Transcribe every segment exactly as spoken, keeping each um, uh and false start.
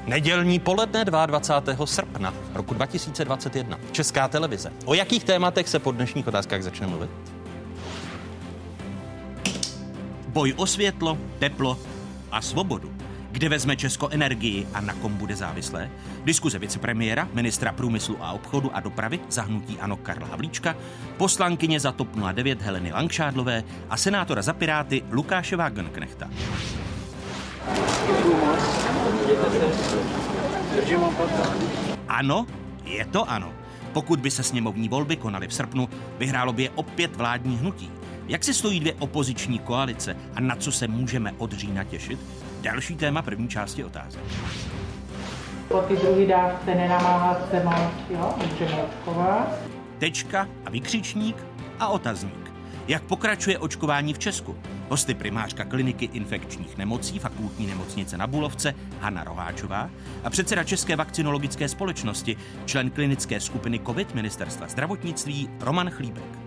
Nedělní poledne dvacátého druhého srpna roku dva tisíce dvacet jedna. Česká televize. O jakých tématech se po dnešních otázkách začne mluvit? Boj o světlo, teplo a svobodu. Kde vezme Česko energii a na kom bude závislé? Diskuze vicepremiéra, ministra průmyslu a obchodu a dopravy za hnutí ANO Karla Havlíčka, poslankyně za TOP nula devět Heleny Langšádlové a senátora za Piráty Lukáše Wagenknechta. Ano, je to ano. Pokud by se sněmovní volby konaly v srpnu, vyhrálo by je opět vládní hnutí. Jak si stojí dvě opoziční koalice a na co se můžeme od října těšit? Další téma první části otázek. Po ty druhý dávce nenamáhat se moc, jo, můžeme očkovat. Tečka a vykřičník a otazník. Jak pokračuje očkování v Česku? Hosty primářka kliniky infekčních nemocí Fakultní nemocnice na Bulovce Hana Roháčová a předseda České vakcinologické společnosti, člen klinické skupiny COVID Ministerstva zdravotnictví Roman Chlíbek.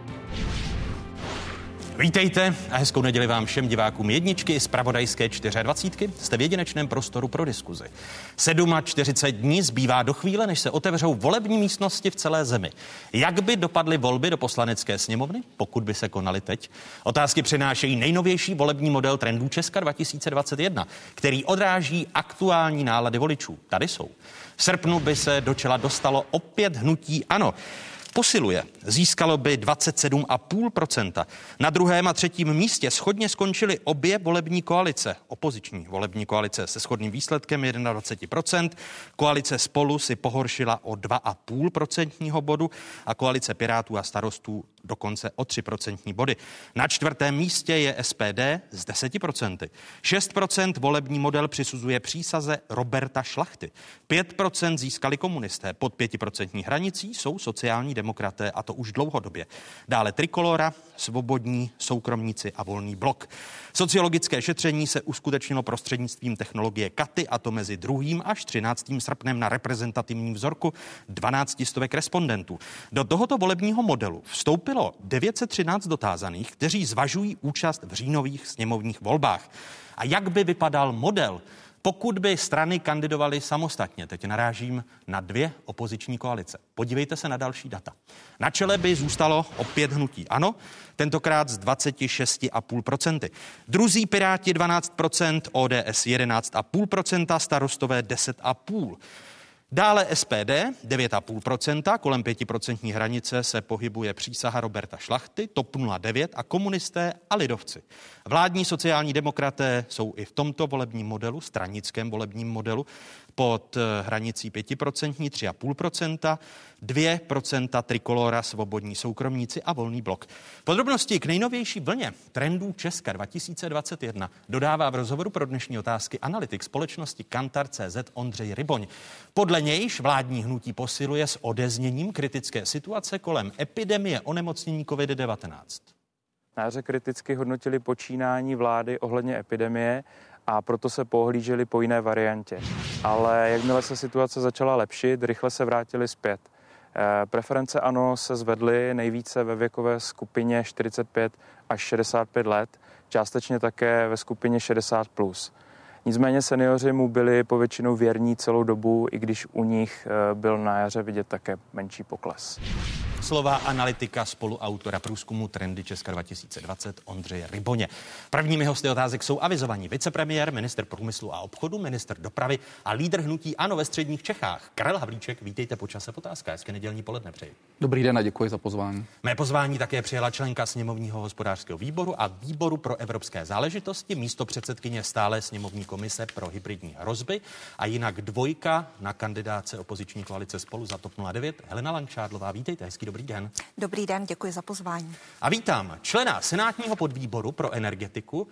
Vítejte a hezkou neděli vám všem divákům jedničky z zpravodajské dvacítky čtyři. Jste v jedinečném prostoru pro diskuzi. čtyřicet sedm dní zbývá do chvíle, než se otevřou volební místnosti v celé zemi. Jak by dopadly volby do Poslanecké sněmovny, pokud by se konaly teď? Otázky přinášejí nejnovější volební model trendů Česka dva tisíce dvacet jedna, který odráží aktuální nálady voličů. Tady jsou. V srpnu by se do čela dostalo opět hnutí ANO. Posiluje. Získalo by dvacet sedm celá pět procenta. Na druhém a třetím místě shodně skončily obě volební koalice. Opoziční volební koalice se shodným výsledkem dvacet jedna procent. Koalice Spolu si pohoršila o dva celá pět procentního bodu a koalice Pirátů a Starostů dokonce o tři procentní body. Na čtvrtém místě je S P D s deseti procenty. šest procent volební model přisuzuje přísaze Roberta Šlachty. pět procent získali komunisté. Pod pětiprocentní hranicí jsou sociální demokraté, a to už dlouhodobě. Dále Trikolora, Svobodní, Soukromníci a Volný blok. Sociologické šetření se uskutečnilo prostřednictvím technologie Katy, a to mezi druhým až třináctým srpnem na reprezentativním vzorku dvanácti stovek respondentů. Do tohoto volebního modelu vstoupilo devět set třináct dotázaných, kteří zvažují účast v říjnových sněmovních volbách. A jak by vypadal model, pokud by strany kandidovaly samostatně? Teď narážím na dvě opoziční koalice. Podívejte se na další data. Na čele by zůstalo opět hnutí ANO, tentokrát z dvacet šest celá pět procenta. Druzí Piráti dvanáct procent, O D S jedenáct celá pět procenta, Starostové deset celá pět procenta. Dále S P D devět celá pět procenta, kolem pětiprocentní hranice se pohybuje přísaha Roberta Šlachty, TOP nula devět a komunisté a lidovci. Vládní sociální demokraté jsou i v tomto volebním modelu, stranickém volebním modelu, pod hranicí pětiprocentní tři celá pět procenta, dvě procenta Trikolora, Svobodní, Soukromníci a Volný blok. Podrobnosti k nejnovější vlně trendů Česka dva tisíce dvacet jedna dodává v rozhovoru pro dnešní otázky analytik společnosti Kantar tečka cé zet Ondřej Ryboň. Podle nějž vládní hnutí posiluje s odezněním kritické situace kolem epidemie onemocnění covid devatenáct. Na jaře kriticky hodnotili počínání vlády ohledně epidemie a proto se pohlíželi po jiné variantě. Ale jakmile se situace začala lepšit, rychle se vrátili zpět. Preference ANO se zvedly nejvíce ve věkové skupině čtyřicet pět až šedesát pět let, částečně také ve skupině šedesát plus. Nicméně seniori mu byli povětšinou věrní celou dobu, i když u nich byl na jaře vidět také menší pokles. Slova analytika spoluautora průzkumu Trendy Česka dva tisíce dvacet Ondřeje Ryboně. Prvními hosty otázek jsou avizovaní vicepremiér, ministr průmyslu a obchodu, ministr dopravy a lídr hnutí ANO ve středních Čechách. Karel Havlíček, vítejte po čase v otázkách. Hezké nedělní poledne přeji. Dobrý den a děkuji za pozvání. Mé pozvání také přijela členka sněmovního hospodářského výboru a výboru pro evropské záležitosti, místo předsedkyně stále sněmovní komise pro hybridní hrozby a jinak dvojka na kandidáce opoziční koalice Spolu za TOP nula devět Helena Langšádlová. Vítejte, hezký dobrý den. Dobrý den, děkuji za pozvání. A vítám člena senátního podvýboru pro energetiku,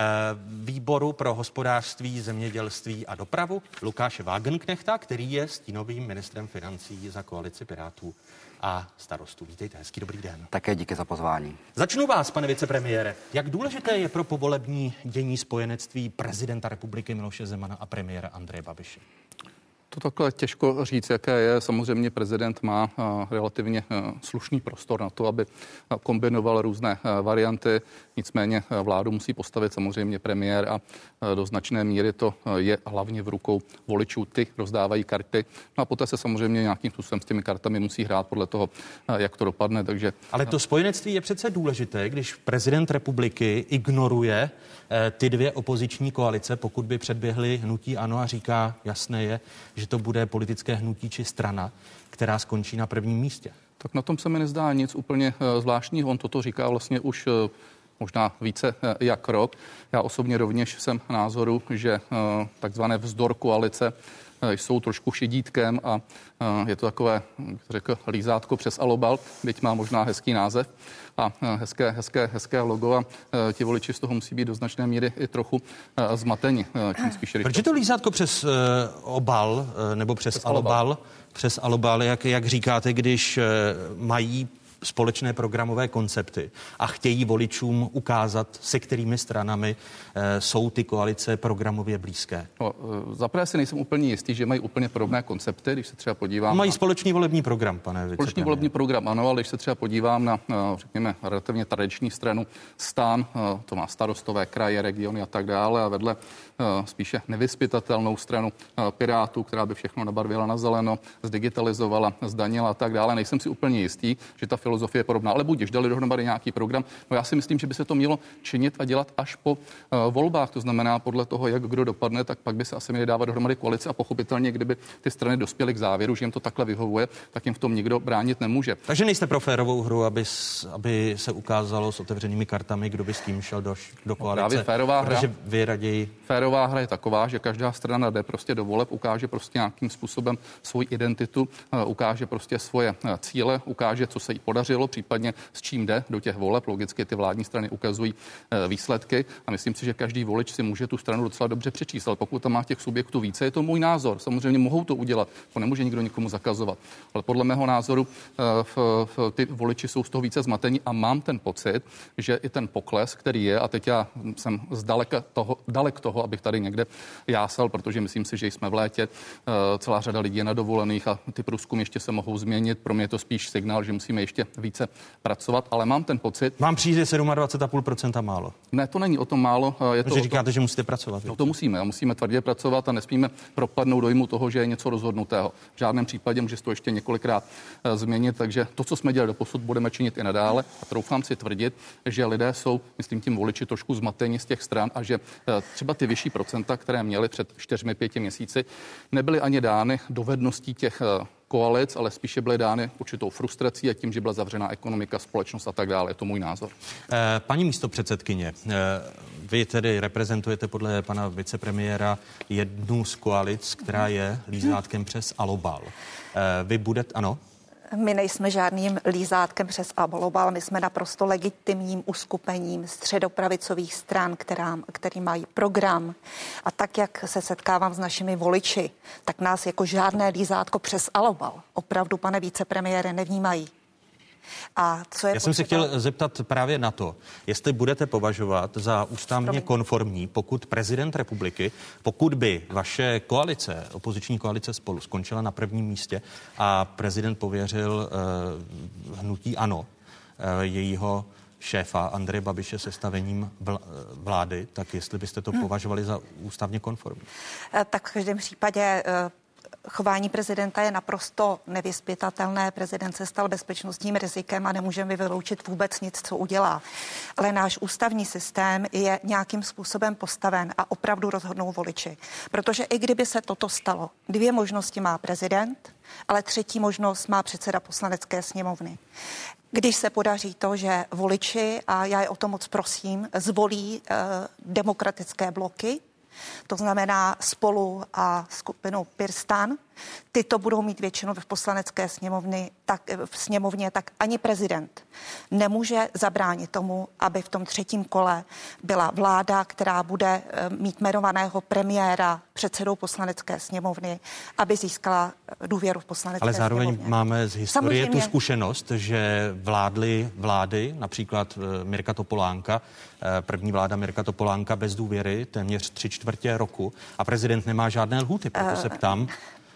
výboru pro hospodářství, zemědělství a dopravu Lukáše Wagenknechta, který je stínovým ministrem financí za koalici Pirátů a Starostů. Vítejte, hezký dobrý den. Také díky za pozvání. Začnu vás, pane vicepremiére. Jak důležité je pro povolební dění spojenectví prezidenta republiky Miloše Zemana a premiéra Andreje Babiše? To takhle těžko říct, jaké je. Samozřejmě prezident má relativně slušný prostor na to, aby kombinoval různé varianty. Nicméně vládu musí postavit samozřejmě premiér a do značné míry to je hlavně v rukou voličů. Ty rozdávají karty. No a poté se samozřejmě nějakým způsobem s těmi kartami musí hrát podle toho, jak to dopadne. Takže... Ale to spojenectví je přece důležité, když prezident republiky ignoruje ty dvě opoziční koalice, pokud by předběhly hnutí ANO a říká, jasné je, že to bude politické hnutí či strana, která skončí na prvním místě. Tak na tom se mi nezdá nic úplně zvláštního. On toto říká vlastně už možná více jak rok. Já osobně rovněž jsem názoru, že takzvané vzdor koalice jsou trošku šidítkem a je to takové, jak řekl, lízátko přes alobal, byť má možná hezký název a hezké, hezké, hezké logo a ti voliči z toho musí být do značné míry i trochu zmateni. Tím spíše, Proč je to lízátko přes uh, obal nebo přes, přes alobal? alobal? Přes alobal, jak, jak říkáte, když uh, mají společné programové koncepty a chtějí voličům ukázat, se kterými stranami e, jsou ty koalice programově blízké. No, zaprvé si nejsem úplně jistý, že mají úplně podobné koncepty, když se třeba podívám. Mají na... společný volební program, pane vicepremiére. Společný volební program, ano, ale když se třeba podívám na, řekněme, relativně tradiční stranu STAN, to má starostové kraje, regiony a tak dále, a vedle spíše nevyzpytatelnou stranu Pirátů, která by všechno nabarvila na zeleno, zdigitalizovala, zdanila a tak dále. Nejsem si úplně jistý, že ta filozofie je podobná, ale budiž, dali dohromady nějaký program. No já si myslím, že by se to mělo činit a dělat až po uh, volbách, to znamená podle toho, jak kdo dopadne, tak pak by se asi měly dávat dohromady koalice a pochopitelně, kdyby ty strany dospěly k závěru, že jim to takhle vyhovuje, tak jim v tom nikdo bránit nemůže. Takže nejste pro férovou hru, aby, aby se ukázalo s otevřenými kartami, kdo by s kým šel do, do koalice. Právě férová hra. Vy raději... Férová hra je taková, že každá strana jde prostě do voleb, ukáže prostě nějakým způsobem svoji identitu, ukáže prostě svoje cíle, ukáže, co se jí podařilo, případně s čím jde do těch voleb. Logicky ty vládní strany ukazují výsledky a myslím si, že každý volič si může tu stranu docela dobře přečíst. Ale pokud tam má těch subjektů více, je to můj názor. Samozřejmě mohou to udělat, to nemůže nikdo nikomu zakazovat. Ale podle mého názoru v, v, ty voliči jsou z toho více zmatení a mám ten pocit, že i ten pokles, který je, a teď já jsem zdaleka toho, dalek toho, abych tady někde jásal, protože myslím si, že jsme v létě, celá řada lidí je na dovolených a ty průzkumy ještě se mohou změnit. Pro mě je to spíš signál, že musíme ještě více pracovat, ale mám ten pocit. Vám přijde dvacet sedm celá pět procenta málo. Ne, to není o tom málo. Je to že říkáte, tom, že musíte pracovat. No to musíme, a musíme tvrdě pracovat a nesmíme propadnout dojmu toho, že je něco rozhodnutého. V žádném případě může se to ještě několikrát změnit, takže to, co jsme dělali doposud, budeme činit i nadále. A troufám si tvrdit, že lidé jsou, myslím tím voliči, trošku zmateni z těch stran a že třeba ty vyšší procenta, které měli před čtyřmi, pěti měsíci, nebyly ani dány dovedností těch koalic, ale spíše byly dány určitou frustrací a tím, že byla zavřená ekonomika, společnost a tak dále. Je to můj názor. Paní místopředsedkyně, vy tedy reprezentujete podle pana vicepremiéra jednu z koalic, která je lízátkem přes alobal. Vy budete, ano? My nejsme žádným lízátkem přes alobal, my jsme naprosto legitimním uskupením středopravicových stran, která, který mají program. A tak, jak se setkávám s našimi voliči, tak nás jako žádné lízátko přes alobal opravdu, pane vicepremiére, nevnímají. A co je Já jsem se potřeba... chtěl zeptat právě na to, jestli budete považovat za ústavně konformní, pokud prezident republiky, pokud by vaše koalice, opoziční koalice Spolu skončila na prvním místě a prezident pověřil uh, hnutí ANO, uh, jejího šéfa Andreje Babiše sestavením vlády, tak jestli byste to hmm. považovali za ústavně konformní? Tak v každém případě uh, chování prezidenta je naprosto nevyzpytatelné. Prezident se stal bezpečnostním rizikem a nemůžeme vyloučit vůbec nic, co udělá. Ale náš ústavní systém je nějakým způsobem postaven a opravdu rozhodnou voliči. Protože i kdyby se toto stalo, dvě možnosti má prezident, ale třetí možnost má předseda Poslanecké sněmovny. Když se podaří to, že voliči, a já je o to moc prosím, zvolí eh, demokratické bloky, to znamená Spolu a skupinu PirSTAN, tyto budou mít většinu v poslanecké sněmovny, tak, v sněmovně, tak ani prezident nemůže zabránit tomu, aby v tom třetím kole byla vláda, která bude mít jmenovaného premiéra předsedou poslanecké sněmovny, aby získala důvěru v poslanecké Ale zároveň sněmovně. máme z historie Samozřejmě. tu zkušenost, že vládly vlády, například Mirka Topolánka, první vláda Mirka Topolánka bez důvěry, téměř tři čtvrtě roku a prezident nemá žádné lhůty, proto se ptám,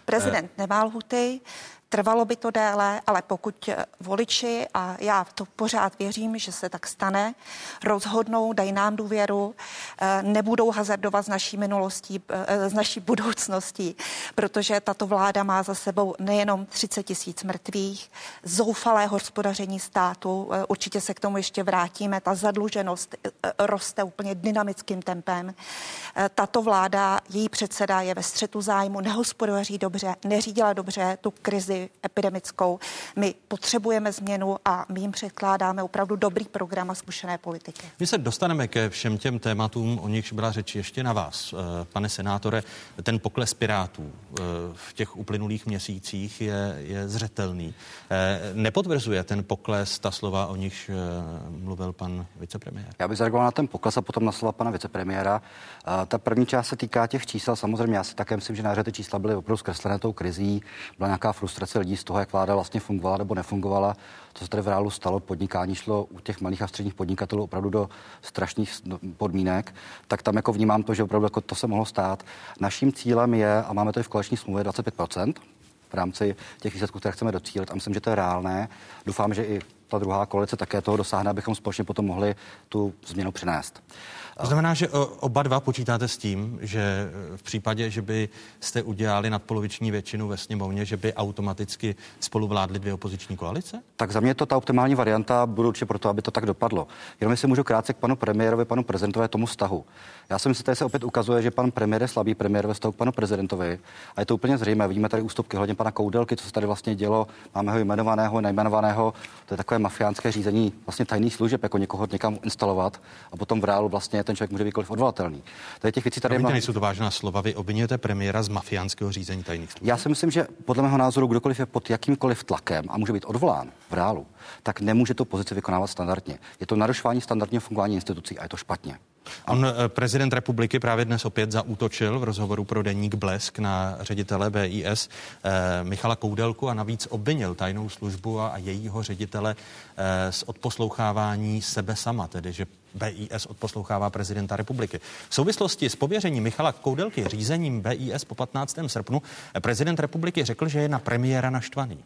Prezident nemá lhuty, trvalo by to déle, ale pokud voliči, a já v to pořád věřím, že se tak stane, rozhodnou, dají nám důvěru, nebudou hazardovat s naší minulostí, s naší budoucností, protože tato vláda má za sebou nejenom třicet tisíc mrtvých, zoufalé hospodaření státu, určitě se k tomu ještě vrátíme, ta zadluženost roste úplně dynamickým tempem. Tato vláda, její předseda je ve střetu zájmu, nehospodaří dobře, neřídila dobře tu krizi epidemickou. My potřebujeme změnu a my jim předkládáme opravdu dobrý program a zkušené politiky. My se dostaneme ke všem těm tématům, o nichž byla řeč ještě na vás. Pane senátore, ten pokles Pirátů v těch uplynulých měsících je, je zřetelný. Nepotvrzuje ten pokles ta slova, o nichž mluvil pan vicepremiér? Já bych zareagoval na ten pokles a potom na slova pana vicepremiéra. Ta první část se týká těch čísel. Samozřejmě já si také myslím, že na ty čísla byly opravdu zkreslené tou krizí. Byla nějaká frustrace lidí z toho, jak vláda vlastně fungovala nebo nefungovala. Co se tady v reálu stalo, podnikání šlo u těch malých a středních podnikatelů opravdu do strašných podmínek, tak tam jako vnímám to, že opravdu jako to se mohlo stát. Naším cílem je, a máme to i v koaliční smlouvě, dvacet pět procent v rámci těch výsledků, které chceme docílit. A myslím, že to je reálné. Doufám, že i ta druhá koalice také toho dosáhne, abychom společně potom mohli tu změnu přinést. To znamená, že oba dva počítáte s tím, že v případě, že by jste udělali nadpoloviční většinu ve sněmovně, že by automaticky spolu vládly dvě opoziční koalice? Tak za mě je to ta optimální varianta, budu určitě proto, aby to tak dopadlo. Jenom jestli můžu krátce k panu premiérovi, panu prezidentovi tomu vztahu. Já si myslím, že tady se opět ukazuje, že pan premiér je slabý premiér ve vztahu k panu prezidentovi. A je to úplně zřejmé. Vidíme tady ústupky hledně pana Koudelky, co se tady vlastně dělo. Máme ho jmenovaného, nejmenovaného. To je takové mafiánské řízení vlastně tajných služeb, jako někoho někam instalovat a potom v reálu vlastně ten člověk může být koliv odvolatelný. Tady těch věcí tady Promiňte, nejsou to vážná slova. Vy obviňujete premiéra z mafiánského řízení tajných služeb. Já si myslím, že podle mého názoru kdokoliv je pod jakýmkoliv tlakem a může být odvolán v reálu, tak nemůže tu pozici vykonávat standardně. Je to narušování standardního fungování institucí a je to špatně. On, prezident republiky, právě dnes opět zaútočil v rozhovoru pro deník Blesk na ředitele B I S eh, Michala Koudelku a navíc obvinil tajnou službu a, a jejího ředitele eh, z odposlouchávání sebe sama, tedy že B I S odposlouchává prezidenta republiky. V souvislosti s pověřením Michala Koudelky řízením B I S po patnáctého srpnu prezident republiky řekl, že je na premiéra naštvaný.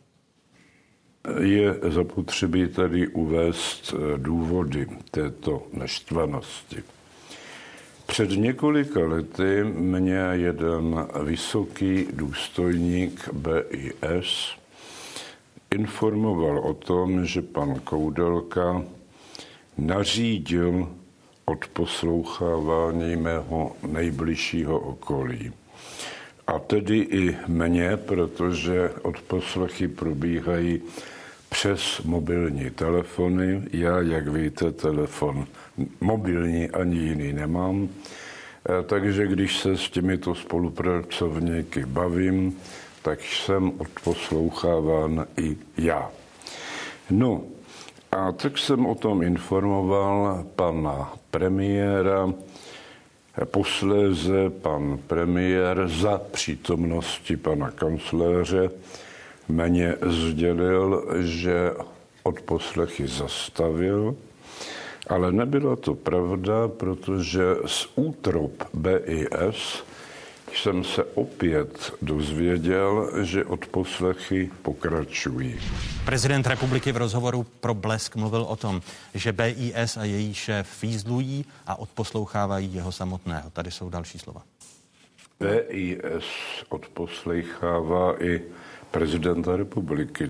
Je zapotřebí tady uvést důvody této naštvanosti. Před několika lety mě jeden vysoký důstojník B I S informoval o tom, že pan Koudelka nařídil odposlouchávání mého nejbližšího okolí. A tedy i mě, protože odposlechy probíhají přes mobilní telefony. Já, jak víte, telefon mobilní ani jiný nemám. Takže když se s těmito spolupracovníky bavím, tak jsem odposloucháván i já. No, a tak jsem o tom informoval pana premiéra. Posléze pan premiér za přítomnosti pana kancléře mě sdělil, že odposlechy zastavil, ale nebyla to pravda, protože z útrop B I S jsem se opět dozvěděl, že odposlechy pokračují. Prezident republiky v rozhovoru pro Blesk mluvil o tom, že B I S a její šéf fízlují a odposlouchávají jeho samotného. Tady jsou další slova. B I S odposlouchává i prezidenta republiky.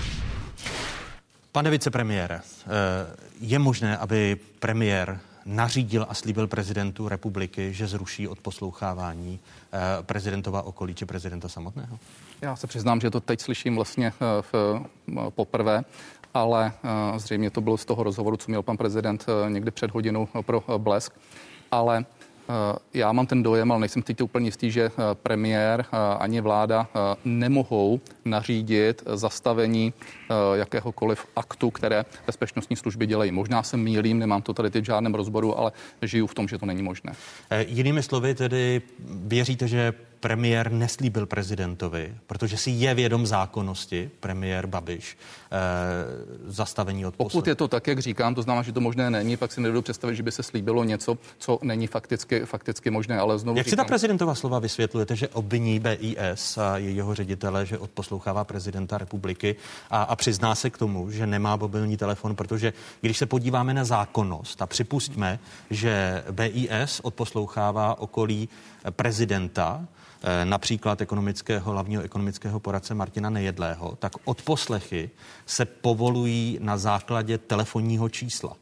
Pane vicepremiére, je možné, aby premiér nařídil a slíbil prezidentu republiky, že zruší odposlouchávání prezidentova okolí či prezidenta samotného? Já se přiznám, že to teď slyším vlastně v, poprvé, ale zřejmě to bylo z toho rozhovoru, co měl pan prezident někdy před hodinou pro Blesk, ale já mám ten dojem, ale nejsem teď úplně jistý, že premiér ani vláda nemohou nařídit zastavení jakéhokoliv aktu, které bezpečnostní služby dělají. Možná se mýlím, nemám to tady teď v žádném rozboru, ale žiju v tom, že to není možné. Jinými slovy tedy věříte, že premiér neslíbil prezidentovi, protože si je vědom zákonnosti, premiér Babiš, eh, zastavení od Pokud je to tak, jak říkám, to znamená, že to možné není, pak si nedovedu představit, že by se slíbilo něco, co není fakticky, fakticky možné, ale znovu Jak říkám, si ta prezidentová slova vysvětlujete, že obviní B I S a jejího ředitele, že odposlouchává prezidenta republiky a, a přizná se k tomu, že nemá mobilní telefon, protože když se podíváme na zákonnost a připustíme, že B I S odposlouchává okolí prezidenta, například ekonomického, hlavního ekonomického poradce Martina Nejedlého, tak odposlechy se povolují na základě telefonního čísla.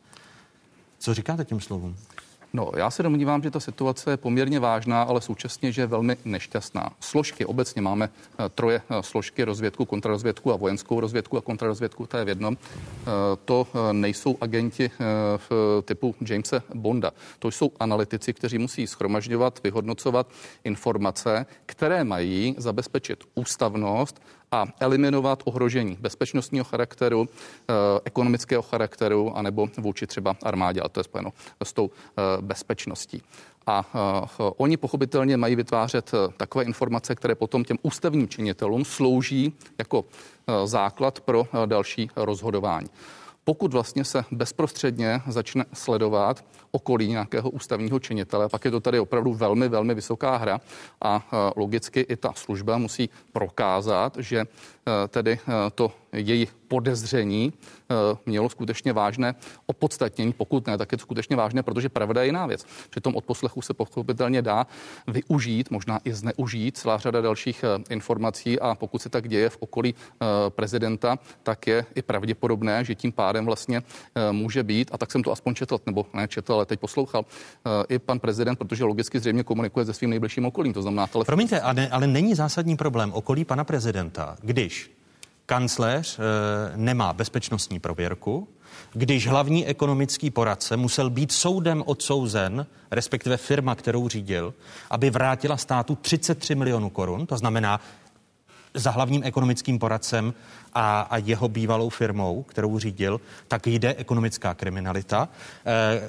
Co říkáte těm slovům? No, já se domnívám, že ta situace je poměrně vážná, ale současně, že je velmi nešťastná. Složky, obecně máme troje složky, rozvědku, kontrarozvědku a vojenskou rozvědku a kontrarozvědku, to je v jednom. To nejsou agenti typu Jamese Bonda. To jsou analytici, kteří musí shromažďovat, vyhodnocovat informace, které mají zabezpečit ústavnost a eliminovat ohrožení bezpečnostního charakteru, ekonomického charakteru, anebo vůči třeba armádě, ale to je spojeno s tou bezpečností. A uh, oni pochopitelně mají vytvářet uh, takové informace, které potom těm ústavním činitelům slouží jako uh, základ pro uh, další rozhodování. Pokud vlastně se bezprostředně začne sledovat okolí nějakého ústavního činitele, pak je to tady opravdu velmi, velmi vysoká hra a logicky i ta služba musí prokázat, že tedy to její podezření mělo skutečně vážné opodstatnění. Pokud ne, tak je to skutečně vážné, protože pravda je jiná věc. Při tom odposlechu se pochopitelně dá využít, možná i zneužít celá řada dalších informací a pokud se tak děje v okolí prezidenta, tak je i pravděpodobné, že tím pádem vlastně může být, a tak jsem to aspoň četl, nebo ne četl, ale teď poslouchal, i pan prezident, protože logicky zřejmě komunikuje se svým nejbližším okolím, to znamená telefon. Promiňte, ale, ale není zásadní problém okolí pana prezidenta, když kancléř e, nemá bezpečnostní prověrku, když hlavní ekonomický poradce musel být soudem odsouzen, respektive firma, kterou řídil, aby vrátila státu třicet tři milionů korun, to znamená za hlavním ekonomickým poradcem a, a jeho bývalou firmou, kterou řídil, tak jde ekonomická kriminalita. E,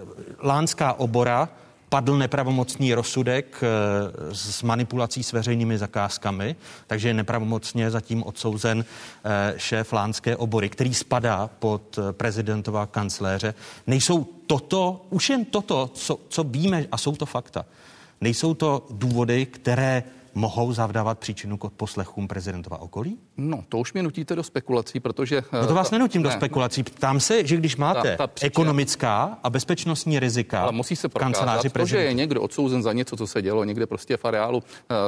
Lánská obora padl nepravomocný rozsudek e, s manipulací s veřejnými zakázkami, takže je nepravomocně zatím odsouzen e, šéf Lánské obory, který spadá pod prezidentova kancléře. Nejsou toto, už jen toto, co, co víme, a jsou to fakta, nejsou to důvody, které mohou zavdávat příčinu k odposlechům prezidentova okolí? No, to už mě nutíte do spekulací, protože... No to vás ta, nenutím ne, do spekulací. Ptám se, že když máte ta, ta příčina, ekonomická a bezpečnostní rizika, ale musí se v kanceláři prokázat, to, že je někdo odsouzen za něco, co se dělo někde prostě v areálu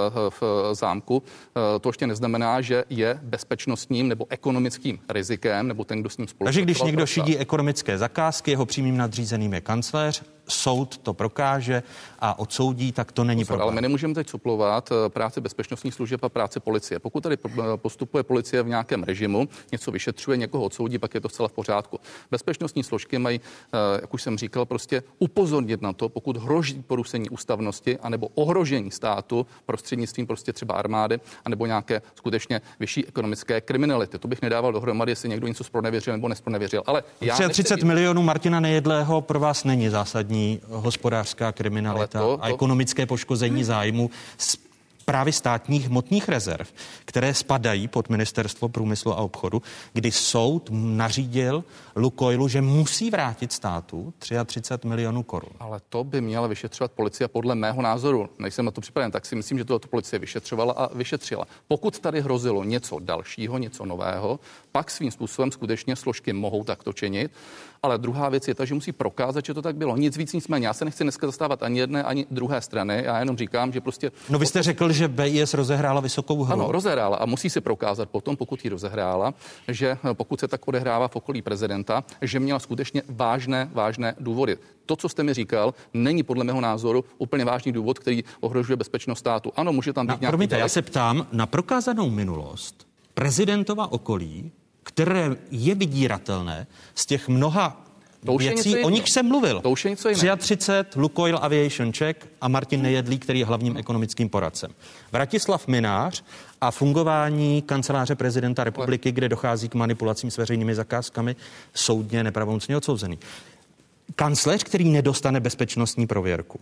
v zámku, to ještě neznamená, že je bezpečnostním nebo ekonomickým rizikem, nebo ten, kdo s ním spolupracoval. Takže když někdo šidí ekonomické zakázky, jeho přímým nadřízeným je kancléř, soud to prokáže a odsoudí, tak to není problém. Ale my nemůžeme teď suplovat práci bezpečnostních služeb a práci policie. Pokud tady postupuje policie v nějakém režimu, něco vyšetřuje, někoho odsoudí, pak je to zcela v pořádku. Bezpečnostní složky mají, jak už jsem říkal, prostě upozornit na to, pokud hrozí porušení ústavnosti anebo ohrožení státu prostřednictvím prostě třeba armády anebo nějaké skutečně vyšší ekonomické kriminality. To bych nedával dohromady, jestli někdo něco zpronevěřil nebo nespronevěřil. Ale já třicet milionů Martina Nejedlého pro vás není zásadní hospodářská kriminalita to, to... a ekonomické poškození zájmu právě státních hmotných rezerv, které spadají pod Ministerstvo průmyslu a obchodu, kdy soud nařídil Lukoilu, že musí vrátit státu třicet tři milionů korun. Ale to by měla vyšetřovat policie podle mého názoru. Nejsem na to připraven, tak si myslím, že to policie vyšetřovala a vyšetřila. Pokud tady hrozilo něco dalšího, něco nového, pak svým způsobem skutečně složky mohou takto činit. Ale druhá věc je ta, že musí prokázat, že to tak bylo. Nic víc, nicméně. Já se nechci dneska zastávat ani jedné, ani druhé strany. Já jenom říkám, že prostě... No vy jste řekl, že B I S rozehrála vysokou hru. Ano, rozehrála a musí si prokázat potom, pokud ji rozehrála, že pokud se tak odehrává v okolí prezidenta, že měla skutečně vážné, vážné důvody. To, co jste mi říkal, není podle mého názoru úplně vážný důvod, který ohrožuje bezpečnost státu. Ano, může tam být no, nějaký... Promiňte, dalek. já se ptám na prokázanou minulost prezidentova okolí, které je vydíratelné z těch mnoha věcí, o nich jsem mluvil. To už je něco jiného. třicet tři Lukoil Aviation Czech a Martin Nejedlý, který je hlavním ekonomickým poradcem. Vratislav Mynář a fungování kanceláře prezidenta republiky, kde dochází k manipulacím s veřejnými zakázkami, soudně nepravomocně odsouzený. Kancléř, který nedostane bezpečnostní prověrku.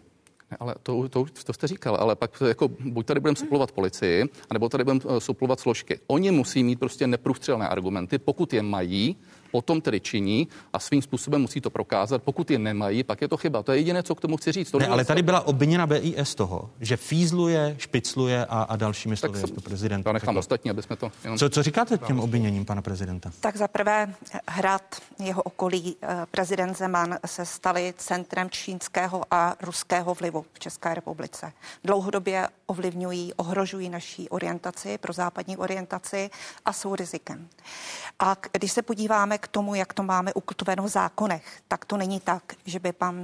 Ne, ale to, to, to jste říkal, ale pak jako buď tady budeme suplovat policii, anebo tady budeme suplovat složky. Oni musí mít prostě neprůstřelné argumenty, pokud je mají, potom tedy činí a svým způsobem musí to prokázat. Pokud je nemají, pak je to chyba. To je jediné, co k tomu chci říct. To ne, ale tady byla obviněna B I S toho, že fízluje, špicluje a, a dalšími slovy jako prezident. Já nechám ostatní, aby jsme to... Jenom... Co, co říkáte těm obviněním pana prezidenta? Tak za prvé Hrad, jeho okolí, prezident Zeman se stali centrem čínského a ruského vlivu v České republice. Dlouhodobě ovlivňují, ohrožují naší orientaci, pro západní orientaci a jsou rizikem. A když se podíváme k tomu, jak to máme ukotveno v zákonech, tak to není tak, že by pan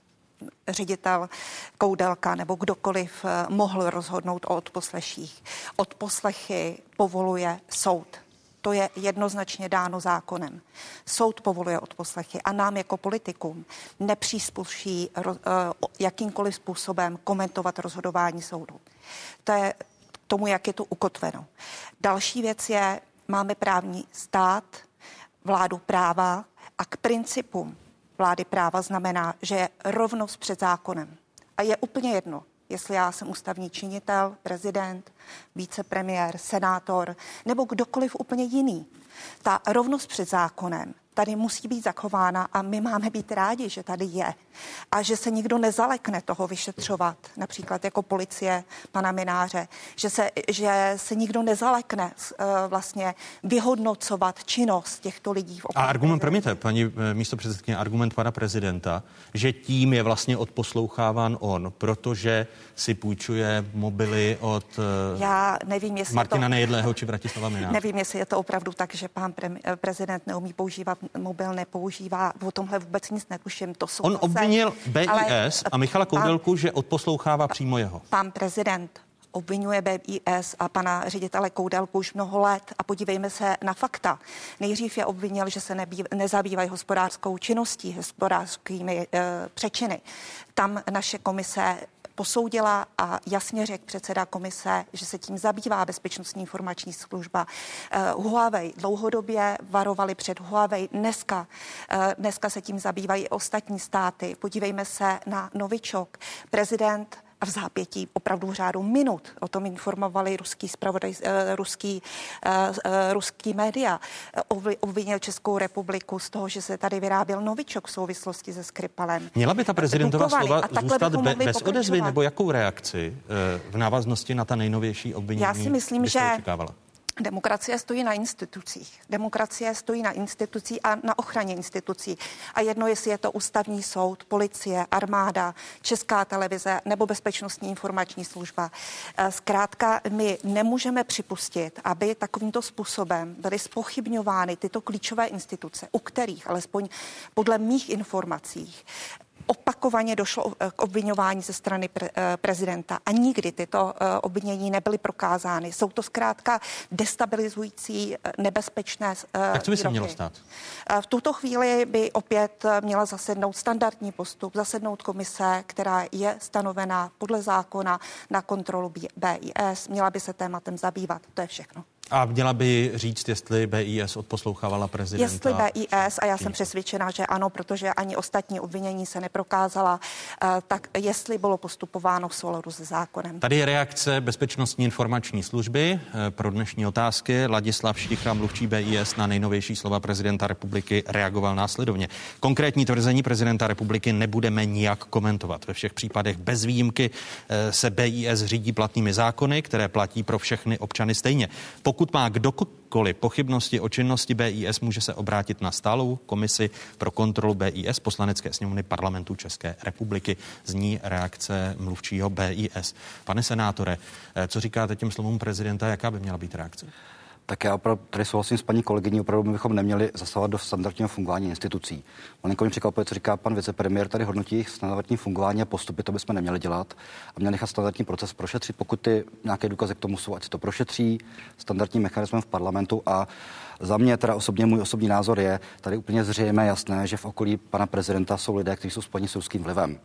ředitel Koudelka nebo kdokoliv mohl rozhodnout o odposleších. Odposlechy povoluje soud. To je jednoznačně dáno zákonem. Soud povoluje odposlechy a nám jako politikům nepřísluší jakýmkoliv způsobem komentovat rozhodování soudu. To je tomu, jak je to ukotveno. Další věc je, máme právní stát, vládu práva a k principům vlády práva znamená, že je rovnost před zákonem. A je úplně jedno, jestli já jsem ústavní činitel, prezident, vicepremiér, senátor nebo kdokoliv úplně jiný. Ta rovnost před zákonem tady musí být zachována a my máme být rádi, že tady je. A že se nikdo nezalekne toho vyšetřovat, například jako policie pana Mináře, že se, že se nikdo nezalekne uh, vlastně vyhodnocovat činnost těchto lidí. V a argument, promiňte, paní místopředsedkyně, argument pana prezidenta, že tím je vlastně odposloucháván on, protože si půjčuje mobily od uh, Já nevím, jestli Martina to, Nejedlého či Vratislava Mináře. Nevím, jestli je to opravdu tak, že pán pre, prezident neumí používat mobil, nepoužívá, o tomhle vůbec nic netuším. To jsou on zase, obvinil B I S a Michala Koudelku, pán, že odposlouchává přímo jeho. Pán prezident obvinuje B I S a pana ředitele Koudelku už mnoho let a podívejme se na fakta. Nejdřív je obvinil, že se nebýv, nezabývají hospodářskou činností, hospodářskými e, přečiny. Tam naše komise posoudila a jasně řekl předseda komise, že se tím zabývá Bezpečnostní informační služba. Uh, Huawei dlouhodobě varovali před Huawei. Dneska, uh, dneska se tím zabývají ostatní státy. Podívejme se na novičok. Prezident v zápětí opravdu v řádu minut. O tom informovali ruský spravodaj, uh, ruský, uh, uh, ruský média. Uh, obvinil Českou republiku z toho, že se tady vyráběl novičok v souvislosti se Skripalem. Měla by ta prezidentová slova zůstat be, bez odezvy nebo jakou reakci uh, v návaznosti na ta nejnovější obvinění? Já si myslím, že očekávala? Demokracie stojí na institucích. Demokracie stojí na institucích a na ochraně institucí. A jedno, jestli je to ústavní soud, policie, armáda, Česká televize nebo Bezpečnostní informační služba. Zkrátka, my nemůžeme připustit, aby takovýmto způsobem byly zpochybňovány tyto klíčové instituce, u kterých, alespoň podle mých informací, opakovaně došlo k obviňování ze strany pre, prezidenta a nikdy tyto obvinění nebyly prokázány. Jsou to zkrátka destabilizující, nebezpečné Tak co by se mělo stát? V tuto chvíli by opět měla zasednout standardní postup, zasednout komise, která je stanovená podle zákona na kontrolu B I S. Měla by se tématem zabývat. To je všechno. A měla by říct, jestli B I S odposlouchávala prezidenta? Jestli B I S, a já jsem přesvědčená, že ano, protože ani ostatní obvinění se neprokázala, tak jestli bylo postupováno v souladu se zákonem. Tady je reakce Bezpečnostní informační služby pro dnešní otázky. Ladislav Šticha, mluvčí B I S, na nejnovější slova prezidenta republiky reagoval následovně. Konkrétní tvrzení prezidenta republiky nebudeme nijak komentovat. Ve všech případech bez výjimky se B I S řídí platnými zákony, které platí pro všechny občany stejně. Pokud má kdokoliv pochybnosti o činnosti B I S, může se obrátit na stálou komisi pro kontrolu B I S Poslanecké sněmovny Parlamentu České republiky. Zní reakce mluvčího B I S. Pane senátore, co říkáte těm slovům prezidenta, jaká by měla být reakce? Tak já opravdu tady souhlasím s paní kolegyní, opravdu bychom neměli zasahovat do standardního fungování institucí. Malinko mě překvapuje, co říká pan vicepremiér, tady hodnotí jejich standardní fungování a postupy, to bychom neměli dělat a měli nechat standardní proces prošetřit, pokud ty nějaké důkazy k tomu jsou, ať si to prošetří standardním mechanismem v parlamentu. A za mě teda osobně, můj osobní názor je tady úplně zřejmé jasné, že v okolí pana prezidenta jsou lidé, kteří jsou spojeni s ruským vlivem.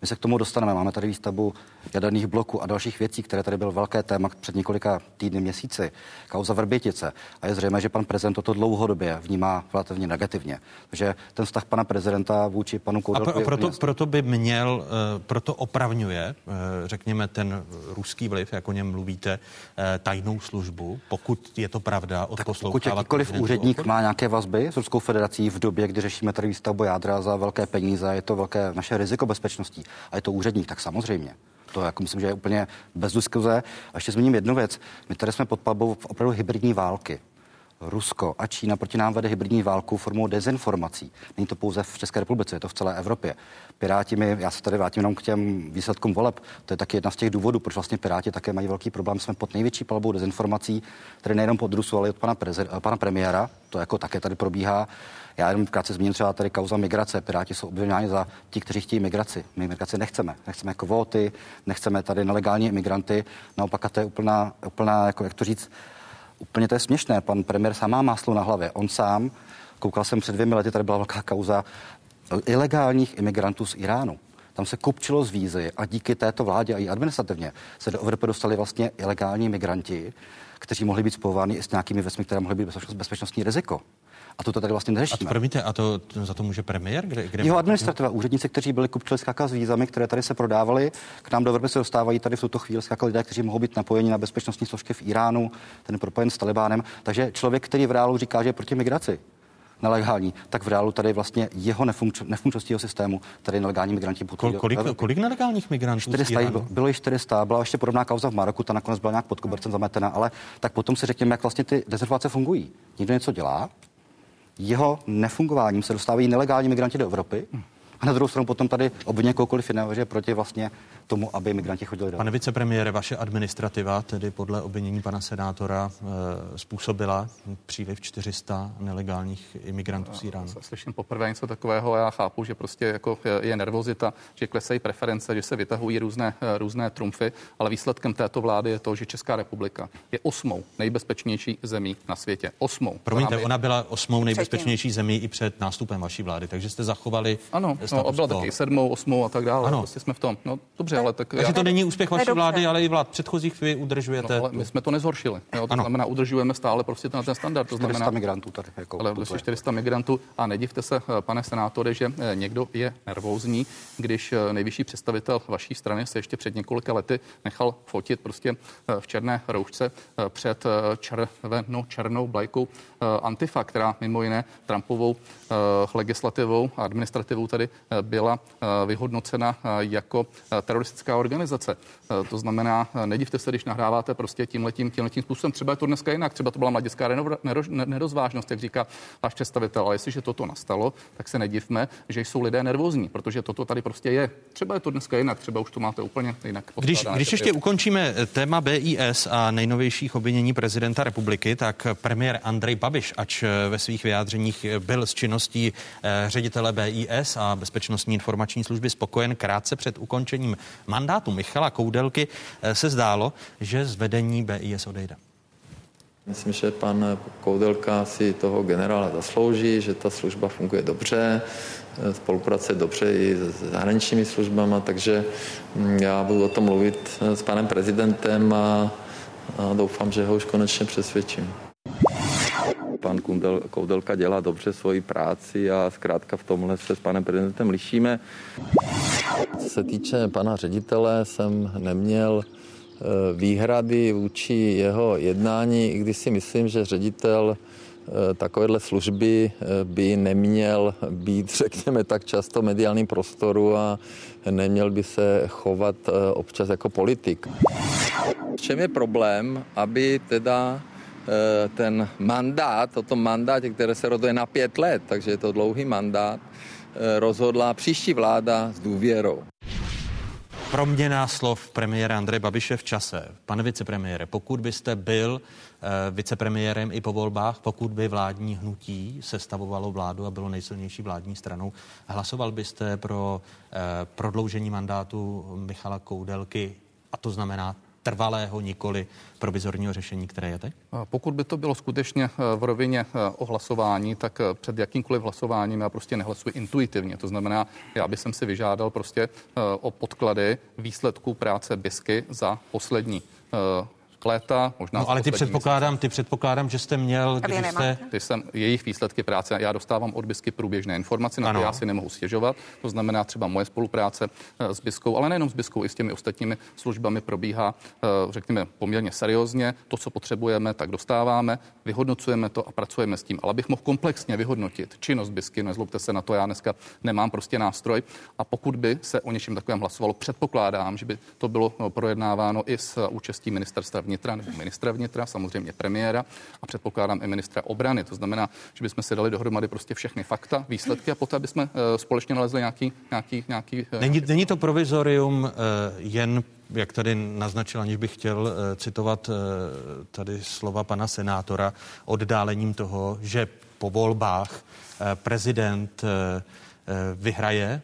My se k tomu dostaneme. Máme tady výstavbu jaderných bloků a dalších věcí, které tady byl velké téma před několika týdny, měsíci. Kauza Vrbětice. A je zřejmé, že pan prezident toto dlouhodobě vnímá relativně negativně. Takže ten vztah pana prezidenta vůči panu Koudelkovi... A pro, proto, proto by měl, proto opravňuje, řekněme, ten ruský vliv, jak o něm mluvíte, tajnou službu, pokud je to pravda, odposlouchávat... Pokud jakýkoliv úředník má nějaké vazby s Ruskou federací v době, kdy řešíme tady výstavbu jádra za velké peníze, je to velké naše riziko bezpečností a je to úředník, tak samozřejmě. To jako myslím, že je úplně bez diskuze. A ještě zmíním jednu věc. My tady jsme pod palbou opravdu hybridní války. Rusko a Čína proti nám vede hybridní válku formou dezinformací. Není to pouze v České republice, je to v celé Evropě. Piráti, my, já se tady vrátím jenom k těm výsledkům voleb. To je taky jedna z těch důvodů, proč vlastně Piráti také mají velký problém. Jsme pod největší palbou dezinformací, tedy nejenom pod Rusu, ale i od pana, prezid, pana premiéra. To jako také tady probíhá. Já jenom krátce zmíním třeba tady kauza migrace. Piráti jsou obviněni za ti, kteří chtějí migraci. My migraci nechceme. Nechceme kvóty, nechceme tady nelegální imigranty. Naopak, a to je úplná, úplná jako, jak to říct, úplně to je směšné. Pan premiér sám má máslo na hlavě. On sám, koukal jsem před dvěmi lety, tady byla velká kauza ilegálních imigrantů z Iránu. Tam se kupčilo z vízy a díky této vládě a i administrativně se do Evropy dostali vlastně ilegální migranti, kteří mohli být spojováni i s nějakými věcmi, které mohly být bezpečnostní riziko. A to tady vlastně neřešíme. A to, promiňte, a to, to za to může premiér? Kde, kde Jeho administrativa, úředníci, kteří byli kupčili skákat s vízami, které tady se prodávaly, k nám do Evropy se dostávají tady v tuto chvíli skákat lidé, kteří mohou být napojeni na bezpečnostní složky v Iránu, ten je propojen s Talibánem. Takže člověk, který v reálu říká, že je proti migraci, nelegální, tak v reálu tady vlastně jeho nefunkč- nefunkčnostního systému, tady nelegální migranti. Kol, kolik, kolik nelegálních migrantů? čtyři sta, bylo, bylo i čtyři sta, byla ještě podobná kauza v Maroku, ta nakonec byla nějak pod kobercem zametena, ale tak potom si řekněme, jak vlastně ty dezinformace fungují. Někdo něco dělá, jeho nefungováním se dostávají nelegální migranti do Evropy a na druhou stranu potom tady obvině kohokoliv jiného, že je proti vlastně tomu, aby migranti chodili do. Pane vicepremiére, vaše administrativa, tedy podle obvinění pana senátora, e, způsobila příliv čtyři sta nelegálních imigrantů z Iránu. Slyším poprvé něco takového, já chápu, že prostě jako je nervozita, že klesají preference, že se vytahují různé, různé trumfy, ale výsledkem této vlády je to, že Česká republika je osmou nejbezpečnější zemí na světě. Osmou. Promiňte, ona byla osmou nejbezpečnější zemí i před nástupem vaší vlády, takže jste zachovali. Ano, no, byla taky sedmou, osmou a tak dále. Ano. Prostě jsme v tom. No, dobře, ale tak. Takže já... to není úspěch vaší vlády, ale i vlád předchozích vy udržujete. No, ale my jsme to nezhoršili. Jo, to ano. znamená, udržujeme stále prostě ten, ten standard. To znamená čtyři sta migrantů tady. Jako ale vlastně čtyři sta migrantů a nedivte se, pane senátore, že někdo je nervózní, když nejvyšší představitel vaší strany se ještě před několika lety nechal fotit prostě v černé roušce před červenou černou vlajkou Antifa, která mimo jiné Trumpovou legislativou a administrativou tady byla vyhodnocena jako teroristická organizace. To znamená, nedivte se, když nahráváte prostě tímhletím, tímhletím způsobem. Třeba je to dneska jinak, třeba to byla mladická nerozvážnost, jak říká váš představitel. Ale jestliže toto nastalo, tak se nedivme, že jsou lidé nervózní, protože toto tady prostě je. Třeba je to dneska jinak, třeba už to máte úplně jinak. Když, když ještě ukončíme téma B I S a nejnovějších obvinění prezidenta republiky, tak premiér Andrej Babiš, ač ve svých vyjádřeních byl s činností ředitele B I S a Bezpečnostní informační služby spokojen, krátce před ukončením mandátu Michala Koudelky se zdálo, že z vedení B I S odejde. Myslím, že pan Koudelka si toho generála zaslouží, že ta služba funguje dobře, spolupracuje dobře i s zahraničními službami, takže já budu o tom mluvit s panem prezidentem a, a doufám, že ho už konečně přesvědčím. Pan Kundel, Koudelka dělá dobře svoji práci a zkrátka v tomhle se s panem prezidentem lišíme. Co se týče pana ředitele, jsem neměl výhrady vůči jeho jednání, i když si myslím, že ředitel takovéhle služby by neměl být, řekněme, tak často v mediálním prostoru a neměl by se chovat občas jako politik. V čem je problém, aby teda ten mandát, o tom mandátě, které se rozhoduje na pět let, takže je to dlouhý mandát, rozhodla příští vláda s důvěrou. Proměna slov premiéra Andreje Babiše v čase. Pane vicepremiére, pokud byste byl eh, vicepremiérem i po volbách, pokud by vládní hnutí sestavovalo vládu a bylo nejsilnější vládní stranou, hlasoval byste pro eh, prodloužení mandátu Michala Koudelky, a to znamená trvalého, nikoli provizorního řešení, které je teď? Pokud by to bylo skutečně v rovině o hlasování, tak před jakýmkoliv hlasováním já prostě nehlasuji intuitivně. To znamená, já bych si vyžádal prostě o podklady výsledků práce BISky za poslední léta, možná. No, ale ty předpokládám, ty předpokládám, že jste měl, když jste... Ty jsem, jejich výsledky práce, já dostávám od BISky průběžné informace, na to já si nemohu stěžovat. To znamená třeba moje spolupráce s BISkou, ale nejenom s BISkou, i s těmi ostatními službami probíhá, řekněme, poměrně seriózně. To, co potřebujeme, tak dostáváme, vyhodnocujeme to a pracujeme s tím. Ale abych mohl komplexně vyhodnotit činnost BISky, nezlobte se na to, já dneska nemám prostě nástroj. A pokud by se o něčem takovém hlasovalo, předpokládám, že by to bylo projednáváno i s účastí ministerstva vnitra nebo ministra vnitra, samozřejmě premiéra a předpokládám i ministra obrany. To znamená, že bychom si dali dohromady prostě všechny fakta, výsledky a poté bychom společně nalezli nějaký... nějaký, nějaký není, není to provizorium jen, jak tady naznačil, aniž bych chtěl citovat tady slova pana senátora, oddálením toho, že po volbách prezident vyhraje,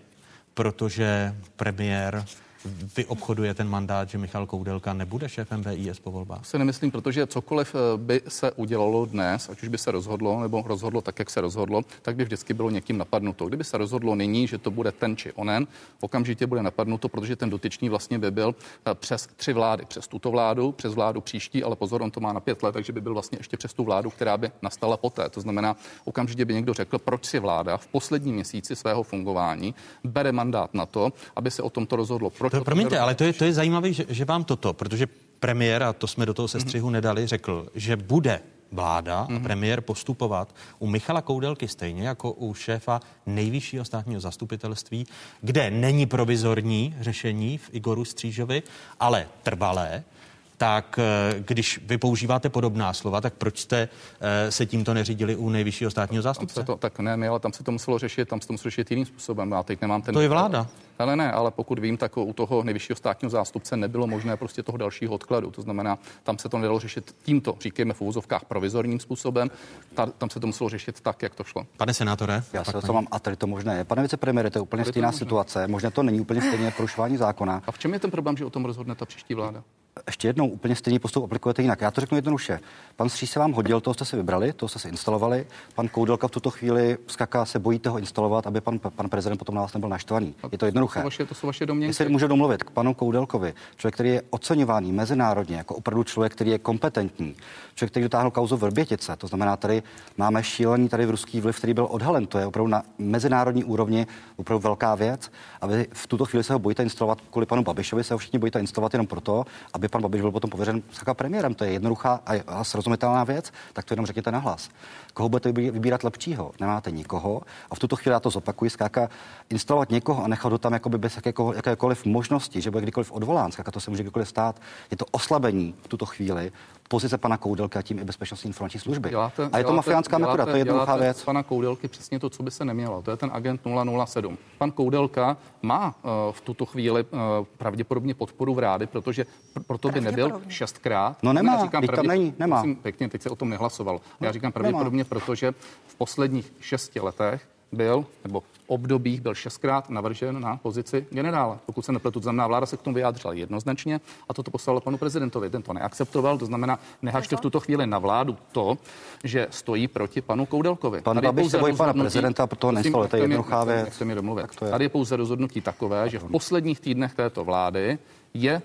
protože premiér vyobchoduje ten mandát, že Michal Koudelka nebude šéfem V I S po volbách? Se nemyslím, protože cokoliv by se udělalo dnes, ať už by se rozhodlo, nebo rozhodlo tak, jak se rozhodlo, tak by vždycky bylo někým napadnuto. Kdyby se rozhodlo nyní, že to bude ten či onen, okamžitě bude napadnuto, protože ten dotyčný vlastně by byl přes tři vlády. Přes tuto vládu, přes vládu příští, ale pozor, on to má na pět let, takže by byl vlastně ještě přes tu vládu, která by nastala poté. To znamená, okamžitě by někdo řekl, proč si vláda v posledním měsíci svého fungování bere mandát na to, aby se o tomto rozhodlo. Proč To, promiňte, ale to je, to je zajímavé, že, že vám toto, protože premiér, a to jsme do toho sestřihu mm-hmm. nedali, řekl, že bude vláda mm-hmm. a premiér postupovat u Michala Koudelky stejně jako u šéfa nejvyššího státního zastupitelství, kde není provizorní řešení v Igoru Střížovi, ale trvalé. Tak když vy používáte podobná slova, tak proč jste se tímto neřídili u nejvyššího státního zástupce? To, tak ne, ale tam se to muselo řešit, tam se to muselo řešit jiným způsobem. Já teď nemám ten... To je vláda. Ale ne, ale pokud vím, tak u toho nejvyššího státního zástupce nebylo možné prostě toho dalšího odkladu. To znamená, tam se to nedalo řešit tímto, říkejme v uvozovkách, provizorním způsobem. Ta, tam se to muselo řešit tak, jak to šlo. Pane senátore, já se to mám, a tady to možné je. Pane vicepremiére, to je úplně stejná situace. Možná to není úplně stejně porušování zákona. A v čem je ten problém, že o tom rozhodne ta příští vláda? Ještě jednou úplně stejný postup aplikujete jinak. Já to řeknu jednoduše. Pan Stříž se vám hodil, toho jste si vybrali, toho jste si instalovali. Pan Koudelka v tuto chvíli skaká, se bojí toho instalovat, aby pan, pan prezident potom na vás nebyl naštvaný. Je to jednoduché. To jsou vaše, to jsou vaše domněnky. Jestli můžu domluvit k panu Koudelkovi, člověk, který je oceňovaný mezinárodně jako opravdu člověk, který je kompetentní, člověk, který dotáhl kauzu Vrbětice. To znamená, tady máme šílený tady v ruský vliv, který byl odhalen. To je opravdu na mezinárodní úrovni opravdu velká věc. A vy v tuto chvíli se ho bojíte instalovat kvůli panu Babišovi, se ho všichni bojíte instalovat jenom proto, aby pan Babiš byl potom pověřen premiérem. To je jednoduchá a srozumitelná věc, tak to jenom řekněte nahlas. Koho budete vybírat lepšího? Nemáte nikoho. A v tuto chvíli já to zopakuji, zkrátka instalovat někoho a nechat ho tam jakoby bez jakékoliv, jakékoliv možnosti, že bude kdykoliv odvolán, zkrátka to se může kdykoliv stát. Je to oslabení v tuto chvíli pozice pana Koudelka, tím i bezpečnostní informační služby. Děláte, a je to děláte, mafiánská děláte, metoda, to je jednoduchá věc. Pana Koudelky přesně to, co by se nemělo. To je ten agent nula nula sedm. Pan Koudelka má uh, v tuto chvíli uh, pravděpodobně podporu v rády, protože pr- proto by nebyl šestkrát. No nemá, říkám teď tam není, nemá. Prosím, pěkně, teď se o tom nehlasoval. Já říkám pravděpodobně, protože v posledních šesti letech byl, nebo v obdobích byl šestkrát navržen na pozici generála. Pokud se nepletu, to znamená, vláda se k tomu vyjádřila jednoznačně a toto poslala panu prezidentovi. Ten to neakceptoval, to znamená, nehažte v tuto chvíli na vládu to, že stojí proti panu Koudelkovi. Pan Babiš se bojí pana prezidenta, proto nestalo, to je jednoduchá věc. Chci mi domluvit. Tady je pouze rozhodnutí takové, že v posledních týdnech této vlády je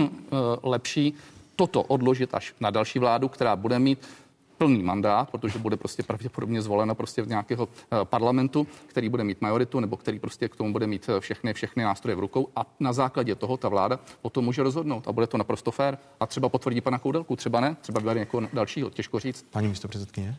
lepší toto odložit až na další vládu, která bude mít plný mandát, protože bude prostě pravděpodobně zvolena prostě v nějakého parlamentu, který bude mít majoritu nebo který prostě k tomu bude mít všechny, všechny nástroje v rukou a na základě toho ta vláda potom může rozhodnout a bude to naprosto fér a třeba potvrdí pana Koudelku, třeba ne, třeba vyberá někoho dalšího, těžko říct. Paní místopředsedkyně?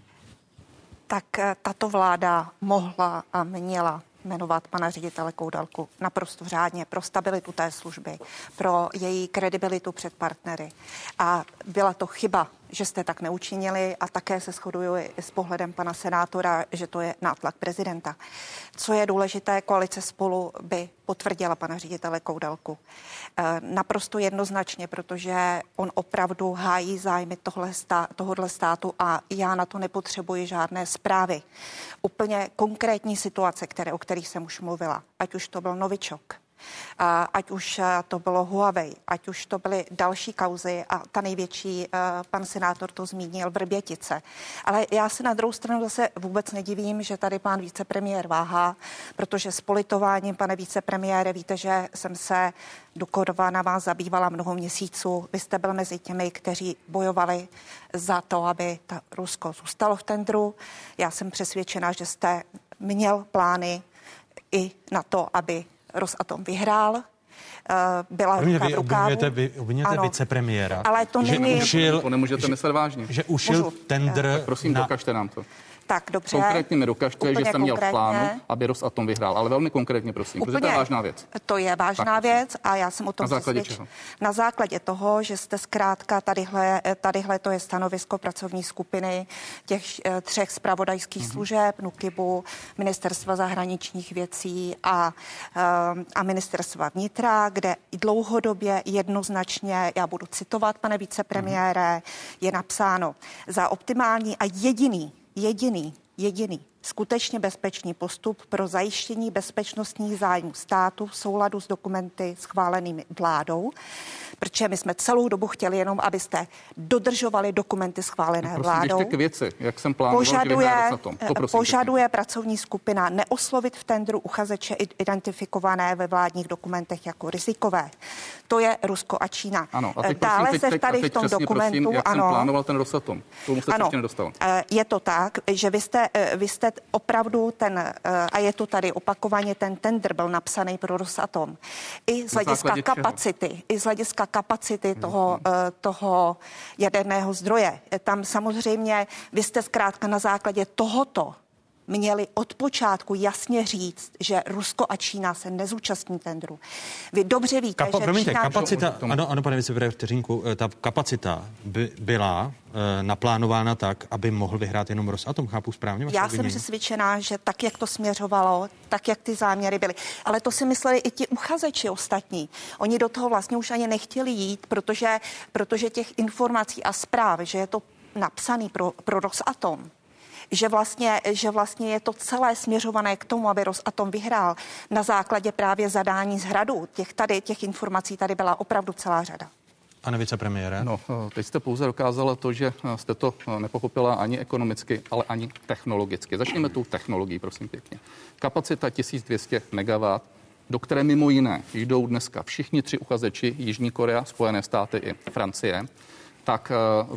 Tak tato vláda mohla a měla jmenovat pana ředitele Koudelku naprosto řádně pro stabilitu té služby, pro její kredibilitu před partnery. A byla to chyba, že jste tak neučinili a také se shoduju s pohledem pana senátora, že to je nátlak prezidenta. Co je důležité, koalice Spolu by potvrdila pana ředitele Koudelku. E, naprosto jednoznačně, protože on opravdu hájí zájmy tohle stá, tohohle státu a já na to nepotřebuji žádné zprávy. Úplně konkrétní situace, které, o kterých jsem už mluvila, ať už to byl novičok, Ať už to bylo Huawei, ať už to byly další kauzy a ta největší, pan senátor to zmínil, Vrbětice. Ale já se na druhou stranu zase vůbec nedivím, že tady pan vicepremiér váhá, protože s politováním, pane vicepremiére, víte, že jsem se Duková na vás zabývala mnoho měsíců. Vy jste byl mezi těmi, kteří bojovali za to, aby ta Rusko zůstalo v tendru. Já jsem přesvědčena, že jste měl plány i na to, aby Rosatom vyhrál. Byla ruka v rukávu. Vy obviněte vicepremiéra. Ale to že není... Ušil, to nemůžete myslet vážně. Že ušil Můžu. tendr... Tak prosím, na... dokažte nám to. Tak, dobře. Konkrétně mi dokažte, že jste měl v plánu, aby Rosatom vyhrál, ale velmi konkrétně, prosím, Úplně, protože to je vážná věc. To je vážná tak, věc a já jsem o tom na základě čeho? Na základě toho, že jste zkrátka tadyhle, tadyhle to je stanovisko pracovní skupiny těch třech zpravodajských mm-hmm. služeb, NÚKIBu, Ministerstva zahraničních věcí a, a Ministerstva vnitra, kde dlouhodobě jednoznačně, já budu citovat, pane vicepremiére, mm-hmm. je napsáno za optimální a jediný Jediný, jediný skutečně bezpečný postup pro zajištění bezpečnostních zájmů státu v souladu s dokumenty schválenými vládou, protože my jsme celou dobu chtěli jenom, abyste dodržovali dokumenty schválené no, vládou. Prosím, k věci, jak jsem plánoval, požaduje, že tom. To prosím, požaduje pracovní skupina neoslovit v tendru uchazeče identifikované ve vládních dokumentech jako rizikové. To je Rusko a Čína. Ano, a teď Dále prosím, teď, se tady teď v tom přesně, dokumentu, prosím, jak ano, jsem plánoval ten Rosatom. Tomu se ještě nedostal. Je to tak, že vy jste, vy jste opravdu ten, a je to tady opakovaně, ten tender byl napsaný pro Rosatom. I z hlediska kapacity, čeho? i z hlediska kapacity toho, toho jaderného zdroje. Tam samozřejmě vy jste zkrátka na základě tohoto měli od počátku jasně říct, že Rusko a Čína se nezúčastní tendru. Vy dobře víte, Kapa, že promiňte, Čína... kapacita, ano, ano, pane vicepremiére, vteřinku, ta kapacita by byla e, naplánována tak, aby mohl vyhrát jenom Rosatom, chápu správně? Já jsem přesvědčená, že tak, jak to směřovalo, tak, jak ty záměry byly. Ale to si mysleli i ti uchazeči ostatní. Oni do toho vlastně už ani nechtěli jít, protože, protože těch informací a zpráv, že je to napsaný pro, pro Rosatom, že vlastně, že vlastně je to celé směřované k tomu, aby Rosatom vyhrál na základě právě zadání z Hradu. Těch tady, těch informací tady byla opravdu celá řada. Pane vicepremiére? No, teď jste pouze dokázala to, že jste to nepochopila ani ekonomicky, ale ani technologicky. Začněme tou technologií, prosím pěkně. Kapacita tisíc dvě stě megawattů, do které mimo jiné jdou dneska všichni tři uchazeči, Jižní Korea, Spojené státy i Francie, tak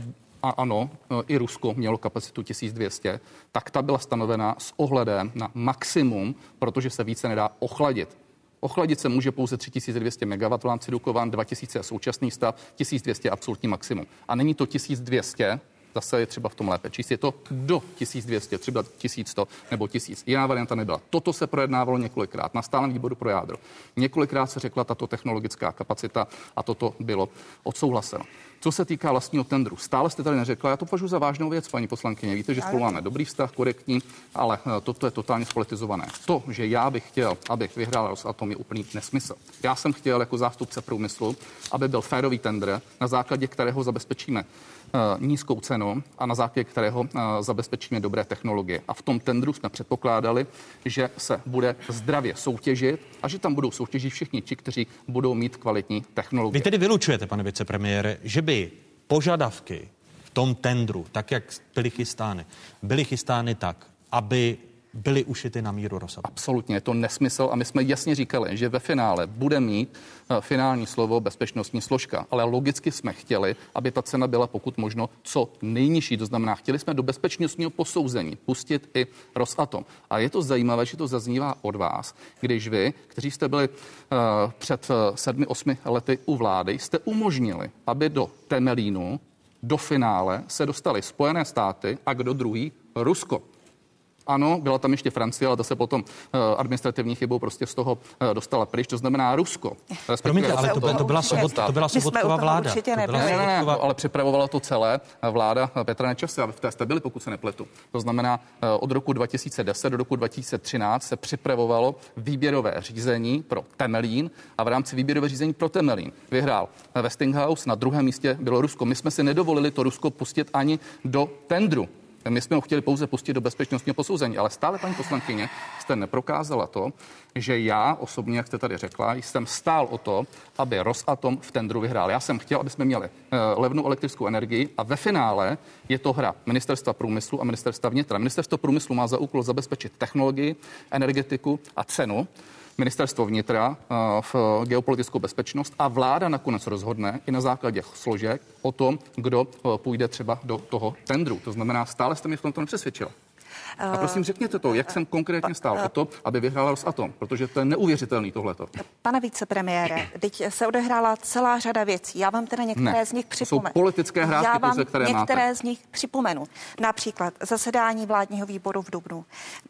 a ano, i Rusko mělo kapacitu tisíc dvě stě, tak ta byla stanovena s ohledem na maximum, protože se více nedá ochladit. Ochladit se může pouze tři tisíce dvě stě megawattů v rámci Dukovan, dva tisíce je současný stav, tisíc dvě stě absolutní maximum. A není to tisíc dvě stě, zase je třeba v tom lépe číst, je to do tisíc dvě stě, třeba tisíc sto nebo tisíc. Jiná varianta nebyla. Toto se projednávalo několikrát na stálem výboru pro jádro. Několikrát se řekla tato technologická kapacita a toto bylo odsouhlaseno. Co se týká vlastního tendru, stále jste tady neřekla, já to považuji za vážnou věc, paní poslankyně. Víte, že spolu máme dobrý vztah, korektní, ale toto je totálně spolitizované. To, že já bych chtěl, abych vyhrál Rosatom, je úplný nesmysl. Já jsem chtěl jako zástupce průmyslu, aby byl férový tendr, na základě kterého zabezpečíme nízkou cenu a na základě kterého zabezpečíme dobré technologie. A v tom tendru jsme předpokládali, že se bude zdravě soutěžit a že tam budou soutěžit všichni ti, kteří budou mít kvalitní technologie. Vy tedy vylučujete, pane vicepremiére, že by požadavky v tom tendru, tak jak byly chystány, byly chystány tak, aby byly ušity na míru Rosatom? Absolutně, je to nesmysl a my jsme jasně říkali, že ve finále bude mít finální slovo bezpečnostní složka, ale logicky jsme chtěli, aby ta cena byla pokud možno co nejnižší, to znamená, chtěli jsme do bezpečnostního posouzení pustit i Rosatom. A je to zajímavé, že to zaznívá od vás, když vy, kteří jste byli uh, před sedmi, osmi lety u vlády, jste umožnili, aby do Temelínu, do finále se dostali Spojené státy a kdo druhý? Rusko. Ano, byla tam ještě Francie, ale ta se potom uh, administrativní chybou prostě z toho uh, dostala pryč. To znamená Rusko. Promiňte, ale to, to, to byla, sobot, to byla Sobotková vláda. To byla ne, ne, ne, ale připravovala to celé vláda Petra Nečase. A v té jste byli, pokud se nepletu. To znamená, uh, od roku dva tisíce deset do roku dva tisíce třináct se připravovalo výběrové řízení pro Temelín a v rámci výběrové řízení pro Temelín vyhrál Westinghouse, na druhém místě bylo Rusko. My jsme si nedovolili to Rusko pustit ani do tendru. My jsme ho chtěli pouze pustit do bezpečnostního posouzení, ale stále, paní poslankyně, jste neprokázala to, že já osobně, jak jste tady řekla, jsem stál o to, aby Rosatom v tendru vyhrál. Já jsem chtěl, aby jsme měli levnou elektrickou energii a ve finále je to hra Ministerstva průmyslu a Ministerstva vnitra. Ministerstvo průmyslu má za úkol zabezpečit technologii, energetiku a cenu. Ministerstvo vnitra v geopolitickou bezpečnost a vláda nakonec rozhodne i na základě složek o tom, kdo půjde třeba do toho tendru. To znamená, stále jste mě v tomto nepřesvědčila. A prosím, řekněte to, jak jsem konkrétně stál o to, aby vyhrála Rosatom, protože to je neuvěřitelný tohleto. Pane vicepremiére, teď se odehrála celá řada věcí. Já vám teda některé ne, z nich připomenu. Jsou politické hrátky, Já vám pouze, které některé máte. z nich připomenu. Například zasedání vládního výboru v dubnu.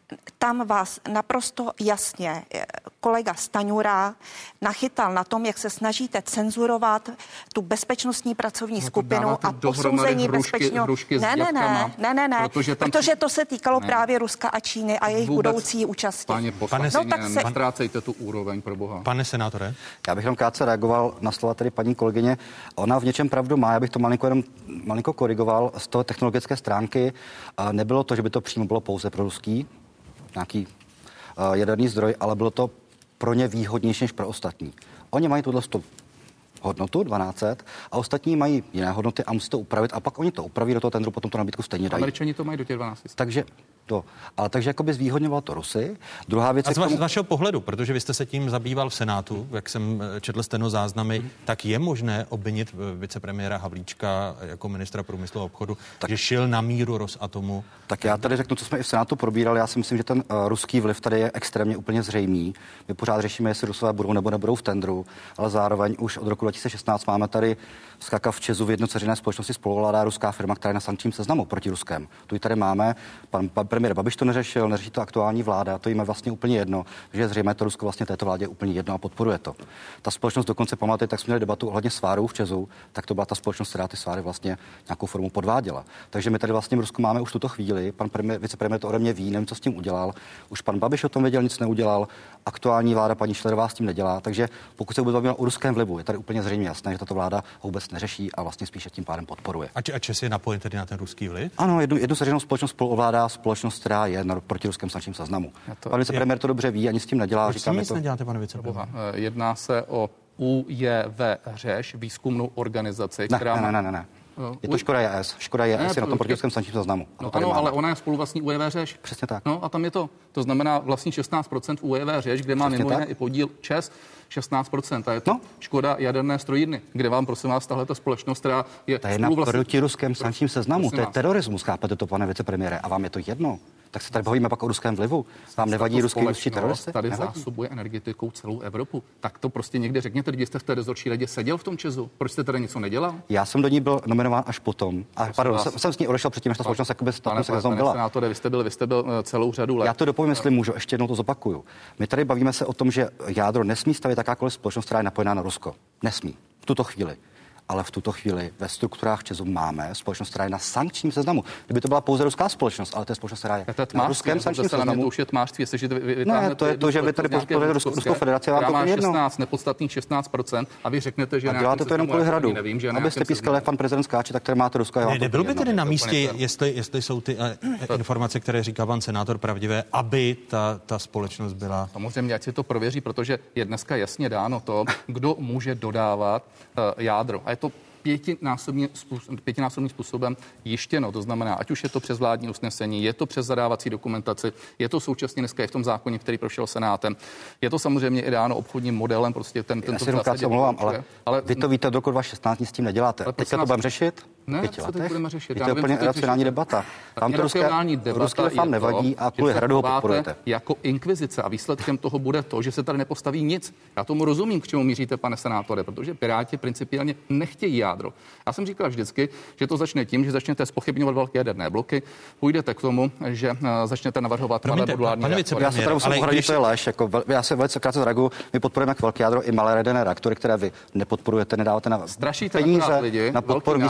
Tam vás naprosto jasně kolega Staňura nachytal na tom, jak se snažíte cenzurovat tu bezpečnostní pracovní no skupinu a posouzení bezpečnosti. Ne, ne, ne, ne, ne, ne, protože, tam... protože to se týkalo ne. právě Ruska a Číny a jejich Vůbec, budoucí účasti. Pane poslanci, no, se... nestrácejte tu úroveň, pro boha. Pane senátore? Já bych jenom krátce reagoval na slova tady paní kolegyně. Ona v něčem pravdu má, já bych to malinko jenom malinko korigoval z toho technologické stránky. Nebylo to, že by to přímo bylo pouze pro ruský nějaký uh, jaderný zdroj, ale bylo to pro ně výhodnější než pro ostatní. Oni mají tuhle hodnotu dvanáct set a ostatní mají jiné hodnoty a musí to upravit a pak oni to upraví do toho tendru, potom to nabídku stejně dají. Američani to mají do těch dvanáct set. Takže to, ale takže jakoby zvýhodňoval to Rusy. Druhá věc... A z, tomu... z vašeho pohledu, protože vy jste se tím zabýval v Senátu, jak jsem četl stenozáznamy, mm. tak je možné obvinit vicepremiéra Havlíčka jako ministra průmyslu a obchodu, tak, že šil na míru Rosatomu? Tak já tady řeknu, co jsme i v Senátu probírali. Já si myslím, že ten uh, ruský vliv tady je extrémně úplně zřejmý. My pořád řešíme, jestli Rusové budou nebo nebudou v tendru, ale zároveň už od roku dva tisíce šestnáct máme tady skakav v ČEZu v jednoceřiné společnosti spoluvládá ruská firma, která je na sankčním seznamu proti Ruskem. Tu ji tady máme. Pan, pan premiér Babiš to neřešil, neřeší to aktuální vláda, to jim je vlastně úplně jedno, že zřejmě to Rusko vlastně této vládě je úplně jedno a podporuje to. Ta společnost dokonce pamatuje, tak jsme měli debatu ohledně svárů v ČEZu, tak to byla ta společnost, která ty sváry vlastně nějakou formou podváděla. Takže my tady vlastně v Rusku máme už tuto chvíli, pan premiér, vicepremiér to ode mě ví, nevím, co s tím udělal. Už pan Babiš o tom věděl, nic neudělal. Aktuální vláda paní Schillerová s tím nedělá, takže pokud se bude bavit o ruském vlivu, je tady úplně zřejmě jasné, že tato vláda ho vůbec neřeší a vlastně spíše tím pádem podporuje. A, a Čes je napojen tedy na ten ruský vliv? Ano, jednu, jednu seřenou společnost spoluvládá společnost, která je na protiruském sankčním seznamu. Pan vicepremiér to dobře ví, ani s tím nedělá. Proč Říkáme nic to... neděláte, pane vicepremiér? Jedná se o U J V Řeš, výzkumnou organizaci, ne, která ne, má... ne, ne, ne. Je to Škoda J S. Škoda J S je na tom protiruském sankčním seznamu. No ano, ale ona je spoluvlastní U J V Řeš. Přesně tak. No a tam je to. To znamená vlastní šestnáct procent U J V Řeš, kde má mimo jiné i podíl ČEZ šestnáct procent. A je to no. Škoda jaderné strojírny, kde vám, prosím vás, tahle ta společnost, která je to je na protiruském sankčním seznamu. To je terorismus, chápete to, pane vicepremiére? A vám je to jedno? Tak se tady bavíme pak o ruském vlivu. Vám nevadí ruský ruští teroristé? Tady nevadí. zásobuje energetikou celou Evropu. Tak to prostě někde řekněte, když jste v té dozorčí radě seděl v tom ČEZu. Proč jste tady něco nedělal? Já jsem do ní byl nominován až potom. A pardon, jsem, jsem s ní odešel předtím, než ta společnost jakoby pane, pane, pane, byla. Senátore, vy jste byl, vy jste byl celou řadu let. Já to dopovím, jestli můžu, ještě jednou to zopakuju. My tady bavíme se o tom, že jádro nesmí stavět jakákoliv společnost, která je napojená na Rusko. Nesmí. V tuto chvíli. Ale v tuto chvíli ve strukturách ČEZu máme společnost, která je na sankčním seznamu. Kdyby to byla pouze ruská společnost, ale to je společnost, která je na ruském sankčním seznamu. To už je tmářství, jestli vy ne, to je to, že vy tady podporujete Ruskou federaci, vám to má jedno. šestnáct, nepodstatných šestnáct procent a vy řeknete, že a děláte to jenom kvůli hradu. Nevím, že abyste pískali, jak pan prezident skáče, tak tady máte Rusko. Ne, nebylo by tedy na místě, jestli, jestli jsou ty uh, informace, které říká pan senátor, pravdivé, aby ta, ta společnost byla. Samozřejmě, ať si to prověří, protože je dneska jasně dáno to, kdo může dodávat uh, jádro. A je to pětinásobně, pětinásobným způsobem jištěno. To znamená, ať už je to přes vládní usnesení, je to přes zadávací dokumentaci, je to současně dneska i v tom zákoně, který prošel Senátem. Je to samozřejmě i dáno obchodním modelem, prostě ten tento zásadě omlouvám, ale, ale vy to víte, do roku dva tisíce šestnáct s tím neděláte. Teďka to budeme řešit? Ne, co teď budeme řešit? Je to úplně racionální debata. Vám to ruský vám nevadí a kvůli hradu ho podporujete. Jako inkvizice a výsledkem toho bude to, že se tady nepostaví nic. Já tomu rozumím, k čemu míříte, pane senátore, protože Piráti principiálně nechtějí jádro. Já jsem říkal vždycky, že to začne tím, že začnete zpochybňovat velké jaderné bloky, půjdete k tomu, že začnete navrhovat malé modulární reaktory. Já se tady musím ohradit, to je lež. Jako, já se velice krátce zareaguju. My podporujeme jak velké jádro i malé jaderné reaktory, které vy nepodporujete, nedáváte na Strašíte peníze na podporu výzkumu a vývoje.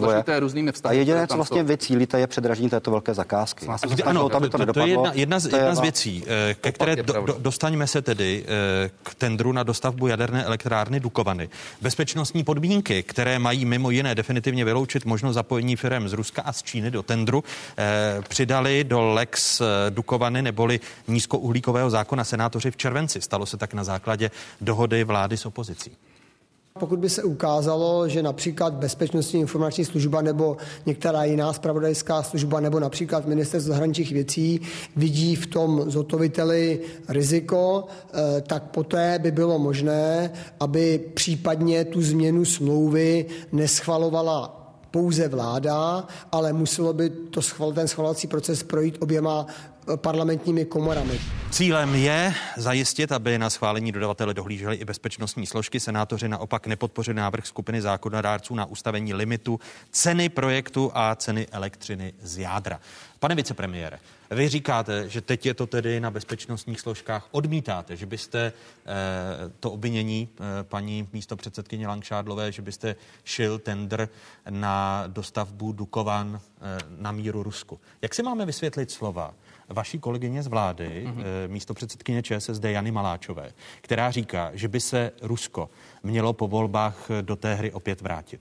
vývoje. A jediné, co vlastně vy cílíte, je předražení této velké zakázky. Ano, to, to, to, to je jedna, jedna, z, jedna z věcí, ke které do, do, dostaňme se tedy k tendru na dostavbu jaderné elektrárny Dukovany. Bezpečnostní podmínky, které mají mimo jiné definitivně vyloučit možnost zapojení firem z Ruska a z Číny do tendru, přidali do Lex Dukovany neboli nízkouhlíkového zákona senátoři v červenci. Stalo se tak na základě dohody vlády s opozicí. Pokud by se ukázalo, že například Bezpečnostní informační služba nebo některá jiná zpravodajská služba nebo například Ministerstvo zahraničních věcí vidí v tom zhotoviteli riziko, tak poté by bylo možné, aby případně tu změnu smlouvy neschvalovala pouze vláda, ale muselo by to schval, ten schvalovací proces projít oběma parlamentními komorami. Cílem je zajistit, aby na schválení dodavatele dohlížely i bezpečnostní složky. Senátoři naopak nepodpořili návrh skupiny zákonodárců na ustavení limitu ceny projektu a ceny elektřiny z jádra. Pane vicepremiére, vy říkáte, že teď je to tedy na bezpečnostních složkách. Odmítáte, že byste eh, to obvinění eh, paní místopředsedkyně Langšádlové, že byste šil tendr na dostavbu Dukovan eh, na míru Rusku. Jak si máme vysvětlit slova vaší kolegyně z vlády, mm-hmm. eh, místopředsedkyně ČSSD Jany Maláčové, která říká, že by se Rusko mělo po volbách do té hry opět vrátit?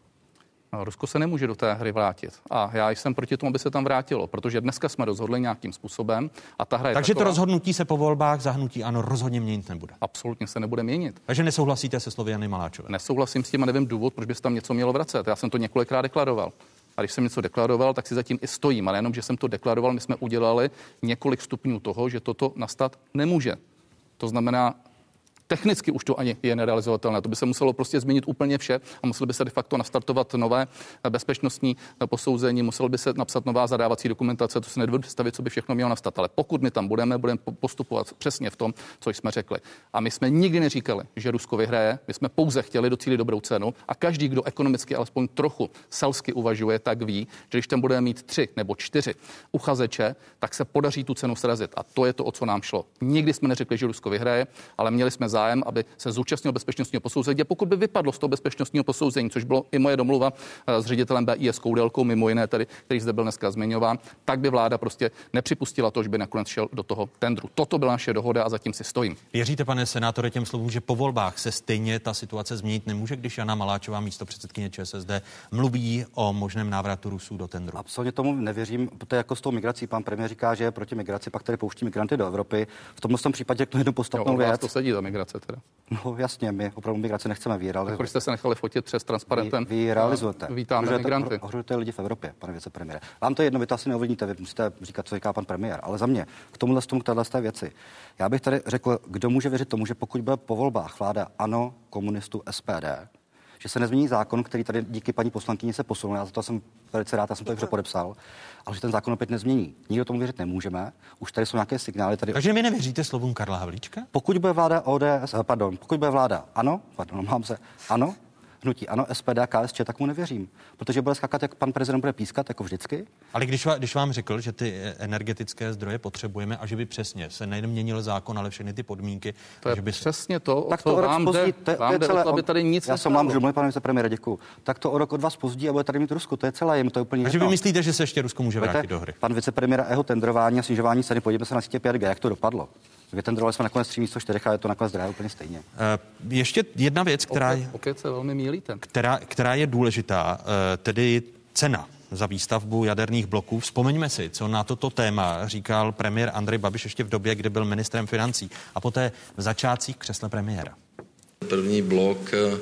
Rusko se nemůže do té hry vrátit. A já jsem proti tomu, aby se tam vrátilo, protože dneska jsme rozhodli nějakým způsobem a ta hra je Takže taková, to rozhodnutí se po volbách za hnutí ANO rozhodně měnit nebude. Absolutně se nebude měnit. Takže nesouhlasíte se slovy Jany Maláčové? Nesouhlasím s tím a nevím důvod, proč by se tam něco mělo vracet. Já jsem to několikrát deklaroval. A když jsem něco deklaroval, tak si zatím i stojím. Ale jenom, že jsem to deklaroval, my jsme udělali několik stupňů toho, že toto nastat nemůže. To znamená, technicky už to ani je nerealizovatelné. To by se muselo prostě změnit úplně vše a muselo by se de facto nastartovat nové bezpečnostní posouzení, muselo by se napsat nová zadávací dokumentace, to se nedovedu představit, co by všechno mělo nastat. Ale pokud my tam budeme, budeme postupovat přesně v tom, co jsme řekli. A my jsme nikdy neříkali, že Rusko vyhraje, my jsme pouze chtěli docílit dobrou cenu a každý, kdo ekonomicky alespoň trochu selsky uvažuje, tak ví, že když tam budeme mít tři nebo čtyři uchazeče, tak se podaří tu cenu srazit. A to je to, o co nám šlo. Nikdy jsme neřekli, že Rusko vyhraje, ale měli jsme zájem, aby se zúčastnil bezpečnostního posouzení. A pokud by vypadlo z toho bezpečnostního posouzení, což bylo i moje domluva s ředitelem B I S Koudelkou, mimo jiné tedy, který zde byl dneska zmiňován, tak by vláda prostě nepřipustila to, že by nakonec šel do toho tendru. Toto byla naše dohoda a zatím si stojím. Věříte, pane senátore, těm slovům, že po volbách se stejně ta situace změnit nemůže, když Jana Maláčová, místopředsedkyně ČSSD, mluví o možném návratu Rusů do tendru? Absolutně tomu nevěřím, protože jako s tou migrací pan premiér říká, že je proti migraci, pak tady pouští migranty do Evropy. V tomhle tom případě to jednu podstatnou věc. To sedí ta migrace teda. No jasně, my opravdu migraci nechceme vyrealizovat. Proč jste se nechali fotit přes transparentem? Vy, vy realizujete. Vítáme migranty. Ohrožujete lidi v Evropě, pane vicepremiére. Vám to jedno, vy to asi neovlivníte, vy musíte říkat, co říká pan premiér, ale za mě k tomuhle tomu, k této věci. Já bych tady řekl, kdo může věřit tomu, že pokud bude po volbách vláda ANO, komunistů, S P D, že se nezmění zákon, který tady díky paní poslankyni se posunul. Já za to jsem velice rád, já jsem to dobře podepsal, ale že ten zákon opět nezmění. Nikdo tomu věřit nemůžeme. Už tady jsou nějaké signály tady. Takže vy nevěříte slovům Karla Havlíčka? Pokud bude vláda O D S, pardon, pokud bude vláda ANO, pardon, mám se, ANO, hnutí ANO, S P D, K S Č, tak mu nevěřím, protože bude skákat, jak pan prezident bude pískat, jako vždycky. Ale když, když vám řekl, že ty energetické zdroje potřebujeme a že by přesně se nejen měnil zákon, ale všechny ty podmínky, to je že by přesně to, tak to to vám jde, to, vám jde o to, aby tady nic já jsem vám žil, pane vicepremiére, děkuju. Tak to o rok od vás pozdí a bude tady mít Rusko, to je celé, jim to je úplně. Takže vy myslíte, že se ještě Rusko může vrátit Víte, do hry? Pan vicepremiér a jeho tendrování a snižování ceny, podívejme se na sítě pět G, jak to dopadlo. Vytendrovali jsme nakonec tři místo čtyřech, ale je to nakonec drahé úplně stejně. Uh, ještě jedna věc, která je, opět se velmi mýlíte. Která, která je důležitá, uh, tedy cena za výstavbu jaderných bloků. Vzpomeňme si, co na toto téma říkal premiér Andrej Babiš ještě v době, kdy byl ministrem financí a poté v začátcích křesla premiéra. První blok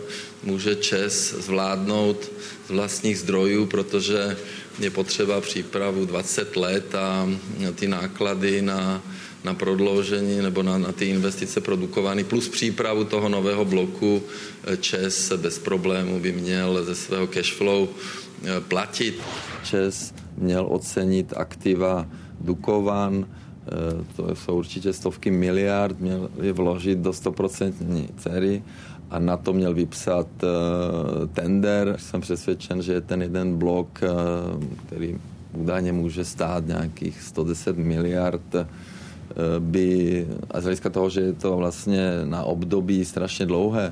může ČEZ zvládnout z vlastních zdrojů, protože je potřeba přípravu dvacet let a ty náklady na na prodloužení nebo na, na ty investice produkovány plus přípravu toho nového bloku ČEZ bez problému by měl ze svého cash flow platit. ČEZ měl ocenit aktiva Dukovan, to jsou určitě stovky miliard, měl je vložit do sto procent dcery a na to měl vypsat tender. Jsem přesvědčen, že ten jeden blok, který údajně může stát nějakých sto deset miliard, by, a z hlediska toho, že je to vlastně na období strašně dlouhé,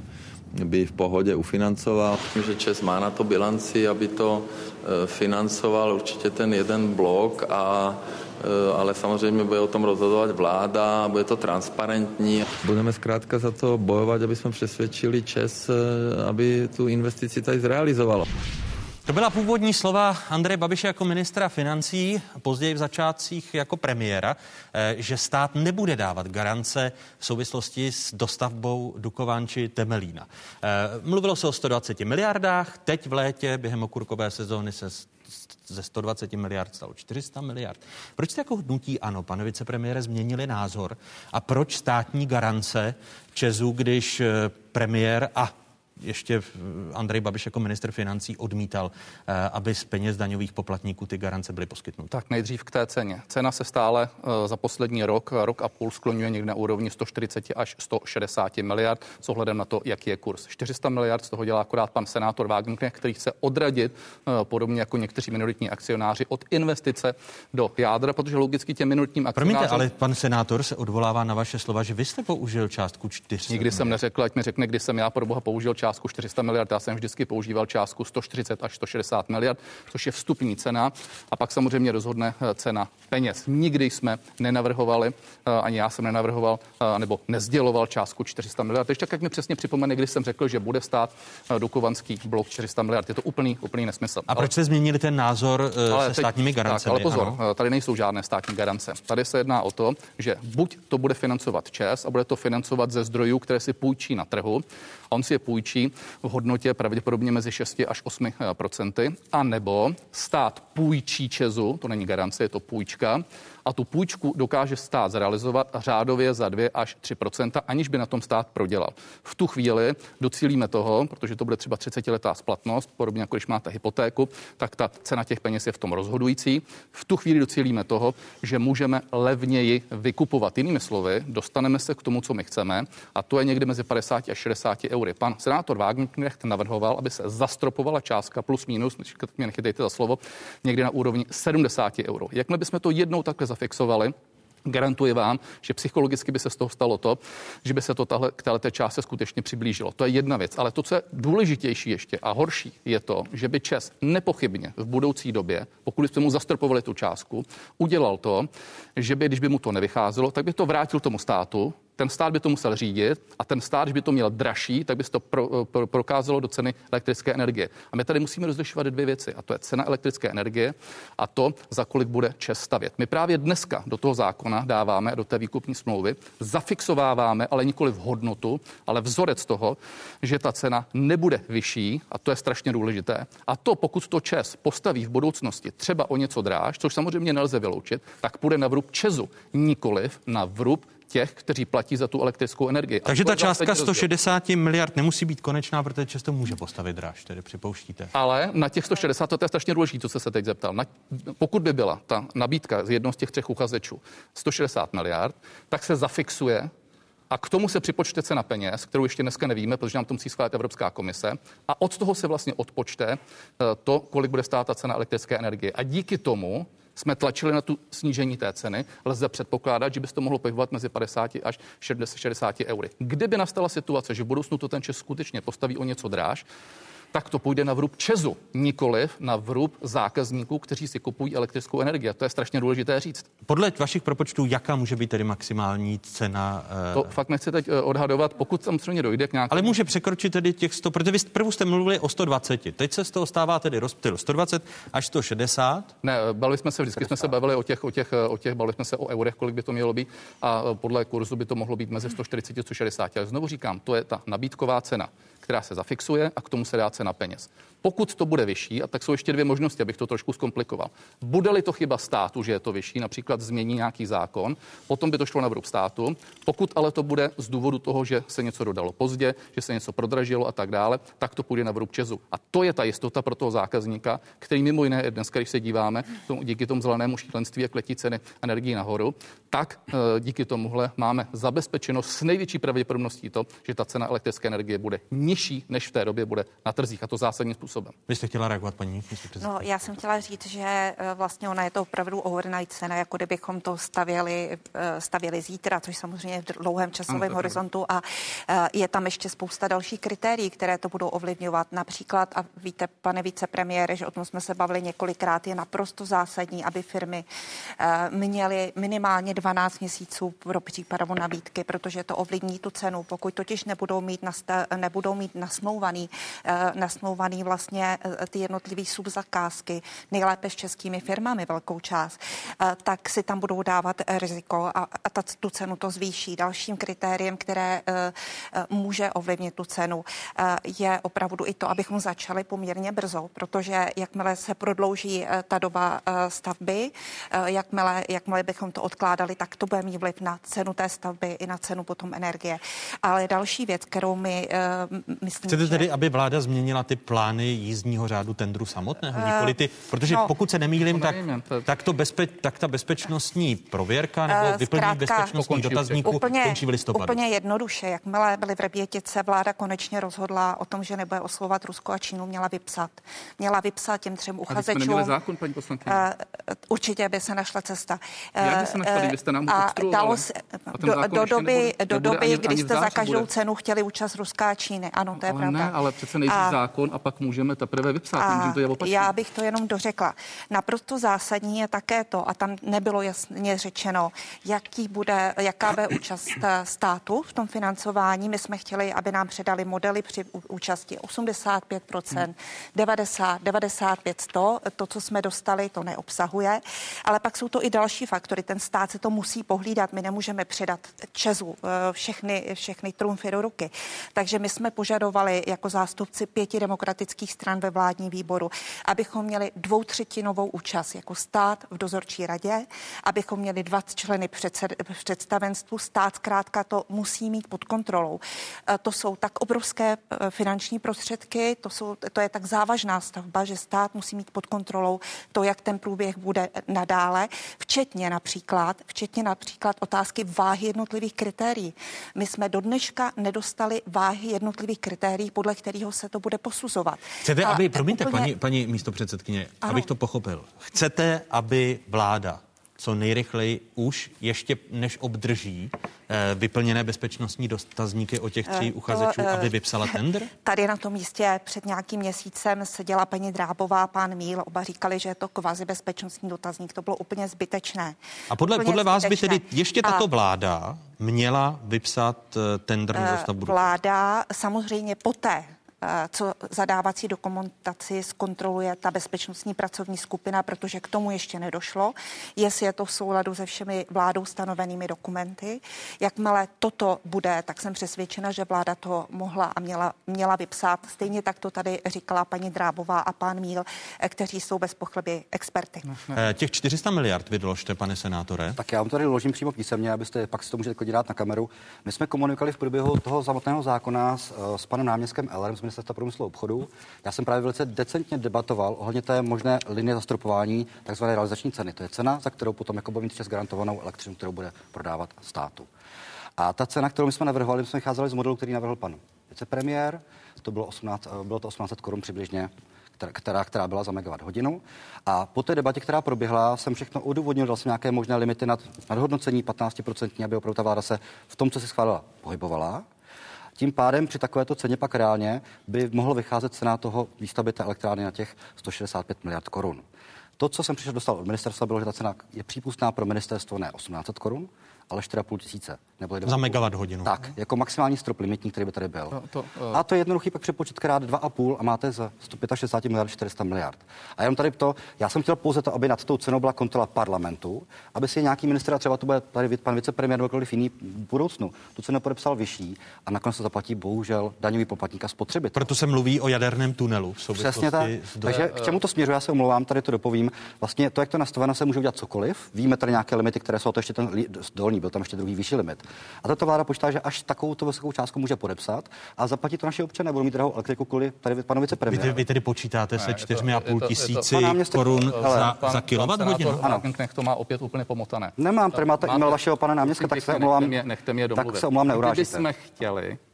by v pohodě ufinancoval. Že ČEZ má na to bilanci, aby to financoval určitě ten jeden blok, a, ale samozřejmě bude o tom rozhodovat vláda, bude to transparentní. Budeme zkrátka za to bojovat, aby jsme přesvědčili ČEZ, aby tu investici tady zrealizovalo. To byla původní slova Andreje Babiše jako ministra financí, později v začátcích jako premiéra, že stát nebude dávat garance v souvislosti s dostavbou Dukovan či Temelína. Mluvilo se o sto dvacet miliardách, teď v létě během okurkové sezóny se ze sto dvacet miliard stalo čtyři sta miliard. Proč jste jako hnutí ANO, pane vicepremiére, změnili názor a proč státní garance ČEZu, když premiér a ještě Andrej Babiš jako ministr financí odmítal, aby z peněz daňových poplatníků ty garance byly poskytnuty? Tak nejdřív k té ceně. Cena se stále za poslední rok, rok a půl skloňuje někde na úrovni sto čtyřicet až sto šedesát miliard s ohledem na to, jaký je kurz. čtyři sta miliard z toho dělá akorát pan senátor Wagenknecht, který chce odradit, podobně jako někteří minoritní akcionáři, od investice do jádra, protože logicky těm minoritním akcionářům... Promiňte, ale pan senátor se odvolává na vaše slova, že vy jste použil částku čtyři sta. Nikdy jsem neřekl, ať mi řekne, kdy jsem já pro boha použil částku čtyři sta miliard, já jsem vždycky používal částku sto čtyřicet až sto šedesát miliard, což je vstupní cena, a pak samozřejmě rozhodne cena peněz. Nikdy jsme nenavrhovali, ani já jsem nenavrhoval, nebo nezděloval částku čtyři sta miliard. Ještě tak, jak mi přesně připomene, když jsem řekl, že bude stát dukovanský blok čtyři sta miliard. Je to úplný, úplný nesmysl. A proč jste změnili ten názor ale se státními garancemi? Tak, ale pozor, ano? Tady nejsou žádné státní garance. Tady se jedná o to, že buď to bude financovat ČEZ a bude to financovat ze zdrojů, které si půjčí na trhu. On si je půjčí v hodnotě pravděpodobně mezi šest až osm procenty, a nebo stát půjčí ČEZu, to není garance, je to půjčka, a tu půjčku dokáže stát zrealizovat řádově za dva až tři procenta, aniž by na tom stát prodělal. V tu chvíli docílíme toho, protože to bude třeba třicetiletá splatnost, podobně jako když máte hypotéku, tak ta cena těch peněz je v tom rozhodující. V tu chvíli docílíme toho, že můžeme levněji vykupovat. Jinými slovy, dostaneme se k tomu, co my chceme, a to je někde mezi padesát až šedesát eury. Pan senátor Wagenknecht navrhoval, aby se zastropovala částka plus minus, mě nechytejte za slovo, někde na úrovni sedmdesát euro. Jakmile bychom to jednou takhle zafixovali, garantuji vám, že psychologicky by se z toho stalo to, že by se to tahle, k této částce skutečně přiblížilo. To je jedna věc, ale to, co je důležitější ještě a horší, je to, že by ČEZ nepochybně v budoucí době, pokud byste mu zastropovali tu částku, udělal to, že by, když by mu to nevycházelo, tak by to vrátil tomu státu. Ten stát by to musel řídit, a ten stát, když by to měl dražší, tak by se to pro, pro, prokázalo do ceny elektrické energie. A my tady musíme rozlišovat dvě věci, a to je cena elektrické energie a to, za kolik bude ČEZ stavět. My právě dneska do toho zákona dáváme, do té výkupní smlouvy, zafixováváme, ale nikoli v hodnotu, ale vzorec toho, že ta cena nebude vyšší, a to je strašně důležité. A to, pokud to ČEZ postaví v budoucnosti třeba o něco dráž, což samozřejmě nelze vyloučit, tak půjde na vrub ČEZu, nikoliv na vrub těch, kteří platí za tu elektrickou energii. Takže ta částka sto šedesát miliard nemusí být konečná, protože ČEZ to může postavit dráž, tedy připouštíte. Ale na těch sto šedesát, to je strašně důležité, co jste se teď zeptal. Na, pokud by byla ta nabídka z jednoho z těch třech uchazečů sto šedesát miliard, tak se zafixuje a k tomu se připočte cena peněz, kterou ještě dneska nevíme, protože nám to musí schválit Evropská komise, a od toho se vlastně odpočte to, kolik bude stát ta cena elektrické energie. A díky tomu jsme tlačili na tu snížení té ceny, lze předpokládat, že by se to mohlo pohybovat mezi padesát až šedesát eury. Kdyby nastala situace, že v budoucnu to ten ČEZ skutečně postaví o něco dráž, tak to půjde na vrub ČEZu, nikoliv na vrub zákazníků, kteří si kupují elektrickou energii. A to je strašně důležité říct. Podle vašich propočtů, jaká může být tedy maximální cena? To fakt nechci teď odhadovat, pokud samozřejmě dojde k nějakému. Ale může překročit tedy těch sto, protože vy prvu jste mluvili o sto dvacet. Teď se z toho stává tedy rozptyl sto dvacet až sto šedesát. Ne, bavili jsme se, vždycky jsme se bavili o těch, o těch, o těch, bavili jsme se o eurech, kolik by to mělo být, a podle kurzu by to mohlo být mezi sto čtyřicet a sto šedesát. Ale znovu říkám, to je ta nabídková cena, která se zafixuje, a k tomu se dá cena peněz. Pokud to bude vyšší, a tak jsou ještě dvě možnosti, abych to trošku zkomplikoval. Bude-li to chyba státu, že je to vyšší, například změní nějaký zákon, potom by to šlo na vrub státu. Pokud ale to bude z důvodu toho, že se něco dodalo pozdě, že se něco prodražilo a tak dále, tak to půjde na vrub ČEZu. A to je ta jistota pro toho zákazníka, který mimo jiné dneska, když se díváme, tomu, díky tomu zelenému šílenství, jak letí ceny energií nahoru, tak díky tomuhle máme zabezpečeno s největší pravděpodobností to, že ta cena elektrické energie bude nižší, než v té době bude na trzích, a to zásadním způsobem. Vy jste chtěla reagovat, paní místopředsedkyně? No, já jsem chtěla říct, že vlastně ona je to opravdu overnight cena, jako kdybychom to stavěli, stavěli zítra, což samozřejmě v dlouhém časovém horizontu, a je tam ještě spousta dalších kritérií, které to budou ovlivňovat. Například, a víte, pane vicepremiére, že o tom jsme se bavili několikrát, je naprosto zásadní, aby firmy měly minimálně dvanáct měsíců pro přípravu nabídky, protože to ovlivní tu cenu. Pokud totiž nebudou mít, nasta, nebudou mít nasmlouvaný, nasmlouvaný vlastně ty jednotlivý subzakázky, nejlépe s českými firmami velkou část, tak si tam budou dávat riziko a, a ta, tu cenu to zvýší. Dalším kritériem, které může ovlivnit tu cenu, je opravdu i to, abychom začali poměrně brzo, protože jakmile se prodlouží ta doba stavby, jakmile, jakmile bychom to odkládali, tak to bude mít vliv na cenu té stavby i na cenu potom energie. Ale další věc, kterou my myslím, Chcete že... tedy, aby vláda změnila ty plány jízdního řádu tendru samotného? Uh, Nikoli ty, protože no, pokud se nemýlím, to tak, nevím, to... tak, to bezpe, tak ta bezpečnostní prověrka nebo vyplnění bezpečnostních dotazníků úplně, končí v listopadu. Úplně jednoduše, jakmile byly v Vrbětice, vláda konečně rozhodla o tom, že nebude oslovovat Rusko a Čínu, měla vypsat. Měla vypsat těm třem uchazečům. A když jsme neměli zákon, paní poslankyně? Uh, určitě by se našla cesta. Uh, Jak by se našla, kdyby jste nám ho obstruovali? Do, do doby, do doby kdy jste za každou bude. cenu chtěli účast Ruska a Číny. Ano, to je ale pravda. Ne, ale přece nejdřív a, zákon a pak můžeme teprve vypsat. A to je opačně. Já bych to jenom dořekla. Naprosto zásadní je také to, a tam nebylo jasně řečeno, jaký bude, jaká bude účast státu v tom financování. My jsme chtěli, aby nám předali modely při účasti osmdesát pět procent, devadesát, devadesát pět, sto. To, co jsme dostali, to neobsahuje. Ale pak jsou to i další faktory. Ten stát se to musí pohlídat. My nemůžeme předat Česu všechny, všechny trumfy do ruky. Takže my jsme požadovali jako zástupci pěti demokratických stran ve vládní výboru, abychom měli dvoutřetinovou účast jako stát v dozorčí radě, abychom měli dva členy předsed, představenstvu. Stát zkrátka to musí mít pod kontrolou. To jsou tak obrovské finanční prostředky, to, jsou, to je tak závažná stavba, že stát musí mít pod kontrolou to, jak ten průběh bude nadále, včetně například, včetně například otázky váhy jednotlivých kritérií. My jsme do dneška nedostali váhy jednotlivých kritérií, podle kterého se to bude posuzovat. Chcete, A aby, promiňte, úplně... paní, paní místopředsedkyně, ano. abych to pochopil. Chcete, aby vláda co nejrychleji už ještě než obdrží eh, vyplněné bezpečnostní dotazníky o těch tří uchazečů, to, eh, aby vypsala tender? Tady na tom místě před nějakým měsícem seděla paní Drábová, pán Míl, oba říkali, že je to kvazi bezpečnostní dotazník. To bylo úplně zbytečné. A podle, úplně podle vás zbytečné. by tedy ještě tato A, vláda měla vypsat tender na dostavbu? Vláda samozřejmě poté, co zadávací dokumentaci zkontroluje ta bezpečnostní pracovní skupina, protože k tomu ještě nedošlo, jestli je to v souladu se všemi vládou stanovenými dokumenty. Jakmile toto bude, tak jsem přesvědčena, že vláda to mohla a měla, měla vypsat. Stejně tak to tady říkala paní Drábová a pán Míl, kteří jsou bez pochyby experty. Těch čtyři sta miliard vydložte, pane senátore. Tak já vám to tady ložím přímo písemně, abyste pak si to můžete dát na kameru. My jsme komunikovali v průběhu toho samotného zákona s, s panem náměstkem Ellerem z Ministerstva průmyslu a obchodu. Já jsem právě velice decentně debatoval ohledně té možné linie zastropování takzvané realizační ceny. To je cena, za kterou potom jako bude mít čas garantovanou elektřinu, kterou bude prodávat státu. A ta cena, kterou my jsme navrhovali, my jsme vycházeli z modelu, který navrhl pan vicepremiér. To bylo osmnáct, bylo to osmnáct set korun přibližně, která, která byla za megawatt hodinu. A po té debatě, která proběhla, jsem všechno odůvodnil, dal jsem nějaké možné limity nad nadhodnocení patnáct procent, aby opravdu ta vláda se v tom, co si schválila, pohybovala. Tím pádem při takovéto ceně pak reálně by mohlo vycházet cena toho výstavby té elektrárny na těch sto šedesát pět miliard korun. To, co jsem přišel dostal od ministerstva, bylo, že ta cena je přípustná pro ministerstvo ne osmnáct set korun, ale čtyři a půl tisíce. Nebo za megawatt hodinu. Tak, jako maximální strop limitní, který by tady byl. To, to, uh... A to je jednoduchý pak přepočet krát dva a půl a máte za sto šedesát pět miliard čtyři sta miliard. A jenom tady to, já jsem chtěl pouze to, aby nad tou cenou byla kontrola parlamentu, aby si nějaký ministr, a třeba to bude tady pan vicepremiér nebo kdokoliv jiný v budoucnu, tu cenu podepsal vyšší a nakonec to zaplatí bohužel daňový poplatník a spotřebitel. Proto se mluví o jaderném tunelu v souvislosti. Přesně tak. S do... Takže k čemu to směřuje, já se omlouvám, tady to dopovím. Vlastně to, jak to nastaveno, se může udělat cokoliv. Víme tady nějaké limity, které jsou to ještě ten dolní, byl tam ještě druhý vyšší limit. A tato vláda počítá, že až takovou to vysokou částku může podepsat a zaplatí to naši občané, budou mít drahou elektriku kvůli tady panu vicepremiérovi. Vy, vy tedy počítáte se čtyřmi a půl tisíci korun ale, za, pan, za kilowatt hodinu? Ano. To má opět úplně pomotané. Nemám, tady máte e-mail vašeho pana náměstka, tak se omlouvám. Nechte mě domluvit. Tak se omlouvám, neurážíte. Kdybychom chtěli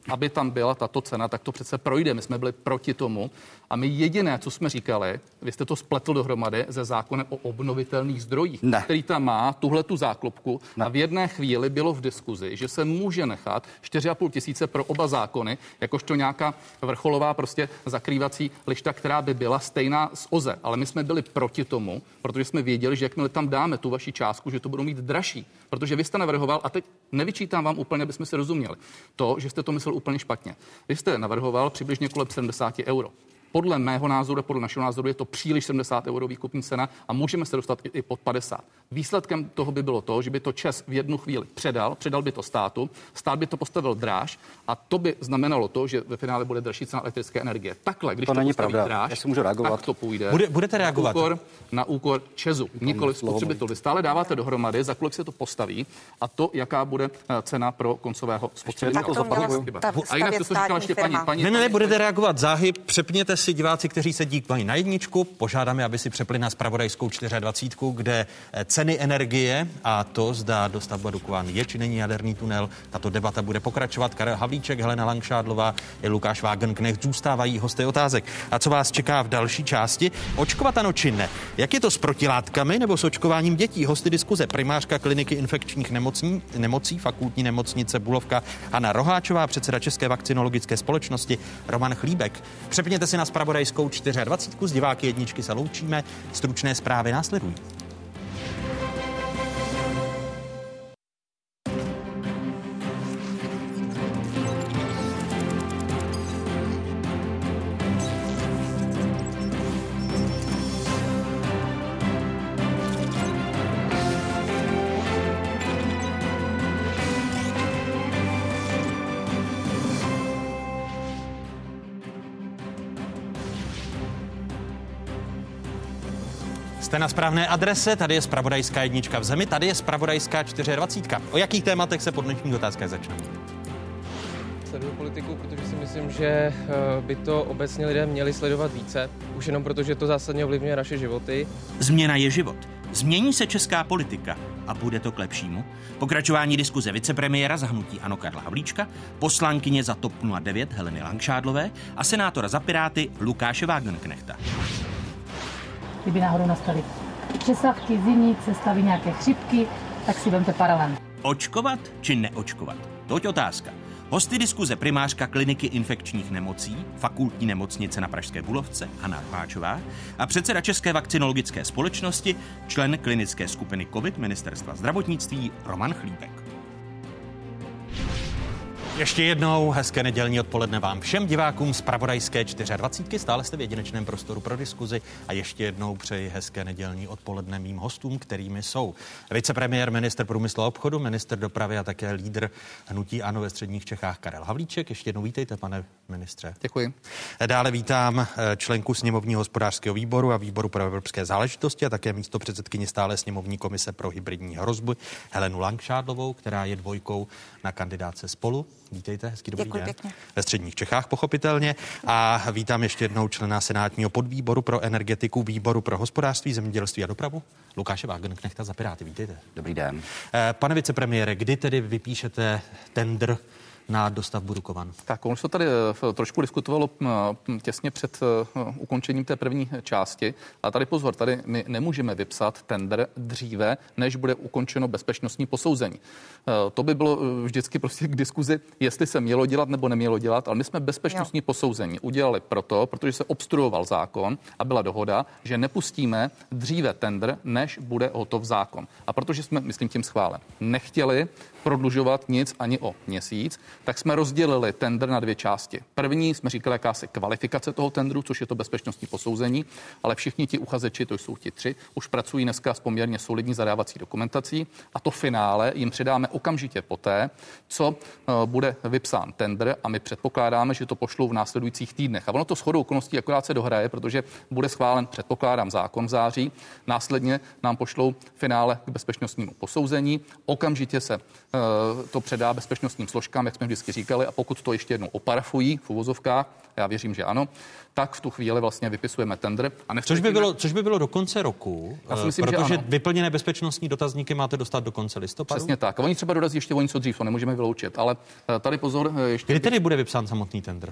aby tam byla tato cena, tak to přece projde. My jsme byli proti tomu a my jediné, co jsme říkali, vy jste to spletl dohromady ze zákonem o obnovitelných zdrojích, ne. který tam má tuhle tu záklopku ne. A v jedné chvíli bylo v diskuzi, že se může nechat čtyři a půl tisíce pro oba zákony, jakožto nějaká vrcholová prostě zakrývací lišta, která by byla stejná z O Z E. Ale my jsme byli proti tomu, protože jsme věděli, že jakmile tam dáme tu vaši částku, že to budou mít dražší. Protože vy jste navrhoval, a teď nevyčítám vám úplně, aby jsme si rozuměli, to, že jste to myslel úplně špatně. Vy jste navrhoval přibližně kolem sedmdesát euro. Podle mého názoru, podle našeho názoru je to příliš sedmdesát euro výkupní cena a můžeme se dostat i, i pod padesát. Výsledkem toho by bylo to, že by to ČEZ v jednu chvíli předal, předal by to státu, stát by to postavil dráž a to by znamenalo to, že ve finále bude dražší cena elektrické energie. Takhle, když to, to není postaví pravda. dráž, můžu reagovat. tak to půjde. Bude, budete reagovat? Na úkor, na úkor ČEZu, nikoli spotřebitel. Vy stále dáváte dohromady, za kolik se to postaví a to, jaká bude cena pro koncového spotřebitele. A jinak to, co říkala ještě paní, paní. Ne, ne, budete reagovat záhy. Přepněte si diváci, kteří se dívají na jedničku. Požádáme, aby si přepli na zpravodajskou dvacet čtyři, kde ceny energie a to, zda dostavba Dukovan je či není jaderný tunel. Tato debata bude pokračovat. Karel Havlíček, Helena Langšádlová i Lukáš Wagenknecht zůstávají hosty otázek. A co vás čeká v další části? Očkovat ano či ne? Jak je to s protilátkami nebo s očkováním dětí? Hosty diskuze primářka kliniky infekčních nemocí, nemocí fakultní nemocnice Bulovka Hana Roháčová, předseda České vakcinologické společnosti Roman Chlíbek. Přepněte si na zpravodajskou dvacet čtyři, z diváky jedničky se loučíme. Stručné zprávy následují. Jste na správné adrese, tady je zpravodajská jednička v zemi, tady je zpravodajská dvacet čtyři. O jakých tématech se po dnešních otázkách začne? Sleduju politiku, protože si myslím, že by to obecně lidé měli sledovat více, už jenom protože to zásadně ovlivňuje naše životy. Změna je život. Změní se česká politika a bude to k lepšímu. Pokračování diskuze vicepremiéra za hnutí ANO Karla Havlíčka, poslankyně za TOP nula devět Heleny Langšádlové a senátora za Piráty Lukáše Wagenknechta. Kdyby náhodou nastaly přesavky, zimník, se staví nějaké chřipky, tak si vemte paralen. Očkovat či neočkovat? Toť otázka. Hosty diskuze primářka kliniky infekčních nemocí, fakultní nemocnice na Pražské Bulovce Hana Roháčová a předseda České vakcinologické společnosti, člen klinické skupiny COVID Ministerstva zdravotnictví Roman Chlíbek. Ještě jednou hezké nedělní odpoledne vám všem divákům z zpravodajské dvacet čtyři. Stále jste v jedinečném prostoru pro diskuzi a ještě jednou přeji hezké nedělní odpoledne mým hostům, kterými jsou vicepremiér, ministr průmyslu a obchodu, ministr dopravy a také lídr hnutí ANO ve středních Čechách Karel Havlíček. Ještě jednou vítejte, pane ministře. Děkuji. Dále vítám členku sněmovního hospodářského výboru a výboru pro evropské záležitosti a také místo předsedkyni stále sněmovní komise pro hybridní hrozby Helenu Langšádlovou, která je dvojkou na kandidátce Spolu. Vítejte, hezký dobrý Děkuji den. Pěkně. Ve středních Čechách pochopitelně. A vítám ještě jednou člena senátního podvýboru pro energetiku, výboru pro hospodářství, zemědělství a dopravu Lukáše Wagenknechta za Piráty. Vítejte. Dobrý den. Pane vicepremiére, kdy tedy vypíšete tendr na dostavbu Dukovan? Tak, on už to tady trošku diskutovalo těsně před ukončením té první části. A tady pozor, tady my nemůžeme vypsat tendr dříve, než bude ukončeno bezpečnostní posouzení. To by bylo vždycky prostě k diskuzi, jestli se mělo dělat nebo nemělo dělat, ale my jsme bezpečnostní jo. posouzení udělali proto, protože se obstruoval zákon a byla dohoda, že nepustíme dříve tendr, než bude hotov zákon. A protože jsme, myslím, tím schválen, nechtěli prodlužovat nic ani o měsíc, tak jsme rozdělili tendr na dvě části. První jsme říkali jakási kvalifikace toho tendru, což je to bezpečnostní posouzení, ale všichni ti uchazeči, to jsou ti tři, už pracují dneska s poměrně solidní zadávací dokumentací a to finále jim předáme okamžitě poté, co bude vypsán tendr a my předpokládáme, že to pošlou v následujících týdnech. A ono to shodou okolností akorát se dohraje, protože bude schválen, předpokládám, zákon v září, následně nám pošlou finále k bezpečnostnímu posouzení, okamžitě se to předá bezpečnostním složkám, jak jsme vždycky říkali, a pokud to ještě jednou oparafují v uvozovkách, já věřím, že ano, tak v tu chvíli vlastně vypisujeme tender. A což, by bylo, což by bylo do konce roku, já si myslím, protože že ano. vyplněné bezpečnostní dotazníky máte dostat do konce listopadu. Přesně tak. A oni třeba dorazí ještě o něco dřív, to nemůžeme vyloučit, ale tady pozor. Ještě Kdy tedy bude vypsán samotný tender?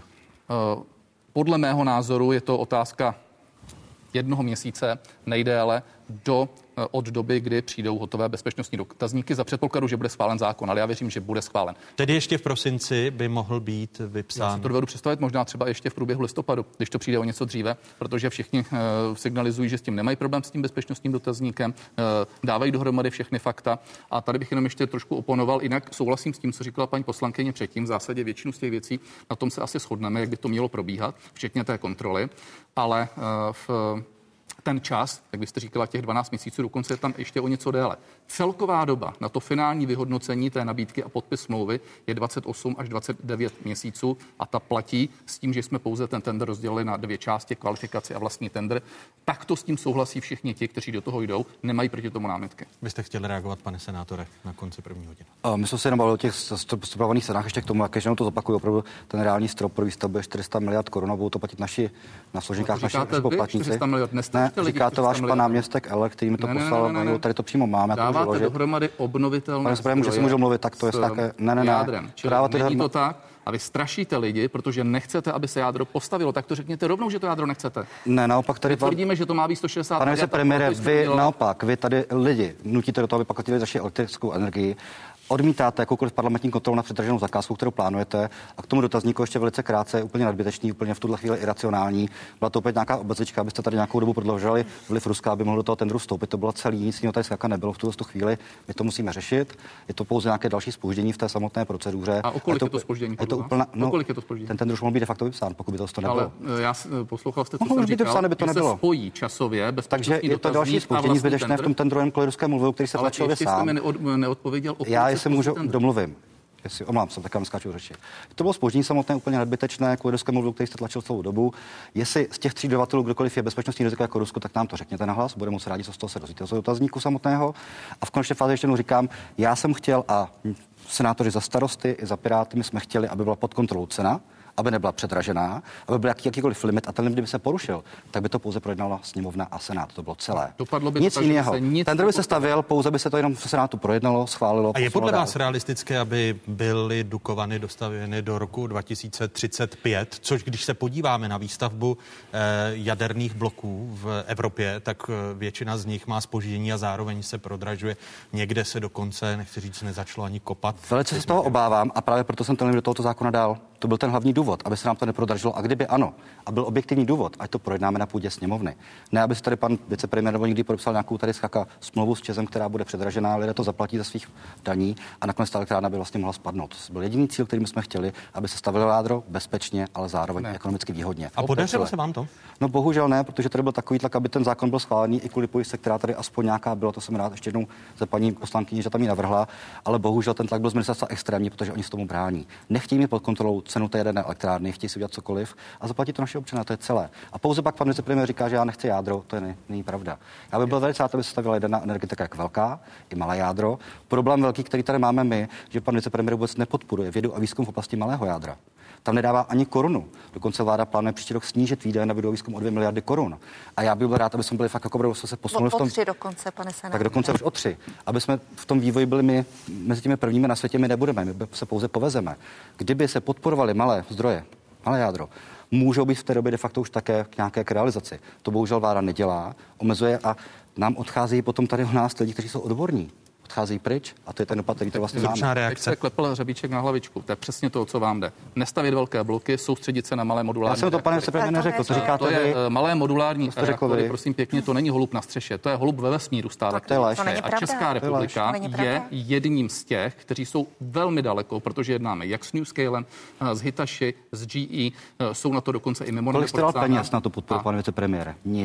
Podle mého názoru je to otázka jednoho měsíce, nejdéle do od doby, kdy přijdou hotové bezpečnostní dotazníky za předpokladu, že bude schválen zákon, ale já věřím, že bude schválen. Tedy ještě v prosinci by mohl být vypsán. Já si to dovedu představit možná třeba ještě v průběhu listopadu, když to přijde o něco dříve, protože všichni uh, signalizují, že s tím nemají problém s tím bezpečnostním dotazníkem, uh, dávají dohromady všechny fakta. A tady bych jenom ještě trošku oponoval, jinak souhlasím s tím, co říkala paní poslankyně předtím. V zásadě většinu z těch věcí na tom se asi shodneme, jak by to mělo probíhat, včetně té kontroly, ale uh, v ten čas, jak byste říkala, těch dvanáct měsíců, dokonce je tam ještě o něco déle. Celková doba na to finální vyhodnocení té nabídky a podpis smlouvy je dvacet osm až dvacet devět měsíců a ta platí s tím, že jsme pouze ten tender rozdělili na dvě části, kvalifikaci a vlastní tender. Tak to s tím souhlasí všichni ti, kteří do toho jdou, nemají proti tomu námitky. Vy jste chtěli reagovat, pane senátore, na konci první hodiny. Uh, my jsme se jenom bavili o těch stropovaných cenách, ještě k tomu, jak to zopakuju, opravdu ten reálný strop pro výstavbu je čtyři sta miliard korun a budou to platit naši na složenkách naši poplatníci. Ne, říká to váš pan náměstek Eller, který mi to ne, poslal, ne, ne, ne. Tady to přímo máme. Dáváte dohromady obnovitelné pane zdroje. Může si můžu mluvit, tak to je také. Ne, ne, ne. Jádrem. Dáváte není to tak a vy strašíte lidi, protože nechcete, aby se jádro postavilo. Tak to řekněte rovnou, že to jádro nechcete. Ne, naopak tady tvrdíme, že to má být sto šedesát. Pane vicepremiére, vy naopak, vy tady lidi nutíte do toho, aby paklatili zaši elektrickou energii. Odmítáte jakoukoliv parlamentní kontrolu na předraženou zakázku, kterou plánujete, a k tomu dotazníku ještě velice krátce, úplně nadbytečný, úplně v tuhle chvíli iracionální. Byla to opět nějaká obezlička, abyste tady nějakou dobu prodloužili vliv Ruska, aby mohl do toho tendru vstoupit. To bylo celý, nic jiného tady skáka nebylo v tuhle chvíli. My to musíme řešit. Je to pouze nějaké další zpoždění v té samotné proceduře. A o kolik je to zpoždění? Je to úplná, no, o kolik je to zpoždění? Ten tendr už mohl být de facto vypsán, pokud by to to nebylo. Ale já poslouchal jste, co jsem říkal, vypsán, by to nebylo. Se spojí časově, takže je to další zpoždění zbytečné v tom tendrovém kole ruském mluvu, který se tlačil sám. Neodpověděl. Já jestli můžu domluvit. Jestli omlám se, tak já skáču řeči. To bylo zpoždění samotné úplně nadbytečné kvůli ruskému mluvu, který jste tlačil celou dobu. Jestli z těch tří dodavatelů kdokoliv je bezpečnostní riziko jako Rusko, tak nám to řekněte nahlas. Budeme moc rádi, co z toho se dozvíte z dotazníku samotného. A v konečné fázi ještě jednou říkám, já jsem chtěl a senátoři za Starosty i za Piráty, my jsme chtěli, aby byla pod kontrolou cena, aby nebyla předražená, aby byl jaký, jakýkoliv limit a ten limit by se porušil, tak by to pouze projednala sněmovna a senát. To bylo celé. Dopadlo by nic to tak, jiného. Nic Tendr by se stavěl, pouze by se to jenom v senátu projednalo, schválilo. A je podle vás dál realistické, aby byly Dukovany dostavěny do roku dva tisíce třicet pět, což když se podíváme na výstavbu eh, jaderných bloků v Evropě, tak eh, většina z nich má zpoždění a zároveň se prodražuje. Někde se dokonce, nechci říct, nezačalo ani kopat. Velice se z toho obávám a právě proto jsem ten limit do tohoto zákona dal. To byl ten hlavní důvod, aby se nám to neprodražilo. A kdyby ano, a byl objektivní důvod, ať to projednáme na půdě sněmovny. Ne, aby se tady pan vicepremiér nebo někdy podepsal nějakou tady skaka smlouvu s Česem, která bude předražená, lidé to zaplatí ze svých daní a nakonec ta elektrárna by vlastně mohla spadnout. To byl jediný cíl, který jsme chtěli, aby se stavilo jádro bezpečně, ale zároveň ne. ekonomicky výhodně. A podařilo se vám to? No bohužel ne, protože tady byl takový tlak, aby ten zákon byl schválený i kvůli pojistce, která tady aspoň nějaká byla. To jsem rád ještě jednou za paní poslankyni, že tam ji navrhla, ale bohužel ten tlak byl z ministerstva extrémní, protože oni se tomu brání. Nechtějí mít pod kontrolou cenu té jaderné elektrárny, chtějí si udělat cokoliv a zaplatit to naše občané, to je celé. A pouze pak pan vicepremiér říká, že já nechci jádro, to je ne, není pravda. Já bych byl velice rád, aby se stavila jaderná energetika jak velká, i malé jádro. Problém velký, který tady máme my, že pan vicepremiér vůbec nepodporuje vědu a výzkum v oblasti malého jádra. Tam nedává ani korunu. Dokonce vláda plánuje příští rok snížit výdaje na vědu a výzkum o dvě miliardy korun. A já bych byl rád, aby jsme byli fakt jako opravdu se posunuli v tom. O tři dokonce, pane senátor. Tak dokonce už o tři. Aby jsme v tom vývoji byli my mezi těmi prvními na světě, my nebudeme, my se pouze povezeme. Kdyby se podporovaly malé zdroje, malé jádro, můžou být v té době de facto už také k nějaké k realizaci. To bohužel vláda nedělá, omezuje a nám odchází potom tady u nás lidi, kteří jsou odborní. Odchází pryč a to je ten dopad, který to vlastně máme. Reakce. Se klepl Řebíček na hlavičku. To je přesně to, co vám jde. Nestavět velké bloky, soustředit se na malé modulární. Já jsem to pane vicepremiére neřekl, to říkáte to je vy. Malé modulární reaktory, prosím pěkně, to není holub na střeše, to je holub ve vesmíru stále. To je lež. A Česká republika je jedním z těch, kteří jsou velmi daleko, protože jednáme jak s NewScalem, s Hitachi, s G E, jsou na to dokonce i memorandum. Kolik jste dal peněz na to podporu, pane vicepremiére? Nic.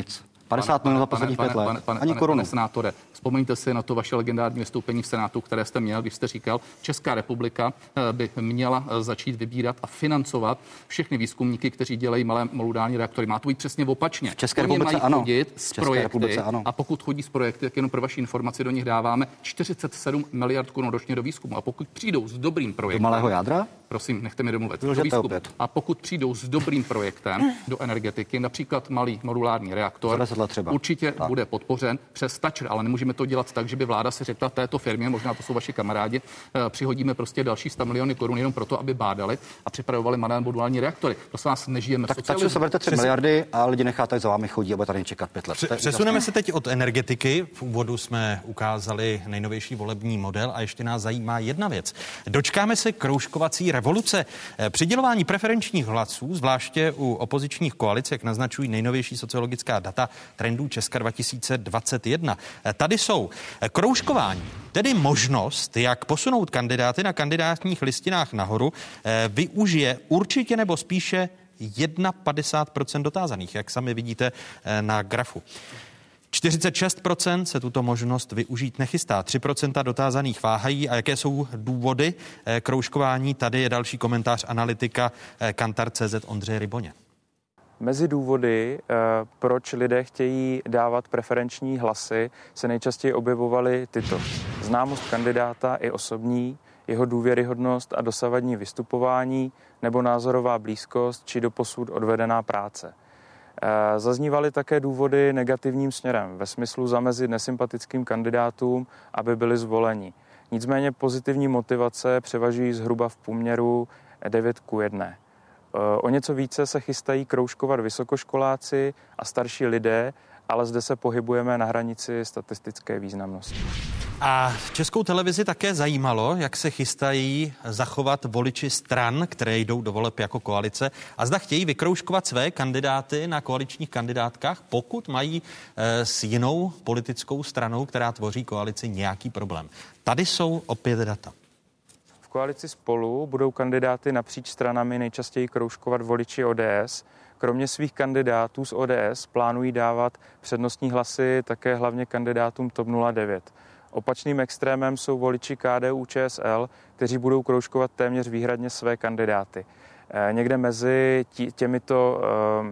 padesát milionů za posledních pět let. Pane, pane, Ani pane, korunu. Pane senátore, vzpomeňte si na to vaše legendární vystoupení v Senátu, které jste měl, když jste říkal, Česká republika by měla začít vybírat a financovat všechny výzkumníky, kteří dělají malé modulární reaktory. Má to být přesně opačně. V České Oni republice mají ano. chodit s České projekty republice ano. A pokud chodí s projekty, tak jenom pro vaši informaci do nich dáváme čtyřicet sedm miliard korun ročně do výzkumu. A pokud přijdou s dobrým projektem. Do malého jádra? Prosím, nechte mi domluvit. Opět. A pokud přijdou s dobrým projektem do energetiky, například malý modulární reaktor, určitě tak. bude podpořen přes Stačer, ale nemůžeme to dělat tak, že by vláda si řekla této firmě, možná to jsou vaši kamarádi, přihodíme prostě další sto miliony korun jenom proto, aby bádali a připravovali malé modulární reaktory. Prosím vás, nežijeme tak v socialismu. Tak seberte tři miliardy a lidi necháte za vámi chodí a bude tady čekat pět let. Přesuneme se teď od energetiky. V úvodu jsme ukázali nejnovější volební model a ještě nás zajímá jedna věc. Dočkáme se kroužkovací revoluce. Přidělování preferenčních hlasů, zvláště u opozičních koalic, jak naznačují nejnovější sociologická data trendů Česka dva tisíce dvacet jedna. Tady jsou kroužkování, tedy možnost, jak posunout kandidáty na kandidátních listinách nahoru, využije určitě nebo spíše padesát jedna procent dotázaných, jak sami vidíte na grafu. čtyřicet šest procent se tuto možnost využít nechystá. tři procenta dotázaných váhají. A jaké jsou důvody kroužkování? Tady je další komentář analytika Kantar tečka cé zet Ondřeje Ryboně. Mezi důvody, proč lidé chtějí dávat preferenční hlasy, se nejčastěji objevovaly tyto. Známost kandidáta i osobní, jeho důvěryhodnost a dosavadní vystupování nebo názorová blízkost či doposud odvedená práce. Zaznívaly také důvody negativním směrem, ve smyslu zamezit nesympatickým kandidátům, aby byli zvoleni. Nicméně pozitivní motivace převažují zhruba v poměru devět ku jedné. O něco více se chystají kroužkovat vysokoškoláci a starší lidé, ale zde se pohybujeme na hranici statistické významnosti. A Českou televizi také zajímalo, jak se chystají zachovat voliči stran, které jdou do voleb jako koalice, a zda chtějí vykroužkovat své kandidáty na koaličních kandidátkách, pokud mají e, s jinou politickou stranou, která tvoří koalici, nějaký problém. Tady jsou opět data. V koalici Spolu budou kandidáty napříč stranami nejčastěji kroužkovat voliči O D S. Kromě svých kandidátů z O D S plánují dávat přednostní hlasy také hlavně kandidátům TOP nula devět. Opačným extrémem jsou voliči K D U Č S L, kteří budou kroužkovat téměř výhradně své kandidáty. Někde mezi těmito,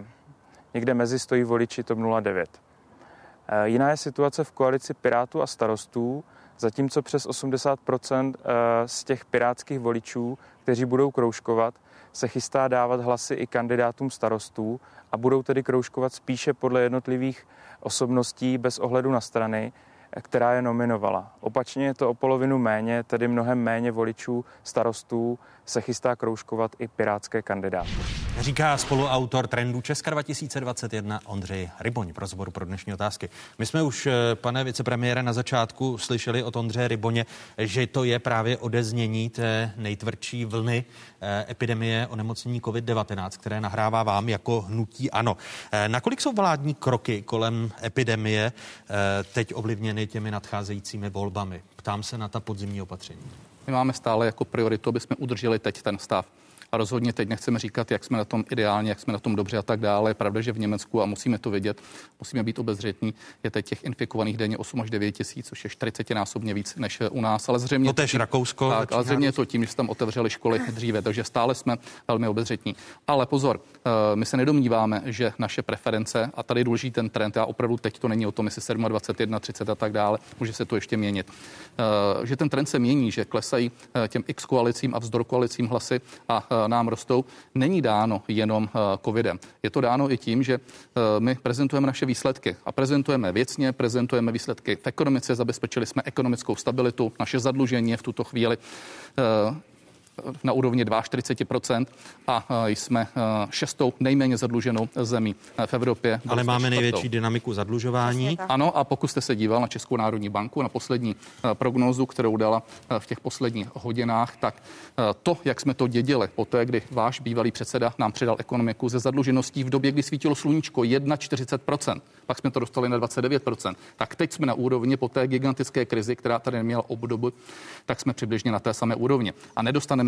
někde mezi stojí voliči TOP nula devět. Jiná je situace v koalici Pirátů a Starostů, zatímco přes osmdesát procent z těch pirátských voličů, kteří budou kroužkovat, se chystá dávat hlasy i kandidátům Starostů a budou tedy kroužkovat spíše podle jednotlivých osobností bez ohledu na strany, která je nominovala. Opačně je to o polovinu méně, tedy mnohem méně voličů Starostů se chystá kroužkovat i pirátské kandidáty. Říká spoluautor trendů Česka dva tisíce dvacet jedna Ondřej Ryboň pro rozhovor pro dnešní otázky. My jsme už, pane vicepremiére, na začátku slyšeli od Ondřeje Ryboně, že to je právě odeznění té nejtvrdší vlny epidemie onemocnění covid devatenáct, které nahrává vám jako hnutí ANO. Nakolik jsou vládní kroky kolem epidemie teď ovlivněny těmi nadcházejícími volbami? Ptám se na ta podzimní opatření. My máme stále jako prioritu, aby jsme udrželi teď ten stav. A rozhodně teď nechceme říkat, jak jsme na tom ideálně, jak jsme na tom dobře a tak dále. Je pravda, že v Německu, a musíme to vědět, musíme být obezřetní, je teď těch infikovaných denně osm až devět tisíc, což je čtyřicetinásobně víc než u nás. Ale zřejmě to tež Rakousko. Tak, ale zřejmě je to tím, že se tam otevřeli školy dříve, takže stále jsme velmi obezřetní. Ale pozor, my se nedomníváme, že naše preference, a tady je důležitý ten trend, a opravdu teď to není o tom, jestli dvacet sedm, jedna, třicet a tak dále, může se to ještě měnit. Že ten trend se mění, že klesají těm X koalicím a vzdor koalicím hlasy a nám rostou, není dáno jenom covidem. Je to dáno i tím, že my prezentujeme naše výsledky a prezentujeme věcně, prezentujeme výsledky v ekonomice, zabezpečili jsme ekonomickou stabilitu, naše zadlužení je v tuto chvíli na úrovni čtyřicet dva procent a jsme šestou nejméně zadluženou zemí v Evropě. Ale máme největší dynamiku zadlužování. Ano, a pokud jste se díval na Českou národní banku, na poslední prognózu, kterou dala v těch posledních hodinách, tak to, jak jsme to dědili poté, kdy váš bývalý předseda nám předal ekonomiku ze zadlužeností v době, kdy svítilo sluníčko čtyřicet jedna procent, pak jsme to dostali na dvacet devět procent, tak teď jsme na úrovni po té gigantické krizi, která tady neměla obdobu, tak jsme přibližně na té samé úrovni. A nedostaneme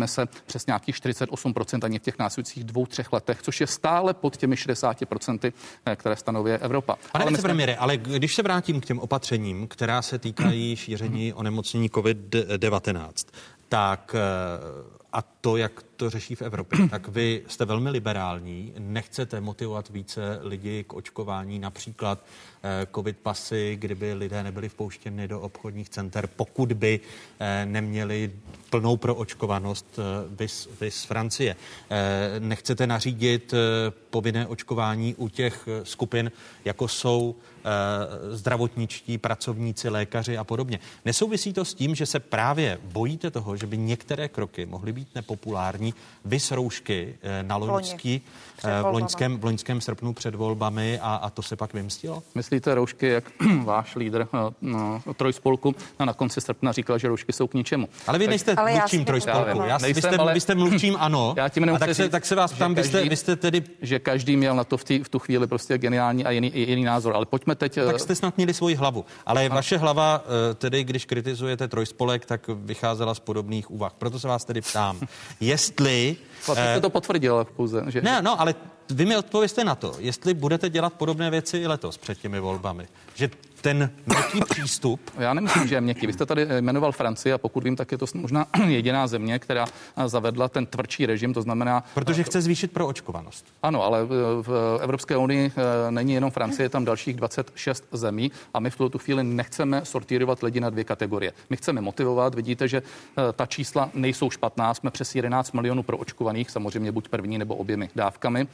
nedostaneme se přes nějakých čtyřicet osm procent ani v těch následujících dvou, třech letech, což je stále pod těmi šedesáti procenty, které stanovuje Evropa. Pane ale vicepremiére, ale když se vrátím k těm opatřením, která se týkají šíření onemocnění covid devatenáct, tak a to, jak to řeší v Evropě, tak vy jste velmi liberální, nechcete motivovat více lidi k očkování, například covid pasy, kdyby lidé nebyli vpouštěni do obchodních center, pokud by neměli plnou proočkovanost vys, vys Francie. Nechcete nařídit povinné očkování u těch skupin, jako jsou zdravotničtí pracovníci, lékaři a podobně. Nesouvisí to s tím, že se právě bojíte toho, že by některé kroky mohly být nepopulární, vys roušky na loňský, v loňském, v loňském srpnu před volbami a, a to se pak vymstilo? Myslíte roušky, jak váš lídr no, trojspolku a na konci srpna říkal, že roušky jsou k ničemu. Ale vy nejste ale mluvčím trojspolku. Já, nejsem, vy, jste, ale... vy jste mluvčím ANO. Já tím a tak, se, tak se vás ptám, vy jste, vy jste tedy... Že každý měl na to v, tý, v tu chvíli prostě geniální a jiný, jiný názor. Ale pojďme teď... Tak jste snad měli svoji hlavu. Ale a... vaše hlava, tedy když kritizujete trojspolek, tak vycházela z podobných úvah. Proto se vás tedy ptám, jestli... Jste eh... to potvrdil pouze. Že... Ne, no, ale vy mi odpověste na to, jestli budete dělat podobné věci i letos před těmi volbami. Že ten měkký přístup... Já nemyslím, že je měkký. Vy jste tady jmenoval Francii a pokud vím, tak je to možná jediná země, která zavedla ten tvrdší režim, to znamená... Protože chce zvýšit proočkovanost. Ano, ale v Evropské unii není jenom Francie, je tam dalších dvacet šest zemí a my v tuto chvíli nechceme sortírovat lidi na dvě kategorie. My chceme motivovat, vidíte, že ta čísla nejsou špatná, jsme přes jedenáct milionů proočkovaných, samozřejmě buď první nebo oběmi dávkami.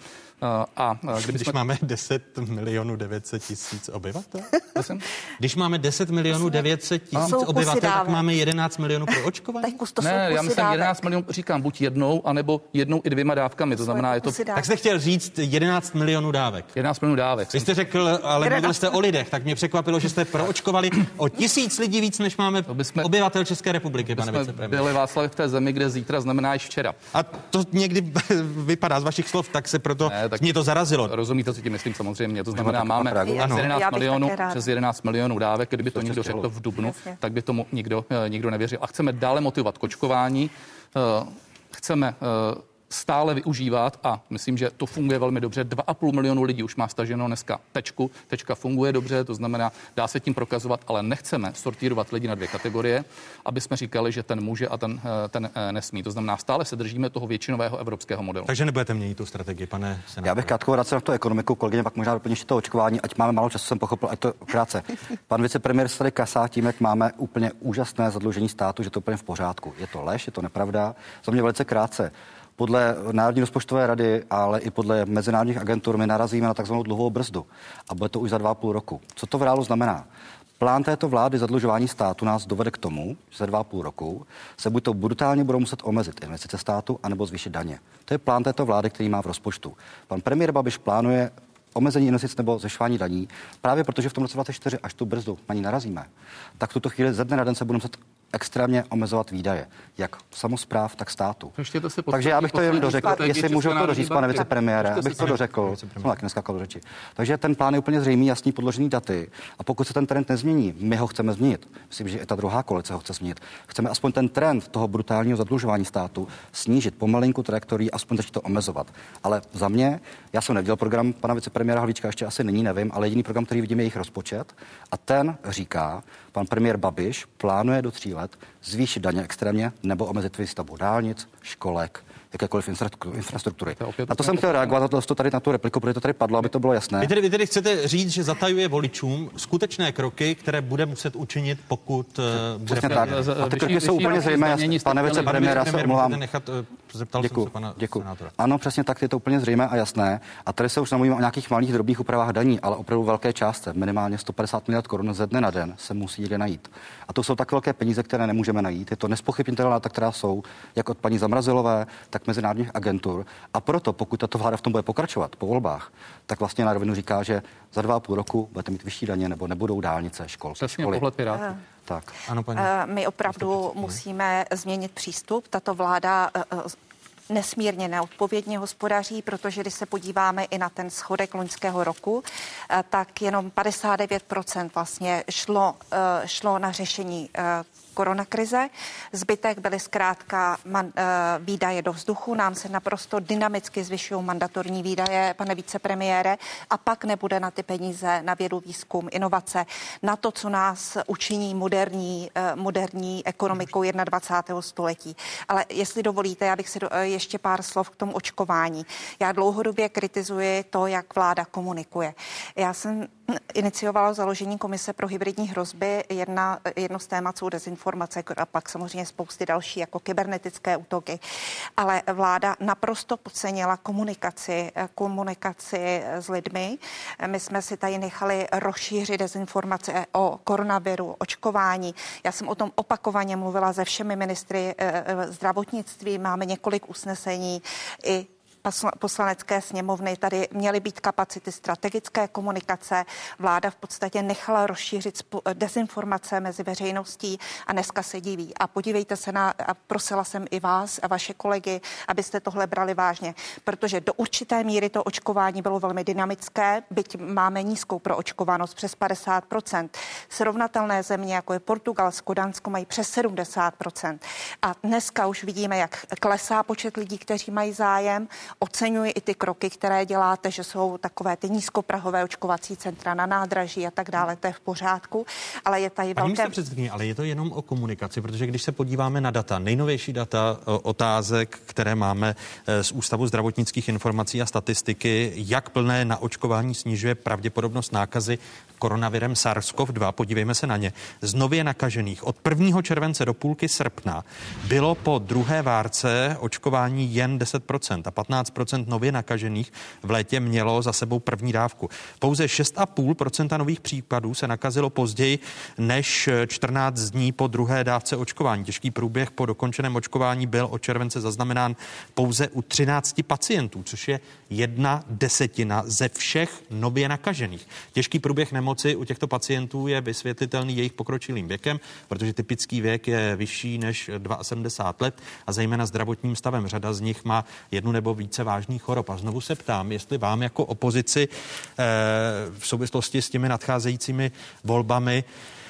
A kdyby Když jsme... máme deset milionů devět set tisíc obyvatel? Když máme deset milionů devět set tisíc obyvatel, tak máme jedenáct milionů pro očkování? Ne, já myslím jedenáct milionů, říkám, buď jednou, anebo jednou i dvěma dávkami, to znamená, je to... Tak jste chtěl říct jedenáct milionů dávek. jedenáct milionů dávek. Vy jste řekl, ale mluvil jste o lidech, tak mě překvapilo, že jste proočkovali o tisíc lidí víc, než máme bychom, obyvatel České republiky, pane vicepremiére. Byli Václav v té zemi, kde zítra znamená již včera. A to někdy vypadá z vašich slov, tak se proto ne, tak mě to zarazilo. Rozumíte, co tím myslím, samozřejmě. To znamená, máme jedenáct milionů, přes jedenáct milionů dávek, kdyby to někdo řekl v dubnu, tak by tomu nikdo, nikdo nevěřil. A chceme dále motivovat k očkování, chceme stále využívat a myslím, že to funguje velmi dobře. dva a půl milionu lidí už má staženo dneska tečku. Tečka funguje dobře, to znamená, dá se tím prokazovat, ale nechceme sortírovat lidi na dvě kategorie, aby jsme říkali, že ten může a ten, ten nesmí. To znamená, stále se držíme toho většinového evropského modelu. Takže nebudete měnit tu strategii, pane senátore? Já bych krátko vracel na tu ekonomiku, kolegyně, pak možná doplníš to očkování, ať máme málo času, jsem pochopil, ať to krátce. Pan vicepremiér se tady kasá tím, jak máme úplně úžasné zadlužení státu, že to úplně v pořádku. Je to lež, je to nepravda. Za mě velice krátce. Podle Národní rozpočtové rady, ale i podle mezinárodních agentur my narazíme na takzvanou dluhovou brzdu. A bude to už za dva a půl roku. Co to v reálu znamená? Plán této vlády zadlužování státu nás dovede k tomu, že za dva a půl roku se buď to brutálně budou muset omezit investice státu, anebo zvýšit daně. To je plán této vlády, který má v rozpočtu. Pan premiér Babiš plánuje omezení investic nebo zvyšování daní, právě protože v tom roce dvacet čtyři, až tu brzdu na ní narazíme, tak v tuto chvíli ze dne na den se budeme muset extrémně omezovat výdaje, jak samospráv, tak státu. Takže já bych to jen dořekl, jestli můžu to doříct, pane vicepremiére, abych to dořekl. Jsem taky neskakal do řeči. Takže ten plán je úplně zřejmý, jasný, podložený daty. A pokud se ten trend nezmění, my ho chceme změnit. Myslím, že i ta druhá koalice ho chce změnit. Chceme aspoň ten trend toho brutálního zadlužování státu snížit pomalinku trajektorii, aspoň začít to omezovat. Ale za mě, já jsem neviděl program pana vicepremiéra Havlíčka, ještě asi nyní nevím, ale jediný program, který vidím, je jejich rozpočet. A ten říká, pan premiér Babiš plánuje do tří let zvýšit daně extrémně nebo omezit výstavbu dálnic, školek, jakékoliv infrastruktury. Na to jsem chtěl reagovat, to tady na tu repliku, protože to tady padlo, aby to bylo jasné. Vy tedy, vy tedy chcete říct, že zatajuje voličům skutečné kroky, které bude muset učinit, pokud uh, bude... Přesně tak. A ty kroky jsou úplně zřejmé. Pane vicepremiéra, se omlouvám. Zeptal děkuji, jsem se pana děkuji. senátora. Ano, přesně tak, je to úplně zřejmé a jasné. A tady se už nemluvíme o nějakých malých drobných úpravách daní, ale opravdu velké částce, minimálně sto padesát miliard korun ze dne na den se musí někde najít. A to jsou tak velké peníze, které nemůžeme najít. Je to nespochybnitelná data, která jsou jak od paní Zamrazilové, tak mezinárodních agentur. A proto, pokud tato vláda v tom bude pokračovat po volbách, tak vlastně na rovinu říká, že za dva a půl roku budete mít vyšší daně nebo nebudou dálnice, školky, přesně, školy. Pohled Pirátů. Tak. Ano, paní. My opravdu musíme změnit přístup. Tato vláda nesmírně neodpovědně hospodaří, protože když se podíváme i na ten schodek loňského roku, tak jenom padesát devět procent vlastně šlo, šlo na řešení koronakrize. Zbytek byly zkrátka man, uh, výdaje do vzduchu. Nám se naprosto dynamicky zvyšují mandatorní výdaje, pane vicepremiére, a pak nebude na ty peníze na vědu, výzkum, inovace, na to, co nás učiní moderní, uh, moderní ekonomikou dvacátého prvního století. Ale jestli dovolíte, já bych si do, uh, ještě pár slov k tomu očkování. Já dlouhodobě kritizuji to, jak vláda komunikuje. Já jsem iniciovala založení komise pro hybridní hrozby. Jedna, jedno z témat jsou dezinformace a pak samozřejmě spousty další jako kybernetické útoky. Ale vláda naprosto podcenila komunikaci, komunikaci s lidmi. My jsme si tady nechali rozšířit dezinformace o koronaviru, očkování. Já jsem o tom opakovaně mluvila se všemi ministry zdravotnictví. Máme několik usnesení i poslanecké sněmovny, tady měly být kapacity strategické komunikace. Vláda v podstatě nechala rozšířit dezinformace mezi veřejností a dneska se diví. A podívejte se na, a prosila jsem i vás a vaše kolegy, abyste tohle brali vážně, protože do určité míry to očkování bylo velmi dynamické, byť máme nízkou proočkovanost přes padesát procent. Srovnatelné země, jako je Portugalsko, Dánsko, mají přes sedmdesát procent. A dneska už vidíme, jak klesá počet lidí, kteří mají zájem. Oceňuji i ty kroky, které děláte, že jsou takové ty nízkoprahové očkovací centra na nádraží a tak dále, to je v pořádku, ale je tady velké... velké... předsedkyně, ale je to jenom o komunikaci, protože když se podíváme na data, nejnovější data otázek, které máme z Ústavu zdravotnických informací a statistiky, jak plné naočkování snižuje pravděpodobnost nákazy koronavirem SARS-C o V dva, podívejme se na ně. Z nově nakažených od prvního července do půlky srpna bylo po druhé várce očkování jen deset procent a patnáct procent nově nakažených v létě mělo za sebou první dávku. Pouze šest celá pět procenta nových případů se nakazilo později než čtrnáct dní po druhé dávce očkování. Těžký průběh po dokončeném očkování byl od července zaznamenán pouze u třinácti pacientů, což je jedna desetina ze všech nově nakažených. Těžký průběh nemoci u těchto pacientů je vysvětlitelný jejich pokročilým věkem, protože typický věk je vyšší než sedmdesát dva let a zejména zdravotním stavem. Řada z nich má jednu nebo více vážných chorob. A znovu se ptám, jestli vám jako opozici eh, v souvislosti s těmi nadcházejícími volbami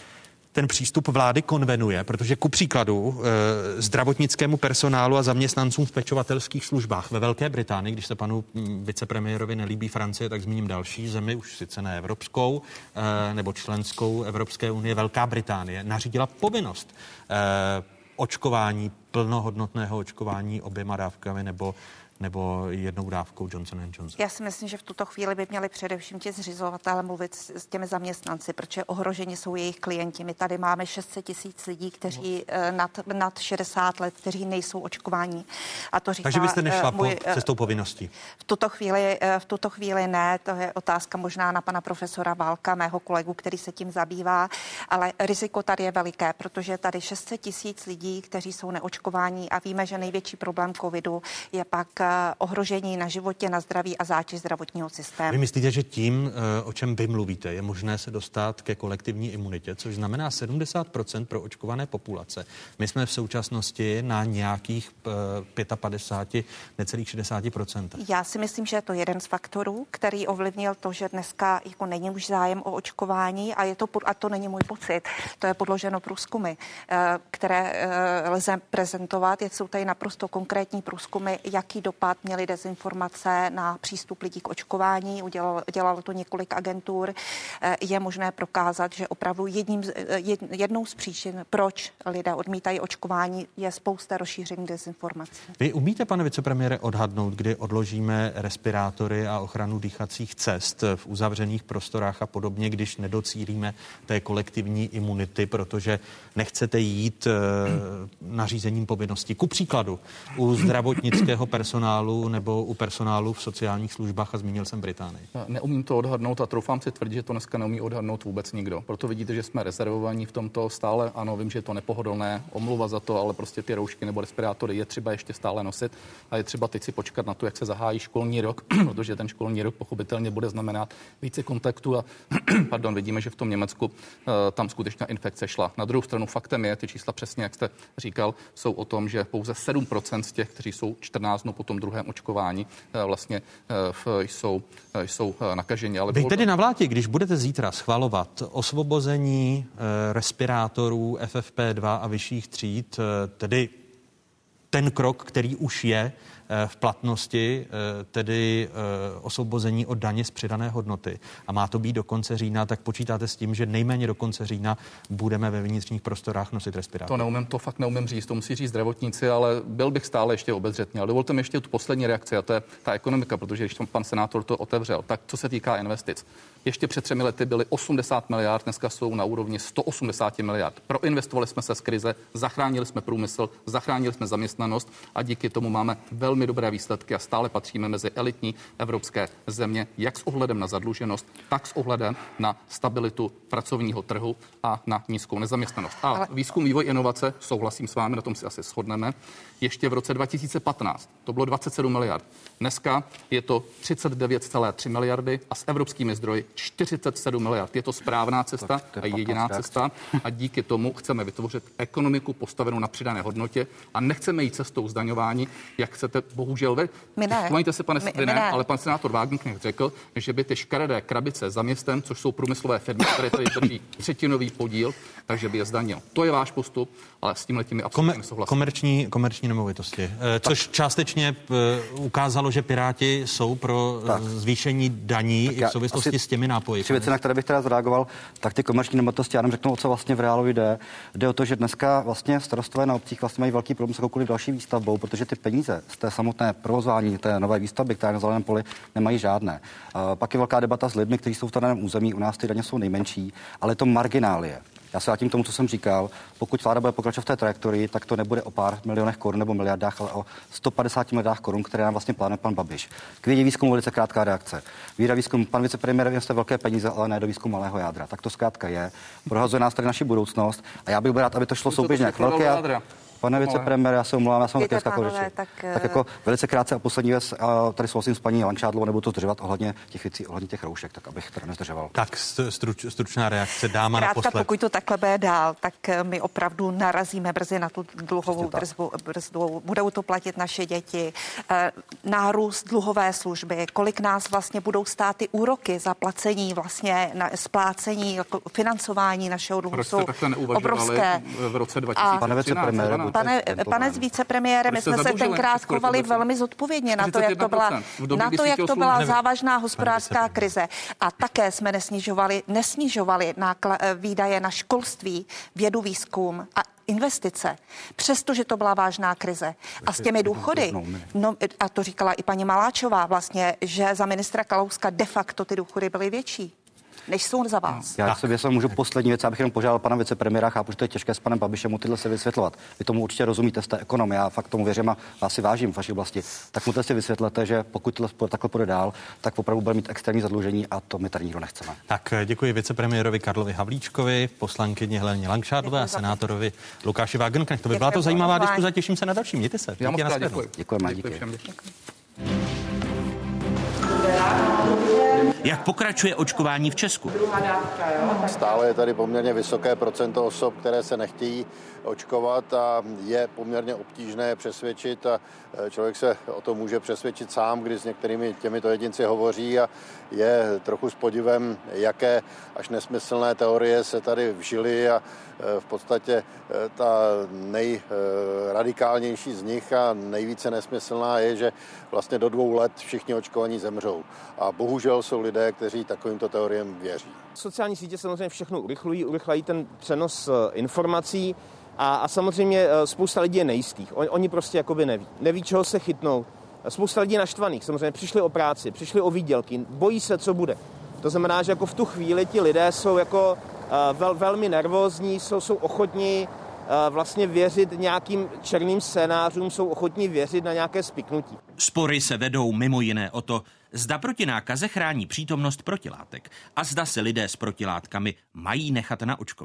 ten přístup vlády konvenuje, protože ku příkladu e, zdravotnickému personálu a zaměstnancům v pečovatelských službách ve Velké Británii, když se panu vicepremiérovi nelíbí Francie, tak zmíním další zemi, už sice ne evropskou, e, nebo členskou Evropské unie, Velká Británie, nařídila povinnost e, očkování, plnohodnotného očkování oběma dávkami nebo nebo jednou dávkou Johnson and Johnson. Já si myslím, že v tuto chvíli by měli především ti zřizovatelé mluvit s, s těmi zaměstnanci, protože ohroženi jsou jejich klienti. My tady máme šest set tisíc lidí, kteří no. nad, nad šedesát let, kteří nejsou očkováni. A to říká, takže byste nešla můj, po cestou povinností? V tuto chvíli, v tuto chvíli ne, to je otázka možná na pana profesora Válka, mého kolegu, který se tím zabývá, ale riziko tady je veliké, protože tady šest set tisíc lidí, kteří jsou neočkováni a víme, že největší problém covidu je pak ohrožení na životě, na zdraví a zátěž zdravotního systému. Vy myslíte, že tím, o čem vy mluvíte, je možné se dostat ke kolektivní imunitě, což znamená sedmdesát procent pro očkované populace. My jsme v současnosti na nějakých padesát pět, necelých šedesát procent. Já si myslím, že je to jeden z faktorů, který ovlivnil to, že dneska jako není už zájem o očkování a, je to, a to není můj pocit. To je podloženo průzkumy, které lze prezentovat. Jsou tady naprosto konkrétní průzkumy, jaký dopad měly dezinformace na přístup lidí k očkování. Udělalo, dělalo to několik agentur. Je možné prokázat, že opravdu jedním, jednou z příčin, proč lidé odmítají očkování, je spousta rozšíření dezinformací. Vy umíte, pane vicepremiére, odhadnout, kdy odložíme respirátory a ochranu dýchacích cest v uzavřených prostorách a podobně, když nedocílíme té kolektivní imunity, protože nechcete jít e, nařízením povinností. Ku příkladu u zdravotnického personálu nebo u personálu v sociálních službách a zmínil jsem Británii. Neumím to odhadnout a troufám si tvrdit, že to dneska neumí odhadnout vůbec nikdo. Proto vidíte, že jsme rezervovaní v tomto stále. Ano, vím, že je to nepohodlné, omluva za to, ale prostě ty roušky nebo respirátory je třeba ještě stále nosit a je třeba teď si počkat na to, jak se zahájí školní rok, protože ten školní rok pochopitelně bude znamenat více kontaktů a pardon, vidíme, že v tom Německu uh, tam skutečně infekce šla. Na druhou stranu faktem je, ty čísla přesně, jak jste říkal, jsou jsou o tom, že pouze sedm procent z těch, kteří jsou čtrnáct dnů po tom druhém očkování, vlastně jsou, jsou nakaženi. Ale Vy tedy na vládě, když budete zítra schvalovat osvobození respirátorů F F P dva a vyšších tříd, tedy ten krok, který už je v platnosti, tedy osvobození od daně z přidané hodnoty, a má to být do konce října, tak počítáte s tím, že nejméně do konce října budeme ve vnitřních prostorách nosit respirátory? To neumím, to fakt neumím říct, to musí říct zdravotníci, ale byl bych stále ještě obezřetný. Ale dovolte mi ještě tu poslední reakci, a to je ta ekonomika, protože když tam pan senátor to otevřel, tak co se týká investic. Ještě před třemi lety byly osmdesát miliard, dneska jsou na úrovni sto osmdesát miliard. Proinvestovali jsme se z krize, zachránili jsme průmysl, zachránili jsme zaměstnanost a díky tomu máme velmi dobré výsledky a stále patříme mezi elitní evropské země, jak s ohledem na zadluženost, tak s ohledem na stabilitu pracovního trhu a na nízkou nezaměstnanost. A Ale... výzkum, vývoj, inovace, souhlasím s vámi, na tom si asi shodneme. Ještě v roce dva tisíce patnáct to bylo dvacet sedm miliard. Dneska je to třicet devět celá tři miliardy a s evropskými zdroji čtyřicet sedm miliard. Je to správná cesta a jediná cesta a díky tomu chceme vytvořit ekonomiku postavenou na přidané hodnotě a nechceme jít cestou zdaňování, jak chcete, bohužel vy. Vzpomeňte si, pane, my, ne, ale pan senátor Wagenknecht řekl, že by ty škaredé krabice za městem, což jsou průmyslové firmy, které tady drží třetinový podíl, takže by je zdanil. To je váš postup, ale s tímhle těmi absolutně nesouhlasím. Komerční, komerční nemovitosti, což tak. částečně ukázalo, že Piráti jsou pro tak. zvýšení daní tak i v souvislosti s těmi nápoji. Tři věci, na které bych teda zareagoval, tak ty komerční nemovitosti, já nám řeknu, o co vlastně v reálu jde. Jde o to, že dneska vlastně starostové na obcích vlastně mají velký problém s jakoukoliv další výstavbou, protože ty peníze z té samotné provozování té nové výstavby, které na zeleném poli, nemají žádné. Uh, pak je velká debata s lidmi, kteří jsou v daném území, u nás ty daně jsou nejmenší, ale je to marginálie. Já se vrátím k tomu, co jsem říkal. Pokud vláda bude pokračovat v té trajektorii, tak to nebude o pár milionech korun nebo miliardách, ale o sto padesát miliardách korun, které nám vlastně plánuje pan Babiš. K vědě výzkumu velice krátká reakce. Věda výzkum, pan vicepremiér investuje velké peníze, ale ne do výzkumu malého jádra. Tak to zkrátka je. Prohazuje nás tady naši budoucnost a já bych byl rád, aby to šlo souběžně. Velké jádra. Pane vicepremiére, já se omlouvám, já jsem také zkakal řeči. Tak, tak jako velice krátce a poslední věc, a tady souhlasím s paní Langšádlovou, nebudu to zdržovat ohledně těch věcí, ohledně těch roušek, tak abych teda nezdržoval. Tak struč, stručná reakce, dáma Krátka, naposled. Pokud to takhle bude dál, tak my opravdu narazíme brzy na tu dluhovou brzdu, brzdu. Budou to platit naše děti. Nárůst dluhové služby, kolik nás vlastně budou stát ty úroky za placení, vlastně na splácení, jako financování našeho dluhu jsou obrovské. V roce dva tisíce třináct. Pane vicepremiére, Pane, pane vicepremiére, my jsme se tenkrát chovali velmi zodpovědně na to, jak to byla, na to, jak to byla závažná hospodářská krize. A také jsme nesnižovali, nesnižovali nákla, výdaje na školství, vědu, výzkum a investice, přestože to byla vážná krize. A s těmi důchody, no, a to říkala i paní Maláčová vlastně, že za ministra Kalouska de facto ty důchody byly větší, než jsou za vás. Já sobě se můžu poslední věc, abych jenom požádal pana vicepremiéra, chápu, že to je těžké s panem Babišem mu tyhle se vysvětlovat. Vy tomu určitě rozumíte z té ekonomie, já fakt tomu věřím a vás si vážím v vaší oblasti. Tak mu to si vysvětlete, že pokud takhle půjde dál, tak opravdu bude mít extrémní zadlužení a to my tady nikdo nechceme. Tak děkuji vicepremiérovi Karlovi Havlíčkovi, poslankyni Heleně Langšádlové a senátorovi Lukáši Wagenknechtovi. To by byla to zajímavá diskuze, těším se na další. Mějte se. Já moc krát děkuji. Děkujeme, díky. Jak pokračuje očkování v Česku? Stále je tady poměrně vysoké procento osob, které se nechtějí očkovat a je poměrně obtížné přesvědčit a člověk se o to může přesvědčit sám, když s některými těmito jedinci hovoří a je trochu s podivem, jaké až nesmyslné teorie se tady vžily a v podstatě ta nejradikálnější z nich a nejvíce nesmyslná je, že vlastně do dvou let všichni očkovaní zemřou. A bohužel jsou lidé, kteří takovýmto teoriem věří. Sociální sítě samozřejmě všechno urychlují, urychlají ten přenos informací a, a samozřejmě spousta lidí je nejistých. Oni, oni prostě jakoby neví. Neví, čeho se chytnou. Spousta lidí je naštvaných, samozřejmě přišli o práci, přišli o výdělky, bojí se, co bude. To znamená, že jako v tu chvíli ti lidé jsou jako uh, vel, velmi nervózní, jsou, jsou ochotní uh, vlastně věřit nějakým černým scénářům, jsou ochotní věřit na nějaké spiknutí. Spory se vedou mimo jiné o to, zda proti nákaze chrání přítomnost protilátek a zda se lidé s protilátkami mají nechat naočkovat.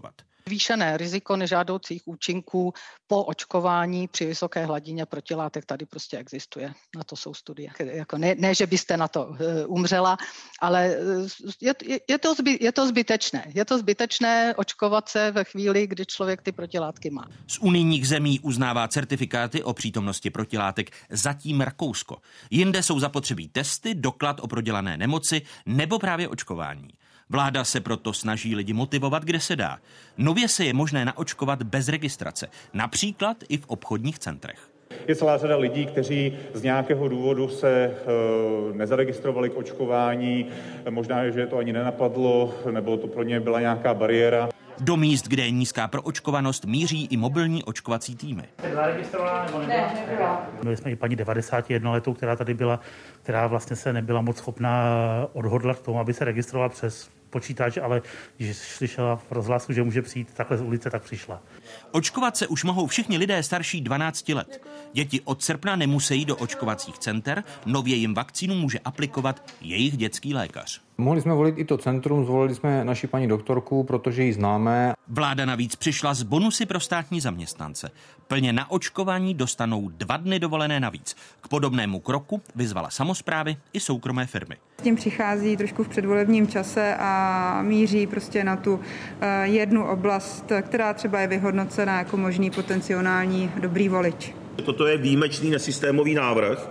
Zvýšené riziko nežádoucích účinků po očkování při vysoké hladině protilátek tady prostě existuje. Na to jsou studie. Jako ne, ne, že byste na to uh, umřela, ale je, je, je, to zby, je to zbytečné. Je to zbytečné očkovat se ve chvíli, kdy člověk ty protilátky má. Z unijních zemí uznává certifikáty o přítomnosti protilátek zatím Rakousko. Jinde jsou zapotřebí testy, doklad o prodělané nemoci nebo právě očkování. Vláda se proto snaží lidi motivovat, kde se dá. Nově se je možné naočkovat bez registrace, například i v obchodních centrech. Je celá řada lidí, kteří z nějakého důvodu se e, nezaregistrovali k očkování, možná, že to ani nenapadlo, nebo to pro ně byla nějaká bariéra. Do míst, kde je nízká proočkovanost, míří i mobilní očkovací týmy. Zaregistrovaná nebo nebyla? Ne, nebyla. Měli jsme i paní devadesátijednoletou, která tady byla, která vlastně se nebyla moc schopná odhodlat k tomu, aby se registrovala přes počítač, ale když slyšela v rozhlasu, že může přijít takhle z ulice, tak přišla. Očkovat se už mohou všichni lidé starší dvanácti let. Děti od srpna nemusí do očkovacích center, nově jim vakcínu může aplikovat jejich dětský lékař. Mohli jsme volit i to centrum, zvolili jsme naši paní doktorku, protože ji známe. Vláda navíc přišla s bonusy pro státní zaměstnance. Plně na očkování dostanou dva dny dovolené navíc. K podobnému kroku vyzvala samosprávy i soukromé firmy. S tím přichází trošku v předvolebním čase a míří prostě na tu jednu oblast, která třeba je vyhodnocena jako možný potenciální dobrý volič. Toto je výjimečný nesystémový návrh,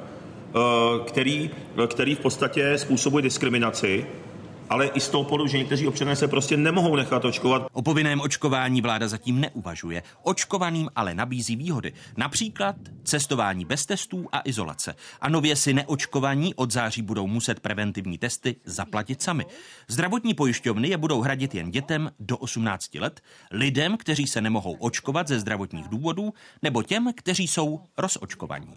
který, který v podstatě způsobuje diskriminaci, ale i z toho pohledu, že někteří občané se prostě nemohou nechat očkovat. O povinném očkování vláda zatím neuvažuje. Očkovaným ale nabízí výhody. Například cestování bez testů a izolace. A nově si neočkovaní od září budou muset preventivní testy zaplatit sami. Zdravotní pojišťovny je budou hradit jen dětem do osmnácti let, lidem, kteří se nemohou očkovat ze zdravotních důvodů, nebo těm, kteří jsou rozočkovaní.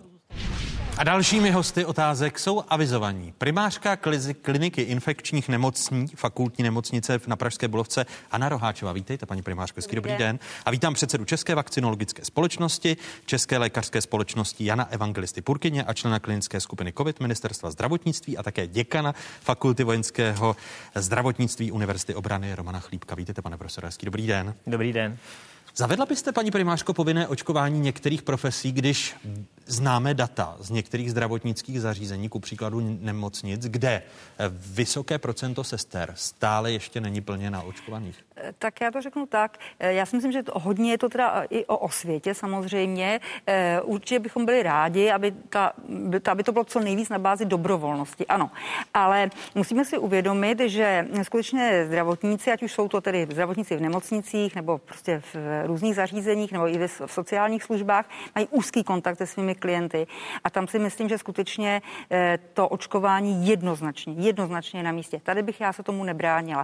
A dalšími hosty otázek jsou avizovaní. Primářka kliniky infekčních nemocí, fakultní nemocnice na Pražské Bulovce Anna Roháčová. Vítejte, paní primářko, hezký dobrý den. A vítám předsedu České vakcinologické společnosti, České lékařské společnosti Jana Evangelisty Purkyně a člena klinické skupiny COVID Ministerstva zdravotnictví a také děkana Fakulty vojenského zdravotnictví Univerzity obrany Romana Chlípka. Vítejte, pane profesore, hezký dobrý den. Dobrý den. Zavedla byste, paní primářko, povinné očkování některých profesí, když známe data z některých zdravotnických zařízení, ku příkladu nemocnic, kde vysoké procento sester stále ještě není plně naočkovaných? Tak já to řeknu tak. Já si myslím, že to, hodně je to teda i o osvětě samozřejmě. Určitě bychom byli rádi, aby, ta, aby to bylo co nejvíc na bázi dobrovolnosti. Ano, ale musíme si uvědomit, že skutečně zdravotníci, ať už jsou to tedy zdravotníci v nemocnicích nebo prostě v různých zařízeních nebo i v sociálních službách, mají úzký kontakt se svými klienty a tam si myslím, že skutečně to očkování jednoznačně, jednoznačně je na místě. Tady bych já se tomu nebránila.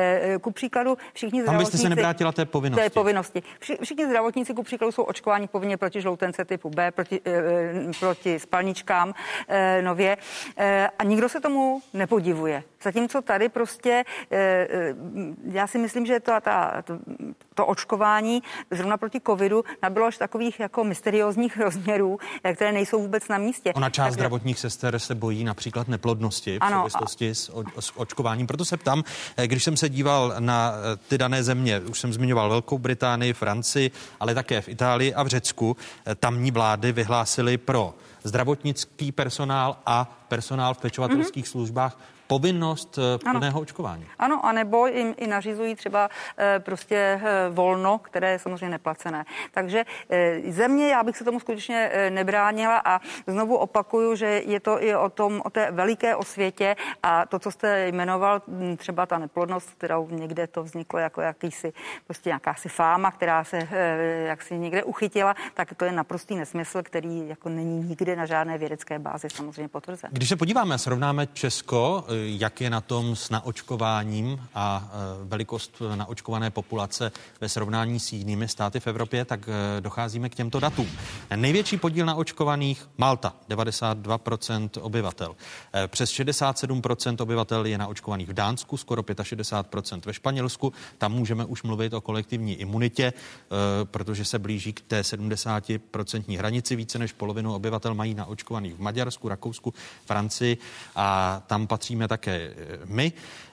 Ku příkladu všichni Tam byste se nevrátila té povinnosti. Té povinnosti. Vši, všichni zdravotníci ku příkladu jsou očkováni povinně proti žloutence typu B, proti, e, proti spalničkám e, nově e, a nikdo se tomu nepodivuje. Zatímco tady prostě e, já si myslím, že to, ta, to, to očkování zrovna proti covidu nabylo až takových jako mysteriózních rozměrů, které nejsou vůbec na místě. Ona část Takže... zdravotních sester se bojí například neplodnosti v ano, souvislosti a... s, o, s očkováním. Proto se ptám, když jsem se díval na ty dané země, už jsem zmiňoval Velkou Británii, Francii, ale také v Itálii a v Řecku, tamní vlády vyhlásily pro zdravotnický personál a personál v pečovatelských mm-hmm. službách povinnost plného ano. očkování. Ano, anebo jim i nařizují třeba e, prostě e, volno, které je samozřejmě neplacené. Takže e, země, já bych se tomu skutečně e, nebránila a znovu opakuju, že je to i o tom, o té veliké osvětě a to, co jste jmenoval, třeba ta neplodnost, kterou někde to vzniklo jako jakýsi, prostě nějakási fáma, která se e, jaksi někde uchytila, tak to je naprostý nesmysl, který jako není nikde na žádné vědecké bázi samozřejmě potvrzen. Když se podíváme a srovnáme Česko, jak je na tom s naočkováním a velikost naočkované populace ve srovnání s jinými státy v Evropě, tak docházíme k těmto datům. Největší podíl naočkovaných Malta, devadesát dva procent obyvatel. Přes šedesát sedm procent obyvatel je naočkovaných v Dánsku, skoro šedesát pět procent ve Španělsku. Tam můžeme už mluvit o kolektivní imunitě, protože se blíží k té sedmdesát procent hranici. Více než polovinu obyvatel mají naočkovaných v Maďarsku, Rakousku, Francii a tam patříme jsme také my.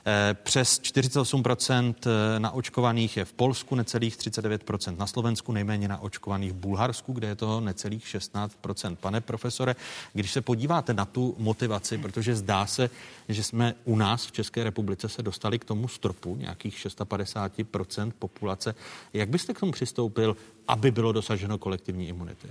Přes čtyřicet osm procent naočkovaných je v Polsku, necelých třicet devět procent na Slovensku, nejméně naočkovaných v Bulharsku, kde je to necelých šestnáct procent. Pane profesore, když se podíváte na tu motivaci, protože zdá se, že jsme u nás v České republice se dostali k tomu stropu nějakých padesát šest procent populace. Jak byste k tomu přistoupil, aby bylo dosaženo kolektivní imunity?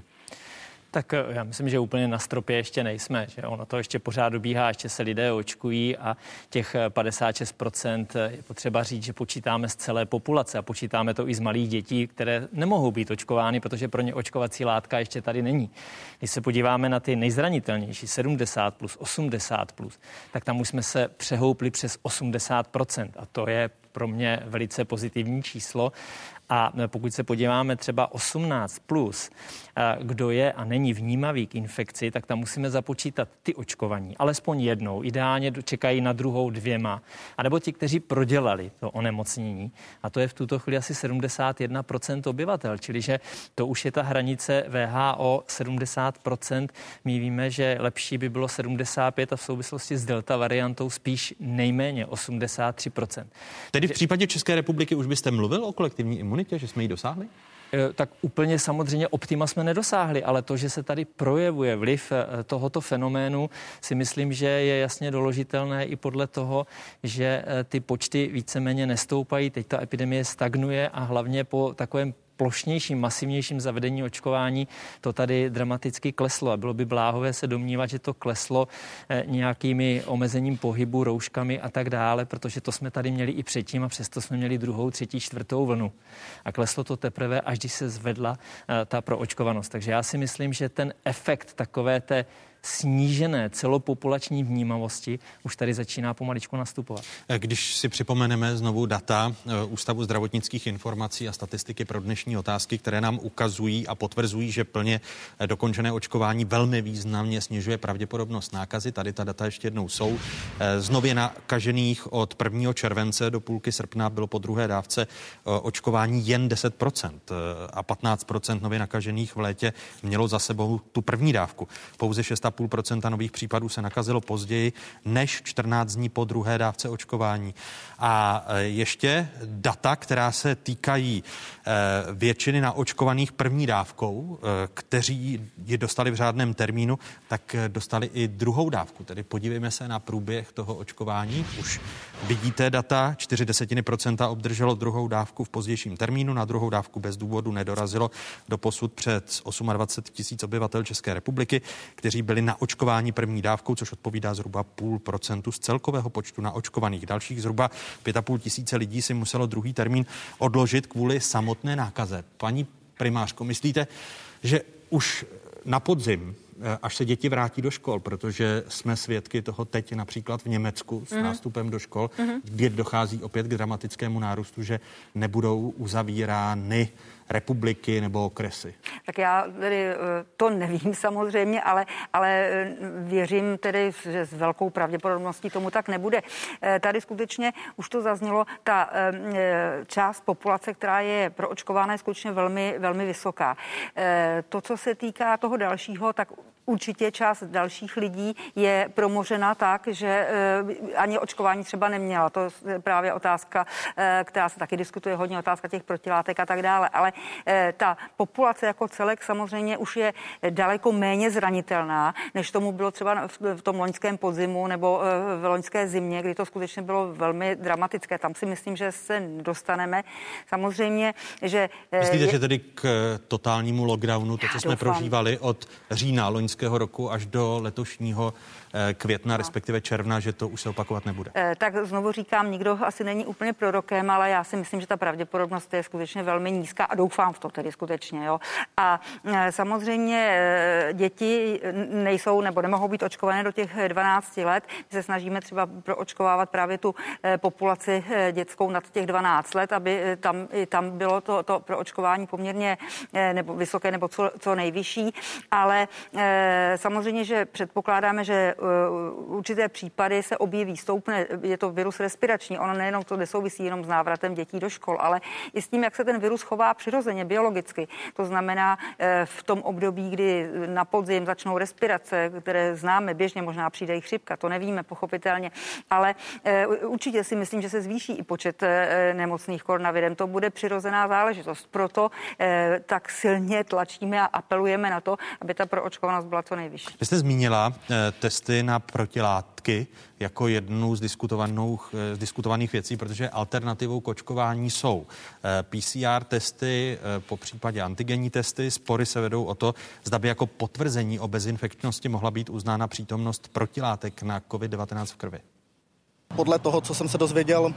Tak já myslím, že úplně na stropě ještě nejsme, že ono to ještě pořád dobíhá, ještě se lidé očkují a těch padesát šest procent je potřeba říct, že počítáme z celé populace a počítáme to i z malých dětí, které nemohou být očkovány, protože pro ně očkovací látka ještě tady není. Když se podíváme na ty nejzranitelnější, sedmdesát plus, osmdesát plus, tak tam už jsme se přehoupli přes osmdesát procent a to je pro mě velice pozitivní číslo. A pokud se podíváme třeba osmnáct plus, kdo je a není vnímavý k infekci, tak tam musíme započítat ty očkovaní. Alespoň jednou, ideálně čekají na druhou dvěma. A nebo ti, kteří prodělali to onemocnění. A to je v tuto chvíli asi sedmdesát jedna procent obyvatel. Čili že to už je ta hranice V H O sedmdesát procent. My víme, že lepší by bylo sedmdesát pět a v souvislosti s delta variantou spíš nejméně osmdesát tři procent. Tedy v případě České republiky už byste mluvil o kolektivní imunitě, že jsme ji dosáhli? Tak úplně samozřejmě optima jsme nedosáhli, ale to, že se tady projevuje vliv tohoto fenoménu, si myslím, že je jasně doložitelné i podle toho, že ty počty víceméně nestoupají. Teď ta epidemie stagnuje a hlavně po takovém plošnějším, masivnějším zavedení očkování to tady dramaticky kleslo a bylo by bláhové se domnívat, že to kleslo nějakými omezením pohybu, rouškami a tak dále, protože to jsme tady měli i předtím a přesto jsme měli druhou, třetí, čtvrtou vlnu. A kleslo to teprve, až když se zvedla ta proočkovanost. Takže já si myslím, že ten efekt takové té snížené celopopulační vnímavosti už tady začíná pomaličku nastupovat. Když si připomeneme znovu data Ústavu zdravotnických informací a statistiky pro dnešní otázky, které nám ukazují a potvrzují, že plně dokončené očkování velmi významně snižuje pravděpodobnost nákazy. Tady ta data ještě jednou jsou. Z nově nakažených od prvního července do půlky srpna bylo po druhé dávce očkování jen deset procent a patnáct procent nově nakažených v létě mělo za sebou tu první dávku. Pouze šest celá pět procenta nových případů se nakazilo později než čtrnáct dní po druhé dávce očkování. A ještě data, která se týkají většiny naočkovaných první dávkou, kteří ji dostali v řádném termínu, tak dostali i druhou dávku. Tedy podívejme se na průběh toho očkování. Už vidíte data, čtyři desetiny procenta obdrželo druhou dávku v pozdějším termínu, na druhou dávku bez důvodu nedorazilo doposud před dvacet osm tisíc obyvatel České republiky, kteří byli naočkováni první dávkou, což odpovídá zhruba půl procentu z celkového počtu naočkovaných. Dalších zhruba pět a půl tisíce lidí si muselo druhý termín odložit kvůli samotné nákaze. Paní primářko, myslíte, že už na podzim, až se děti vrátí do škol, protože jsme svědky toho teď například v Německu s mm. nástupem do škol, mm. kde dochází opět k dramatickému nárůstu, že nebudou uzavírány republiky nebo okresy? Tak já tedy to nevím samozřejmě, ale, ale věřím tedy, že s velkou pravděpodobností tomu tak nebude. Tady skutečně už to zaznělo, ta část populace, která je proočkována, je skutečně velmi, velmi vysoká. To, co se týká toho dalšího, tak určitě část dalších lidí je promořena tak, že ani očkování třeba neměla. To je právě otázka, která se taky diskutuje hodně, otázka těch protilátek a tak dále. Ale ta populace jako celek samozřejmě už je daleko méně zranitelná, než tomu bylo třeba v tom loňském podzimu nebo v loňské zimě, kdy to skutečně bylo velmi dramatické. Tam si myslím, že se dostaneme. Samozřejmě, že... Myslíte, je... že tedy k totálnímu lockdownu, to, co jsme doufám. prožívali od října loňského roku až do letošního května, respektive června, že to už se opakovat nebude? Tak znovu říkám, nikdo asi není úplně prorokem, ale já si myslím, že ta pravděpodobnost je skutečně velmi nízká a doufám v to tedy skutečně. Jo. A samozřejmě děti nejsou nebo nemohou být očkované do těch dvanácti let. My se snažíme třeba proočkovávat právě tu populaci dětskou nad těch dvanáct let, aby tam, tam bylo to, to proočkování poměrně nebo vysoké nebo co, co nejvyšší, ale Samozřejmě, že předpokládáme, že určité případy se objeví, stoupne, je to virus respirační, ono nejenom to nesouvisí jenom s návratem dětí do škol, ale i s tím, jak se ten virus chová přirozeně, biologicky. To znamená v tom období, kdy na podzim začnou respirace, které známe běžně, možná přijde i chřipka, to nevíme pochopitelně, ale určitě si myslím, že se zvýší i počet nemocných koronavirem. To bude přirozená záležitost. Proto tak silně tlačíme a apelujeme na to, aby ta proočkovanost byla co nejvyšší. Vy jste zmínila testy na protilátky jako jednu z, z diskutovaných věcí, protože alternativou k očkování jsou P C R testy, po případě antigenní testy. Spory se vedou o to, zda by jako potvrzení o bezinfekčnosti mohla být uznána přítomnost protilátek na covid devatenáct v krvi. Podle toho, co jsem se dozvěděl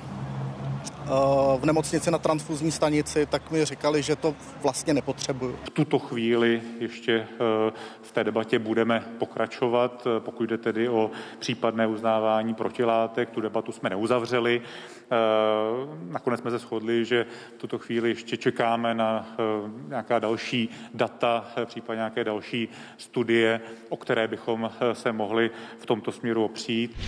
v nemocnici na transfuzní stanici, tak mi říkali, že to vlastně nepotřebuju. V tuto chvíli ještě v té debatě budeme pokračovat, pokud jde tedy o případné uznávání protilátek. Tu debatu jsme neuzavřeli. Nakonec jsme se shodli, že v tuto chvíli ještě čekáme na nějaká další data, případně nějaké další studie, o které bychom se mohli v tomto směru opřít.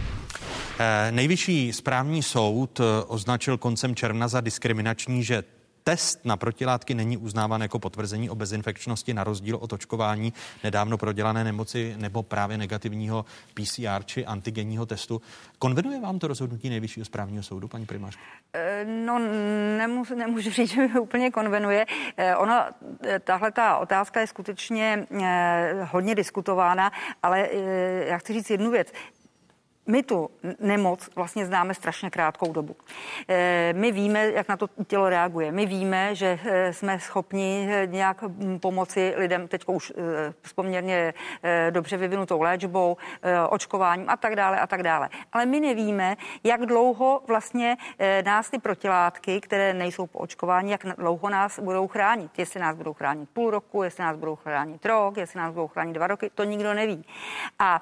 Nejvyšší správní soud označil koncem června za diskriminační, že test na protilátky není uznáván jako potvrzení o bezinfekčnosti na rozdíl od očkování nedávno prodělané nemoci nebo právě negativního P C R či antigenního testu. Konvenuje vám to rozhodnutí Nejvyššího správního soudu, paní primářko? No, nemůžu, nemůžu říct, že mi úplně konvenuje. Ona, tahle ta otázka je skutečně hodně diskutována, ale já chci říct jednu věc. My tu nemoc vlastně známe strašně krátkou dobu. My víme, jak na to tělo reaguje. My víme, že jsme schopni nějak pomoci lidem teď už s poměrně dobře vyvinutou léčbou, očkováním a tak dále a tak dále. Ale my nevíme, jak dlouho vlastně nás ty protilátky, které nejsou po očkování, jak dlouho nás budou chránit. Jestli nás budou chránit půl roku, jestli nás budou chránit rok, jestli nás budou chránit dva roky, to nikdo neví. A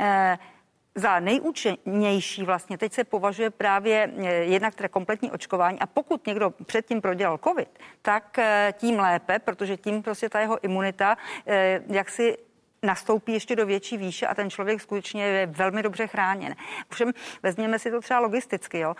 za nejúčinnější vlastně teď se považuje právě jednak teda kompletní očkování a pokud někdo předtím prodělal covid, tak tím lépe, protože tím prostě ta jeho imunita jaksi nastoupí ještě do větší výše a ten člověk skutečně je velmi dobře chráněn. Ovšem vezměme si to třeba logisticky, jo.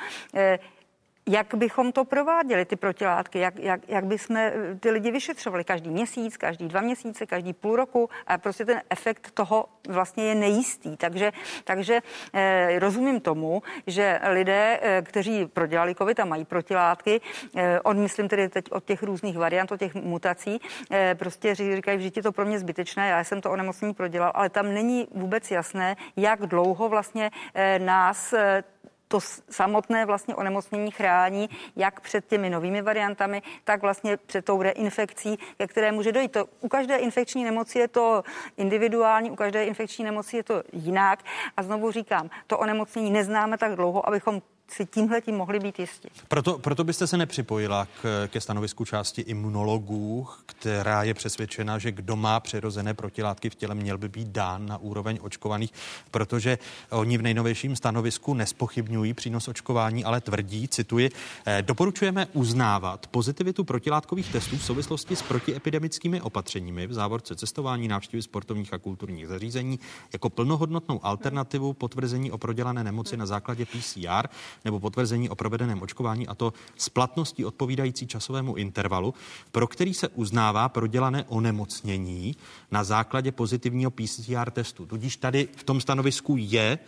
Jak bychom to prováděli, ty protilátky, jak, jak, jak bychom ty lidi vyšetřovali každý měsíc, každý dva měsíce, každý půl roku a prostě ten efekt toho vlastně je nejistý. Takže, takže eh, rozumím tomu, že lidé, eh, kteří prodělali covid a mají protilátky, eh, on myslím tedy teď od těch různých variant, od těch mutací, eh, prostě říkají, že je to pro mě zbytečné, já jsem to onemocnění prodělal, ale tam není vůbec jasné, jak dlouho vlastně eh, nás eh, to samotné vlastně onemocnění chrání jak před těmi novými variantami, tak vlastně před tou reinfekcí, ke které může dojít. To, u každé infekční nemoci je to individuální, u každé infekční nemoci je to jinak. A znovu říkám, to onemocnění neznáme tak dlouho, abychom si tímhletím mohli být jistí. Proto, proto byste se nepřipojila k, ke stanovisku části imunologů, která je přesvědčena, že kdo má přirozené protilátky v těle, měl by být dán na úroveň očkovaných, protože oni v nejnovějším stanovisku nespochybňují přínos očkování, ale tvrdí, cituji, doporučujeme uznávat pozitivitu protilátkových testů v souvislosti s protiepidemickými opatřeními v závorce cestování, návštěvy sportovních a kulturních zařízení jako plnohodnotnou alternativu potvrzení o prodělané nemoci na základě P C R nebo potvrzení o provedeném očkování, a to s platností odpovídající časovému intervalu, pro který se uznává prodělané onemocnění na základě pozitivního P C R testu. Tudíž tady v tom stanovisku je e,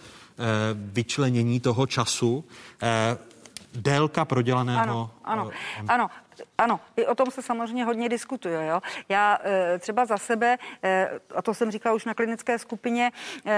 vyčlenění toho času, e, délka prodělaného... Ano, ano, ano. Ano, i o tom se samozřejmě hodně diskutuje. Jo? Já e, třeba za sebe, e, a to jsem říkala už na klinické skupině,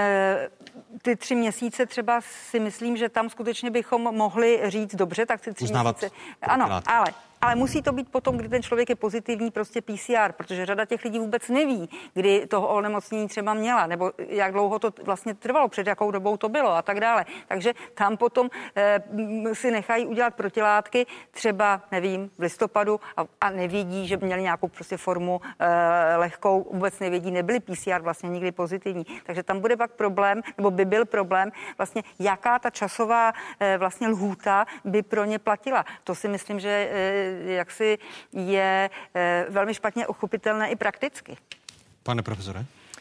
e, ty tři měsíce třeba si myslím, že tam skutečně bychom mohli říct dobře, tak ty tři Uznávat měsíce. Ano, ale... Ale musí to být potom, kdy ten člověk je pozitivní, prostě P C R, protože řada těch lidí vůbec neví, kdy toho onemocnění třeba měla, nebo jak dlouho to vlastně trvalo, před jakou dobou to bylo a tak dále. Takže tam potom e, si nechají udělat protilátky, třeba, nevím, v listopadu a, a nevědí, že měli nějakou prostě formu e, lehkou, vůbec nevědí, nebyli P C R vlastně nikdy pozitivní. Takže tam bude pak problém, nebo by byl problém, vlastně jaká ta časová e, vlastně lhůta by pro ně platila. To si myslím, že e, jaksi je e, velmi špatně uchopitelné i prakticky. Pane profesore?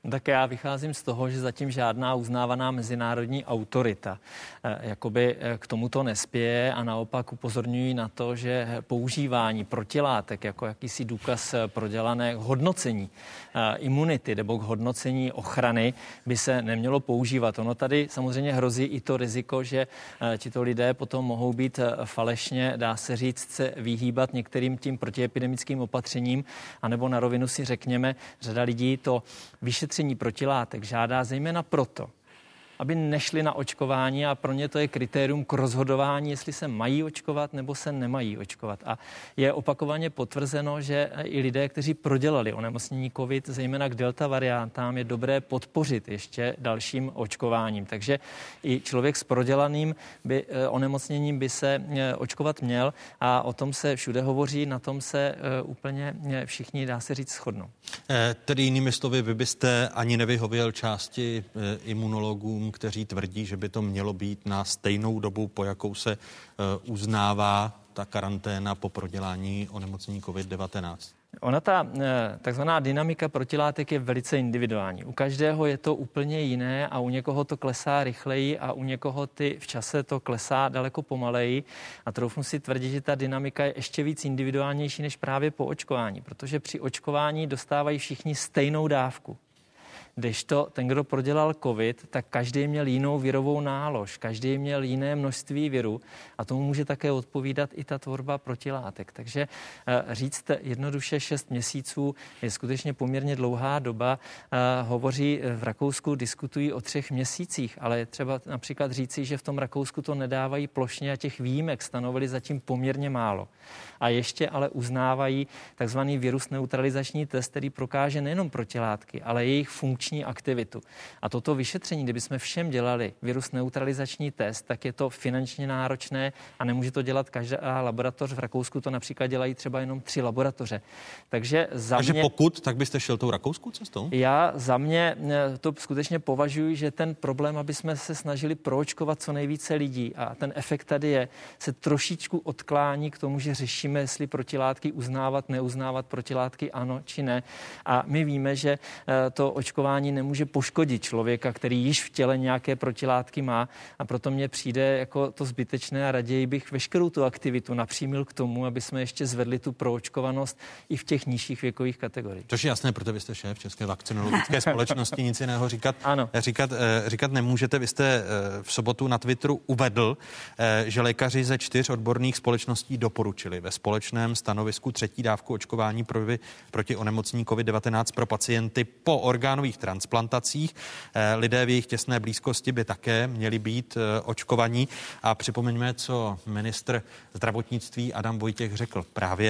Tak já vycházím z toho, že zatím žádná uznávaná mezinárodní autorita jakoby k tomuto nespěje a naopak upozorňují na to, že používání protilátek jako jakýsi důkaz prodělané hodnocení imunity nebo k hodnocení ochrany by se nemělo používat. Ono tady samozřejmě hrozí i to riziko, že tito lidé potom mohou být falešně, dá se říct, se vyhýbat některým tím protiepidemickým opatřením, anebo na rovinu si řekněme, řada lidí to vyšetření protilátek žádá zejména proto, aby nešli na očkování a pro ně to je kritérium k rozhodování, jestli se mají očkovat nebo se nemají očkovat. A je opakovaně potvrzeno, že i lidé, kteří prodělali onemocnění COVID, zejména k delta variantám, je dobré podpořit ještě dalším očkováním. Takže i člověk s prodělaným by, onemocněním by se očkovat měl a o tom se všude hovoří, na tom se úplně všichni, dá se říct, shodnou. Eh, tedy jinými slovy, vy byste ani nevyhověl části eh, imunologům, kteří tvrdí, že by to mělo být na stejnou dobu, po jakou se uh, uznává ta karanténa po prodělání onemocnění covid devatenáct. Ona ta takzvaná dynamika protilátek je velice individuální. U každého je to úplně jiné a u někoho to klesá rychleji a u někoho ty v čase to klesá daleko pomaleji. A troufnu si tvrdit, že ta dynamika je ještě víc individuálnější než právě po očkování, protože při očkování dostávají všichni stejnou dávku. Kdežto ten, kdo prodělal covid, tak každý měl jinou virovou nálož, každý měl jiné množství viru a tomu může také odpovídat i ta tvorba protilátek. Takže říct jednoduše šest měsíců je skutečně poměrně dlouhá doba. Hovoří v Rakousku, diskutují o třech měsících, ale je třeba například říci, že v tom Rakousku to nedávají plošně a těch výjimek stanovili zatím poměrně málo. A ještě ale uznávají takzvaný virus neutralizační test, který prokáže nejenom protilátky, ale jejich funkční aktivitu. A toto vyšetření, kdybychom všem dělali virus neutralizační test, tak je to finančně náročné a nemůže to dělat každá laboratoř. V Rakousku to například dělají třeba jenom tři laboratoře. Takže za Takže mě, pokud, tak byste šel tou rakouskou cestou? Já za mě to skutečně považuji, že ten problém, aby jsme se snažili proočkovat co nejvíce lidí a ten efekt tady je, se trošičku odklání k tomu, že řešíme, jestli protilátky uznávat, neuznávat protilátky ano či ne. A my víme, že to očkování nemůže poškodit člověka, který již v těle nějaké protilátky má a proto mně přijde jako to zbytečné a raději bych veškerou tu aktivitu napřímil k tomu, aby jsme ještě zvedli tu proočkovanost i v těch nižších věkových kategoriích. Což je jasné, protože vy jste šéf České vakcinologické společnosti, nic jiného říkat, ano. Říkat, říkat nemůžete. Vy jste v sobotu na Twitteru uvedl, že lékaři ze čtyř odborných společností doporučili ve společném stanovisku třetí dávku očkování proti onemocnění covid devatenáct pro pacienty po orgánových transplantacích. Lidé v jejich těsné blízkosti by také měli být očkovaní. A připomeňme, co ministr zdravotnictví Adam Vojtěch řekl právě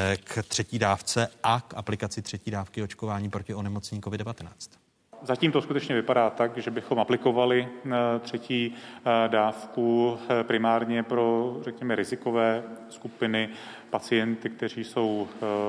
k třetí dávce a k aplikaci třetí dávky očkování proti onemocnění covid devatenáct. Zatím to skutečně vypadá tak, že bychom aplikovali třetí dávku primárně pro, řekněme, rizikové skupiny, pacienty, kteří jsou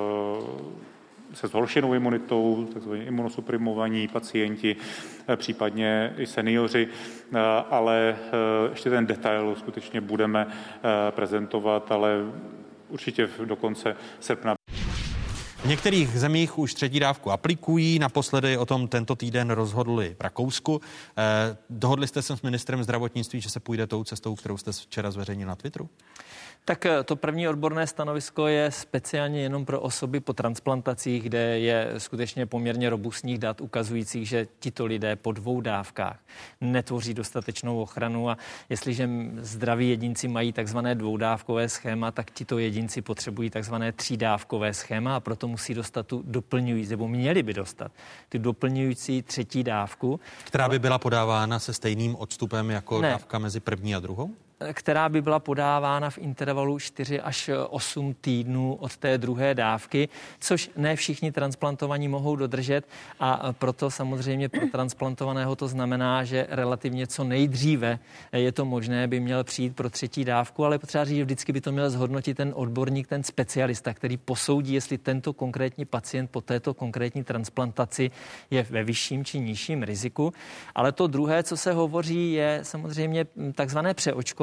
se zhoršenou imunitou, takzvaně imunosuprimovaní pacienti, případně i seniori, ale ještě ten detail skutečně budeme prezentovat, ale určitě do konce srpna. V některých zemích už třetí dávku aplikují, naposledy o tom tento týden rozhodli v Rakousku. Eh, dohodli jste se s ministrem zdravotnictví, že se půjde tou cestou, kterou jste včera zveřejnil na Twitteru? Tak to první odborné stanovisko je speciálně jenom pro osoby po transplantacích, kde je skutečně poměrně robustních dat ukazujících, že tito lidé po dvou dávkách netvoří dostatečnou ochranu a jestliže zdraví jedinci mají takzvané dvoudávkové schéma, tak tito jedinci potřebují takzvané třídávkové schéma a proto musí dostat tu doplňující, nebo měli by dostat tu doplňující třetí dávku. Která by byla podávána se stejným odstupem jako ne. dávka mezi první a druhou? Která by byla podávána v intervalu čtyři až osm týdnů od té druhé dávky, což ne všichni transplantovaní mohou dodržet a proto samozřejmě pro transplantovaného to znamená, že relativně co nejdříve je to možné, by měl přijít pro třetí dávku, ale potřeba říct, že vždycky by to měl zhodnotit ten odborník, ten specialista, který posoudí, jestli tento konkrétní pacient po této konkrétní transplantaci je ve vyšším či nižším riziku. Ale to druhé, co se hovoří, je samozřejmě takzvané přeočkování.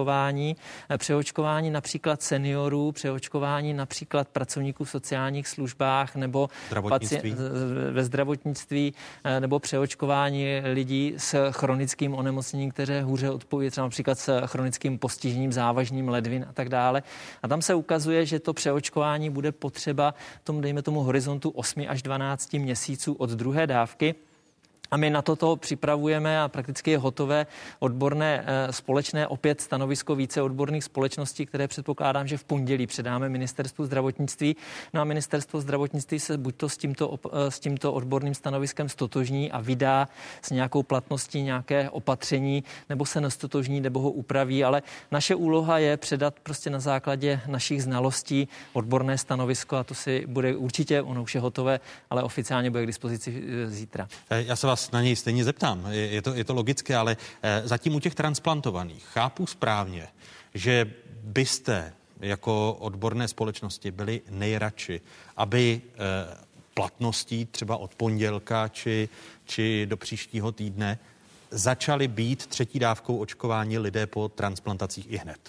přeočkování, přeočkování například seniorů, přeočkování například pracovníků v sociálních službách nebo zdravotnictví. Paci- ve zdravotnictví nebo přeočkování lidí s chronickým onemocněním, které hůře odpoví, třeba například s chronickým postižením závažným ledvin a tak dále. A tam se ukazuje, že to přeočkování bude potřeba tomu, dejme tomu, horizontu osm až dvanáct měsíců od druhé dávky. A my na toto připravujeme a prakticky je hotové odborné společné opět stanovisko více odborných společností, které předpokládám, že v pondělí předáme ministerstvu zdravotnictví. No a ministerstvo zdravotnictví se buď to s tímto, s tímto odborným stanoviskem stotožní a vydá s nějakou platností nějaké opatření, nebo se nestotožní, nebo ho upraví, ale naše úloha je předat prostě na základě našich znalostí odborné stanovisko a to si bude určitě, ono už je hotové, ale oficiálně bude k dispozici zítra. Já se vás na něj stejně zeptám. Je, je, to, je to logické, ale eh, zatím u těch transplantovaných chápu správně, že byste jako odborné společnosti byli nejradši, aby eh, platností třeba od pondělka či, či do příštího týdne začaly být třetí dávkou očkování lidé po transplantacích i hned.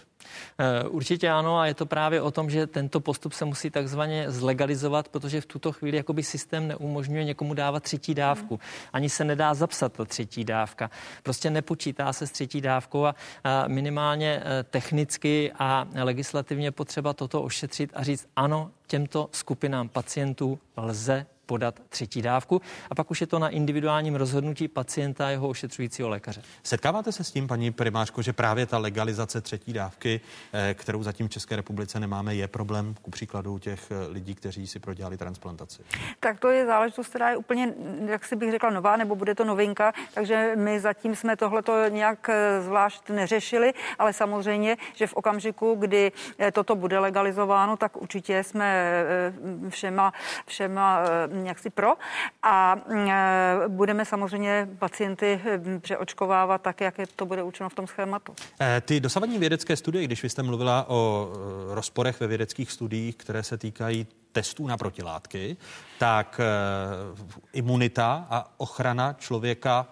Určitě ano a je to právě o tom, že tento postup se musí takzvaně zlegalizovat, protože v tuto chvíli jakoby systém neumožňuje někomu dávat třetí dávku. Ani se nedá zapsat ta třetí dávka. Prostě nepočítá se s třetí dávkou a minimálně technicky a legislativně potřeba toto ošetřit a říct ano, těmto skupinám pacientů lze podat třetí dávku a pak už je to na individuálním rozhodnutí pacienta a jeho ošetřujícího lékaře. Setkáváte se s tím, paní primářko, že právě ta legalizace třetí dávky, kterou zatím v České republice nemáme, je problém ku příkladu těch lidí, kteří si prodělali transplantaci? Tak to je záležitost, která je úplně, jak si bych řekla, nová, nebo bude to novinka, takže my zatím jsme tohleto nějak zvlášť neřešili, ale samozřejmě, že v okamžiku, kdy toto bude legalizováno, tak určitě jsme všema, všema jaksi pro a e, budeme samozřejmě pacienty přeočkovávat tak, jak je to bude určeno v tom schématu. E, ty dosavadní vědecké studie, když vy jste mluvila o e, rozporech ve vědeckých studiích, které se týkají testů na protilátky, tak e, imunita a ochrana člověka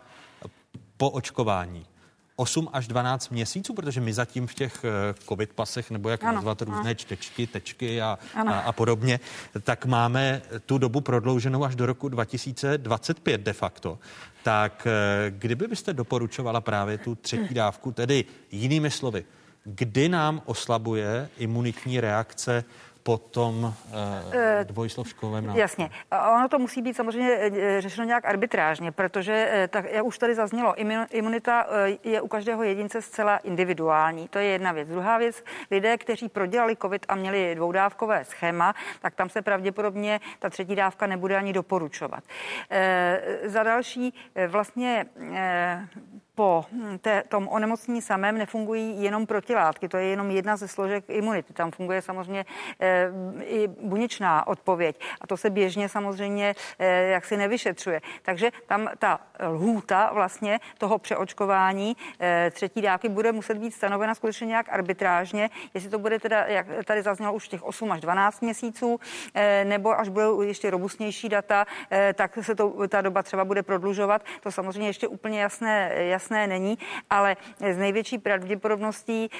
po očkování osm až dvanáct měsíců, protože my zatím v těch covid pasech, nebo jak ano, nazvat různé ano. čtečky, tečky a, a, a podobně, tak máme tu dobu prodlouženou až do roku dva tisíce dvacet pět de facto. Tak kdyby byste doporučovala právě tu třetí dávku, tedy jinými slovy, kdy nám oslabuje imunitní reakce po tom eh, dvojslovkovém náporu? Jasně. Ono to musí být samozřejmě řešeno nějak arbitrážně, protože, tak jak už tady zaznělo, imunita je u každého jedince zcela individuální. To je jedna věc. Druhá věc, lidé, kteří prodělali covid a měli dvoudávkové schéma, tak tam se pravděpodobně ta třetí dávka nebude ani doporučovat. Eh, za další, vlastně eh, po té, tom onemocnění samém nefungují jenom protilátky, to je jenom jedna ze složek imunity. Tam funguje samozřejmě e, i buněčná odpověď a to se běžně samozřejmě e, jaksi nevyšetřuje. Takže tam ta lhůta vlastně toho přeočkování e, třetí dávky bude muset být stanovena skutečně nějak arbitrážně, jestli to bude teda, jak tady zaznělo, už těch osm až dvanáct měsíců, e, nebo až budou ještě robustnější data, e, tak se to, ta doba třeba bude prodlužovat. To samozřejmě ještě úplně jasné, jasné není, ale z největší pravděpodobností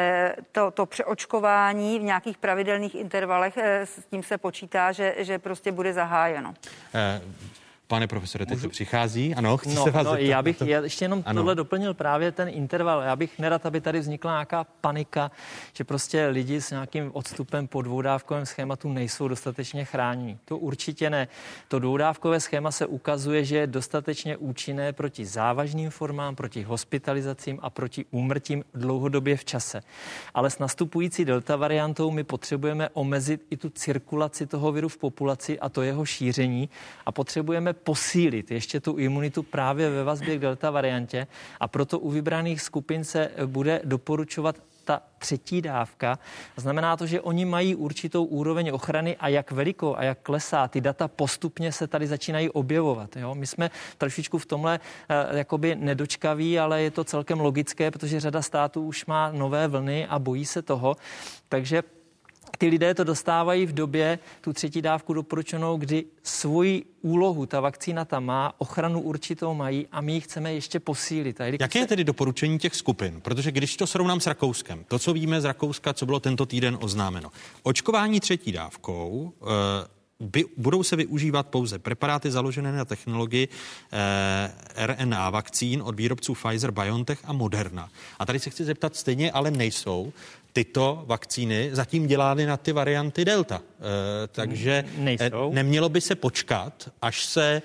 to, to přeočkování v nějakých pravidelných intervalech, s tím se počítá, že, že prostě bude zahájeno. Eh. Pane profesore, teď to přichází. Ano, chci no, se vás no, zeptat. Já bych to... já ještě jenom ano. tohle doplnil právě ten interval. Já bych nerad, aby tady vznikla nějaká panika, že prostě lidi s nějakým odstupem po dvoudávkovém schématu nejsou dostatečně chráněni. To určitě ne. To dvoudávkové schéma se ukazuje, že je dostatečně účinné proti závažným formám, proti hospitalizacím a proti úmrtím dlouhodobě v čase. Ale s nastupující delta variantou my potřebujeme omezit i tu cirkulaci toho viru v populaci a to jeho šíření a potřebujeme posílit ještě tu imunitu právě ve vazbě k delta variantě a proto u vybraných skupin se bude doporučovat ta třetí dávka. Znamená to, že oni mají určitou úroveň ochrany a jak velikou a jak klesá, ty data postupně se tady začínají objevovat. Jo? My jsme trošičku v tomhle eh, jakoby nedočkaví, ale je to celkem logické, protože řada států už má nové vlny a bojí se toho. Takže ty lidé to dostávají v době, tu třetí dávku doporučenou, kdy svoji úlohu ta vakcína tam má, ochranu určitou mají a my ji chceme ještě posílit. Jaké je tedy doporučení těch skupin? Protože když to srovnám s Rakouskem, to, co víme z Rakouska, co bylo tento týden oznámeno. Očkování třetí dávkou e, by, budou se využívat pouze preparáty založené na technologii e, R N A vakcín od výrobců Pfizer, BioNTech a Moderna. A tady se chci zeptat, stejně ale nejsou tyto vakcíny zatím dělány na ty varianty Delta. E, takže e, nemělo by se počkat, až se e,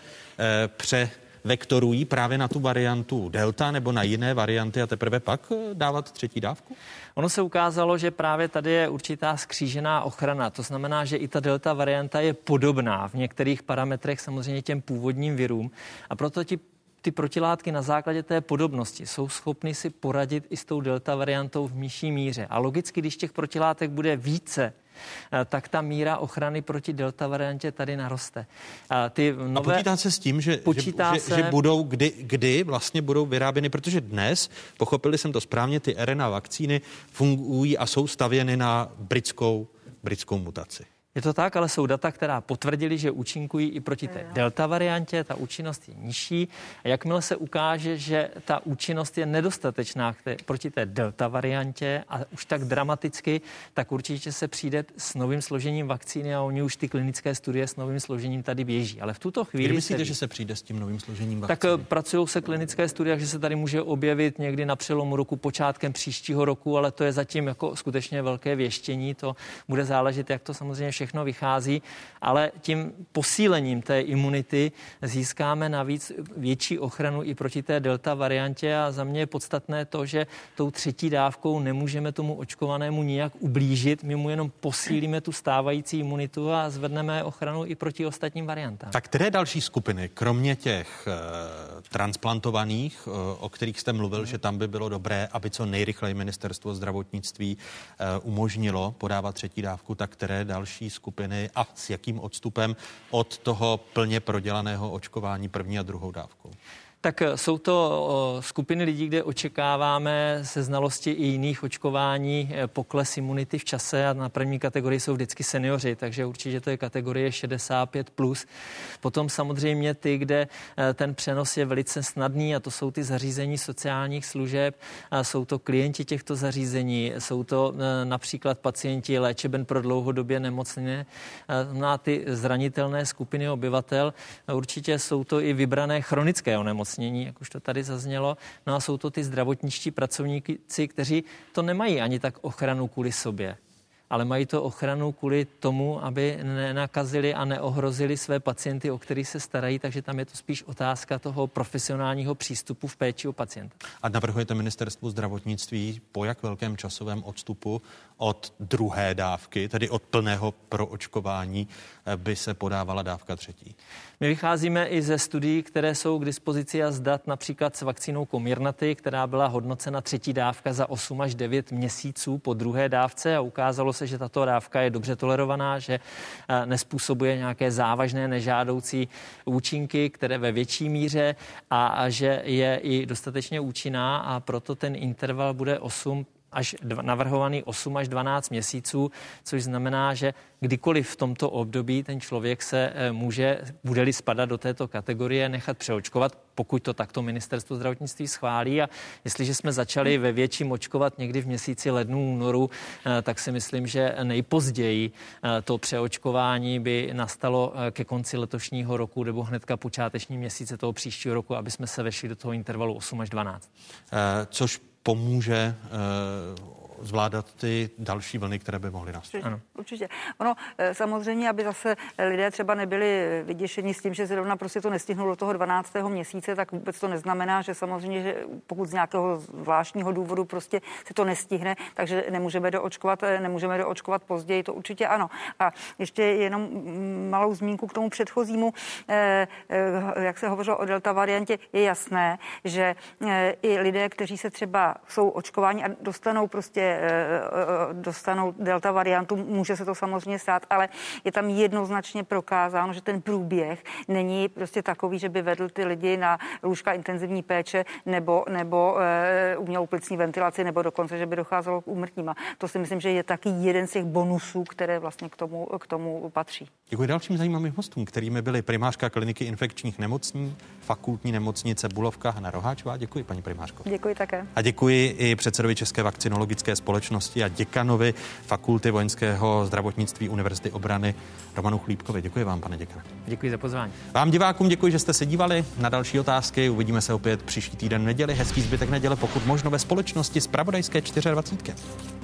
převektorují právě na tu variantu Delta nebo na jiné varianty a teprve pak dávat třetí dávku? Ono se ukázalo, že právě tady je určitá skřížená ochrana. To znamená, že i ta delta varianta je podobná v některých parametrech samozřejmě těm původním virům a proto ti ty protilátky na základě té podobnosti jsou schopny si poradit i s tou delta variantou v nižší míře. A logicky, když těch protilátek bude více, tak ta míra ochrany proti delta variantě tady naroste. A, ty nové... a počítá se s tím, že, počítá že, se... že budou, kdy, kdy vlastně budou vyráběny, protože dnes, pochopili jsem to správně, ty R N A vakcíny fungují a jsou stavěny na britskou, britskou mutaci. Je to tak, ale jsou data, která potvrdili, že účinkují i proti té delta variantě, ta účinnost je nižší. A jakmile se ukáže, že ta účinnost je nedostatečná proti té delta variantě a už tak dramaticky, tak určitě se přijde s novým složením vakcíny a oni už ty klinické studie s novým složením tady běží. Ale v tuto chvíli... Kdy myslíte, se... že se přijde s tím novým složením vakcíny? Tak pracují se klinické studie, že se tady může objevit někdy na přelomu roku, počátkem příštího roku, ale to je zatím jako skutečně velké věštění. To bude záležet, jak to samozřejmě všechno všechno vychází, ale tím posílením té imunity získáme navíc větší ochranu i proti té delta variantě a za mě je podstatné to, že tou třetí dávkou nemůžeme tomu očkovanému nijak ublížit, my mu jenom posílíme tu stávající imunitu a zvedneme ochranu i proti ostatním variantám. Tak které další skupiny, kromě těch e, transplantovaných, e, o kterých jste mluvil, hmm. že tam by bylo dobré, aby co nejrychleji ministerstvo zdravotnictví e, umožnilo podávat třetí dávku, tak které další skupiny a s jakým odstupem od toho plně prodělaného očkování první a druhou dávkou? Tak jsou to skupiny lidí, kde očekáváme se znalosti i jiných očkování pokles imunity v čase a na první kategorii jsou vždycky seniori, takže určitě to je kategorie šedesát pět plus. Potom samozřejmě ty, kde ten přenos je velice snadný a to jsou ty zařízení sociálních služeb, a jsou to klienti těchto zařízení, jsou to například pacienti léčeben pro dlouhodobě nemocné, na ty zranitelné skupiny obyvatel. Určitě jsou to i vybrané chronické onemocnění, jak už to tady zaznělo. No a jsou to ty zdravotničtí pracovníci, kteří to nemají ani tak ochranu kvůli sobě, ale mají to ochranu kvůli tomu, aby nenakazili a neohrozili své pacienty, o kterých se starají, takže tam je to spíš otázka toho profesionálního přístupu v péči o pacienta. A navrhujete ministerstvu zdravotnictví po jak velkém časovém odstupu od druhé dávky, tedy od plného proočkování, by se podávala dávka třetí? My vycházíme i ze studií, které jsou k dispozici a z dat například s vakcínou Comirnaty, která byla hodnocena třetí dávka za osm až devět měsíců po druhé dávce a ukázalo se, že tato dávka je dobře tolerovaná, že nespůsobuje nějaké závažné nežádoucí účinky, které ve větší míře a, a že je i dostatečně účinná a proto ten interval bude osm až navrhovaný osm až dvanáct měsíců, což znamená, že kdykoliv v tomto období ten člověk se může, bude-li spadat do této kategorie, nechat přeočkovat, pokud to takto ministerstvo zdravotnictví schválí. A jestliže jsme začali ve větším očkovat někdy v měsíci lednu, únoru, tak si myslím, že nejpozději to přeočkování by nastalo ke konci letošního roku nebo hnedka počáteční měsíce toho příštího roku, aby jsme se vešli do toho intervalu osm až dvanáct. E, což pomůže e, zvládat ty další vlny, které by mohly nastat. Určitě, určitě. Ono samozřejmě, aby zase lidé třeba nebyli vyděšeni s tím, že zrovna prostě to nestihnou do toho dvanáctého měsíce, tak vůbec to neznamená, že samozřejmě, že pokud z nějakého zvláštního důvodu prostě se to nestihne, takže nemůžeme doočkovat, nemůžeme doočkovat později, to určitě ano. A ještě jenom malou zmínku k tomu předchozímu, jak se hovořilo o delta variantě, je jasné, že i lidé, kteří se třeba jsou očkováni a dostanou prostě dostanou delta variantu, může se to samozřejmě stát, ale je tam jednoznačně prokázáno, že ten průběh není prostě takový, že by vedl ty lidi na lůžka intenzivní péče nebo, nebo e, umělou plicní ventilaci, nebo dokonce, že by docházelo k úmrtím. A to si myslím, že je taky jeden z těch bonusů, které vlastně k tomu, k tomu patří. Děkuji dalším zajímavým hostům, kterými byly primářka kliniky infekčních nemocní, fakultní nemocnice Bulovka Hana Roháčová. Děkuji, paní primářko. Děkuji také. A děkuji i předsedovi České vakcinologické společnosti a děkanovi Fakulty vojenského zdravotnictví Univerzity obrany Romanu Chlípkovi. Děkuji vám, pane děkane. Děkuji za pozvání. Vám divákům děkuji, že jste se dívali na další otázky. Uvidíme se opět příští týden v neděli. Hezký zbytek neděle, pokud možno ve společnosti z Zpravodajské dvacítky čtyři.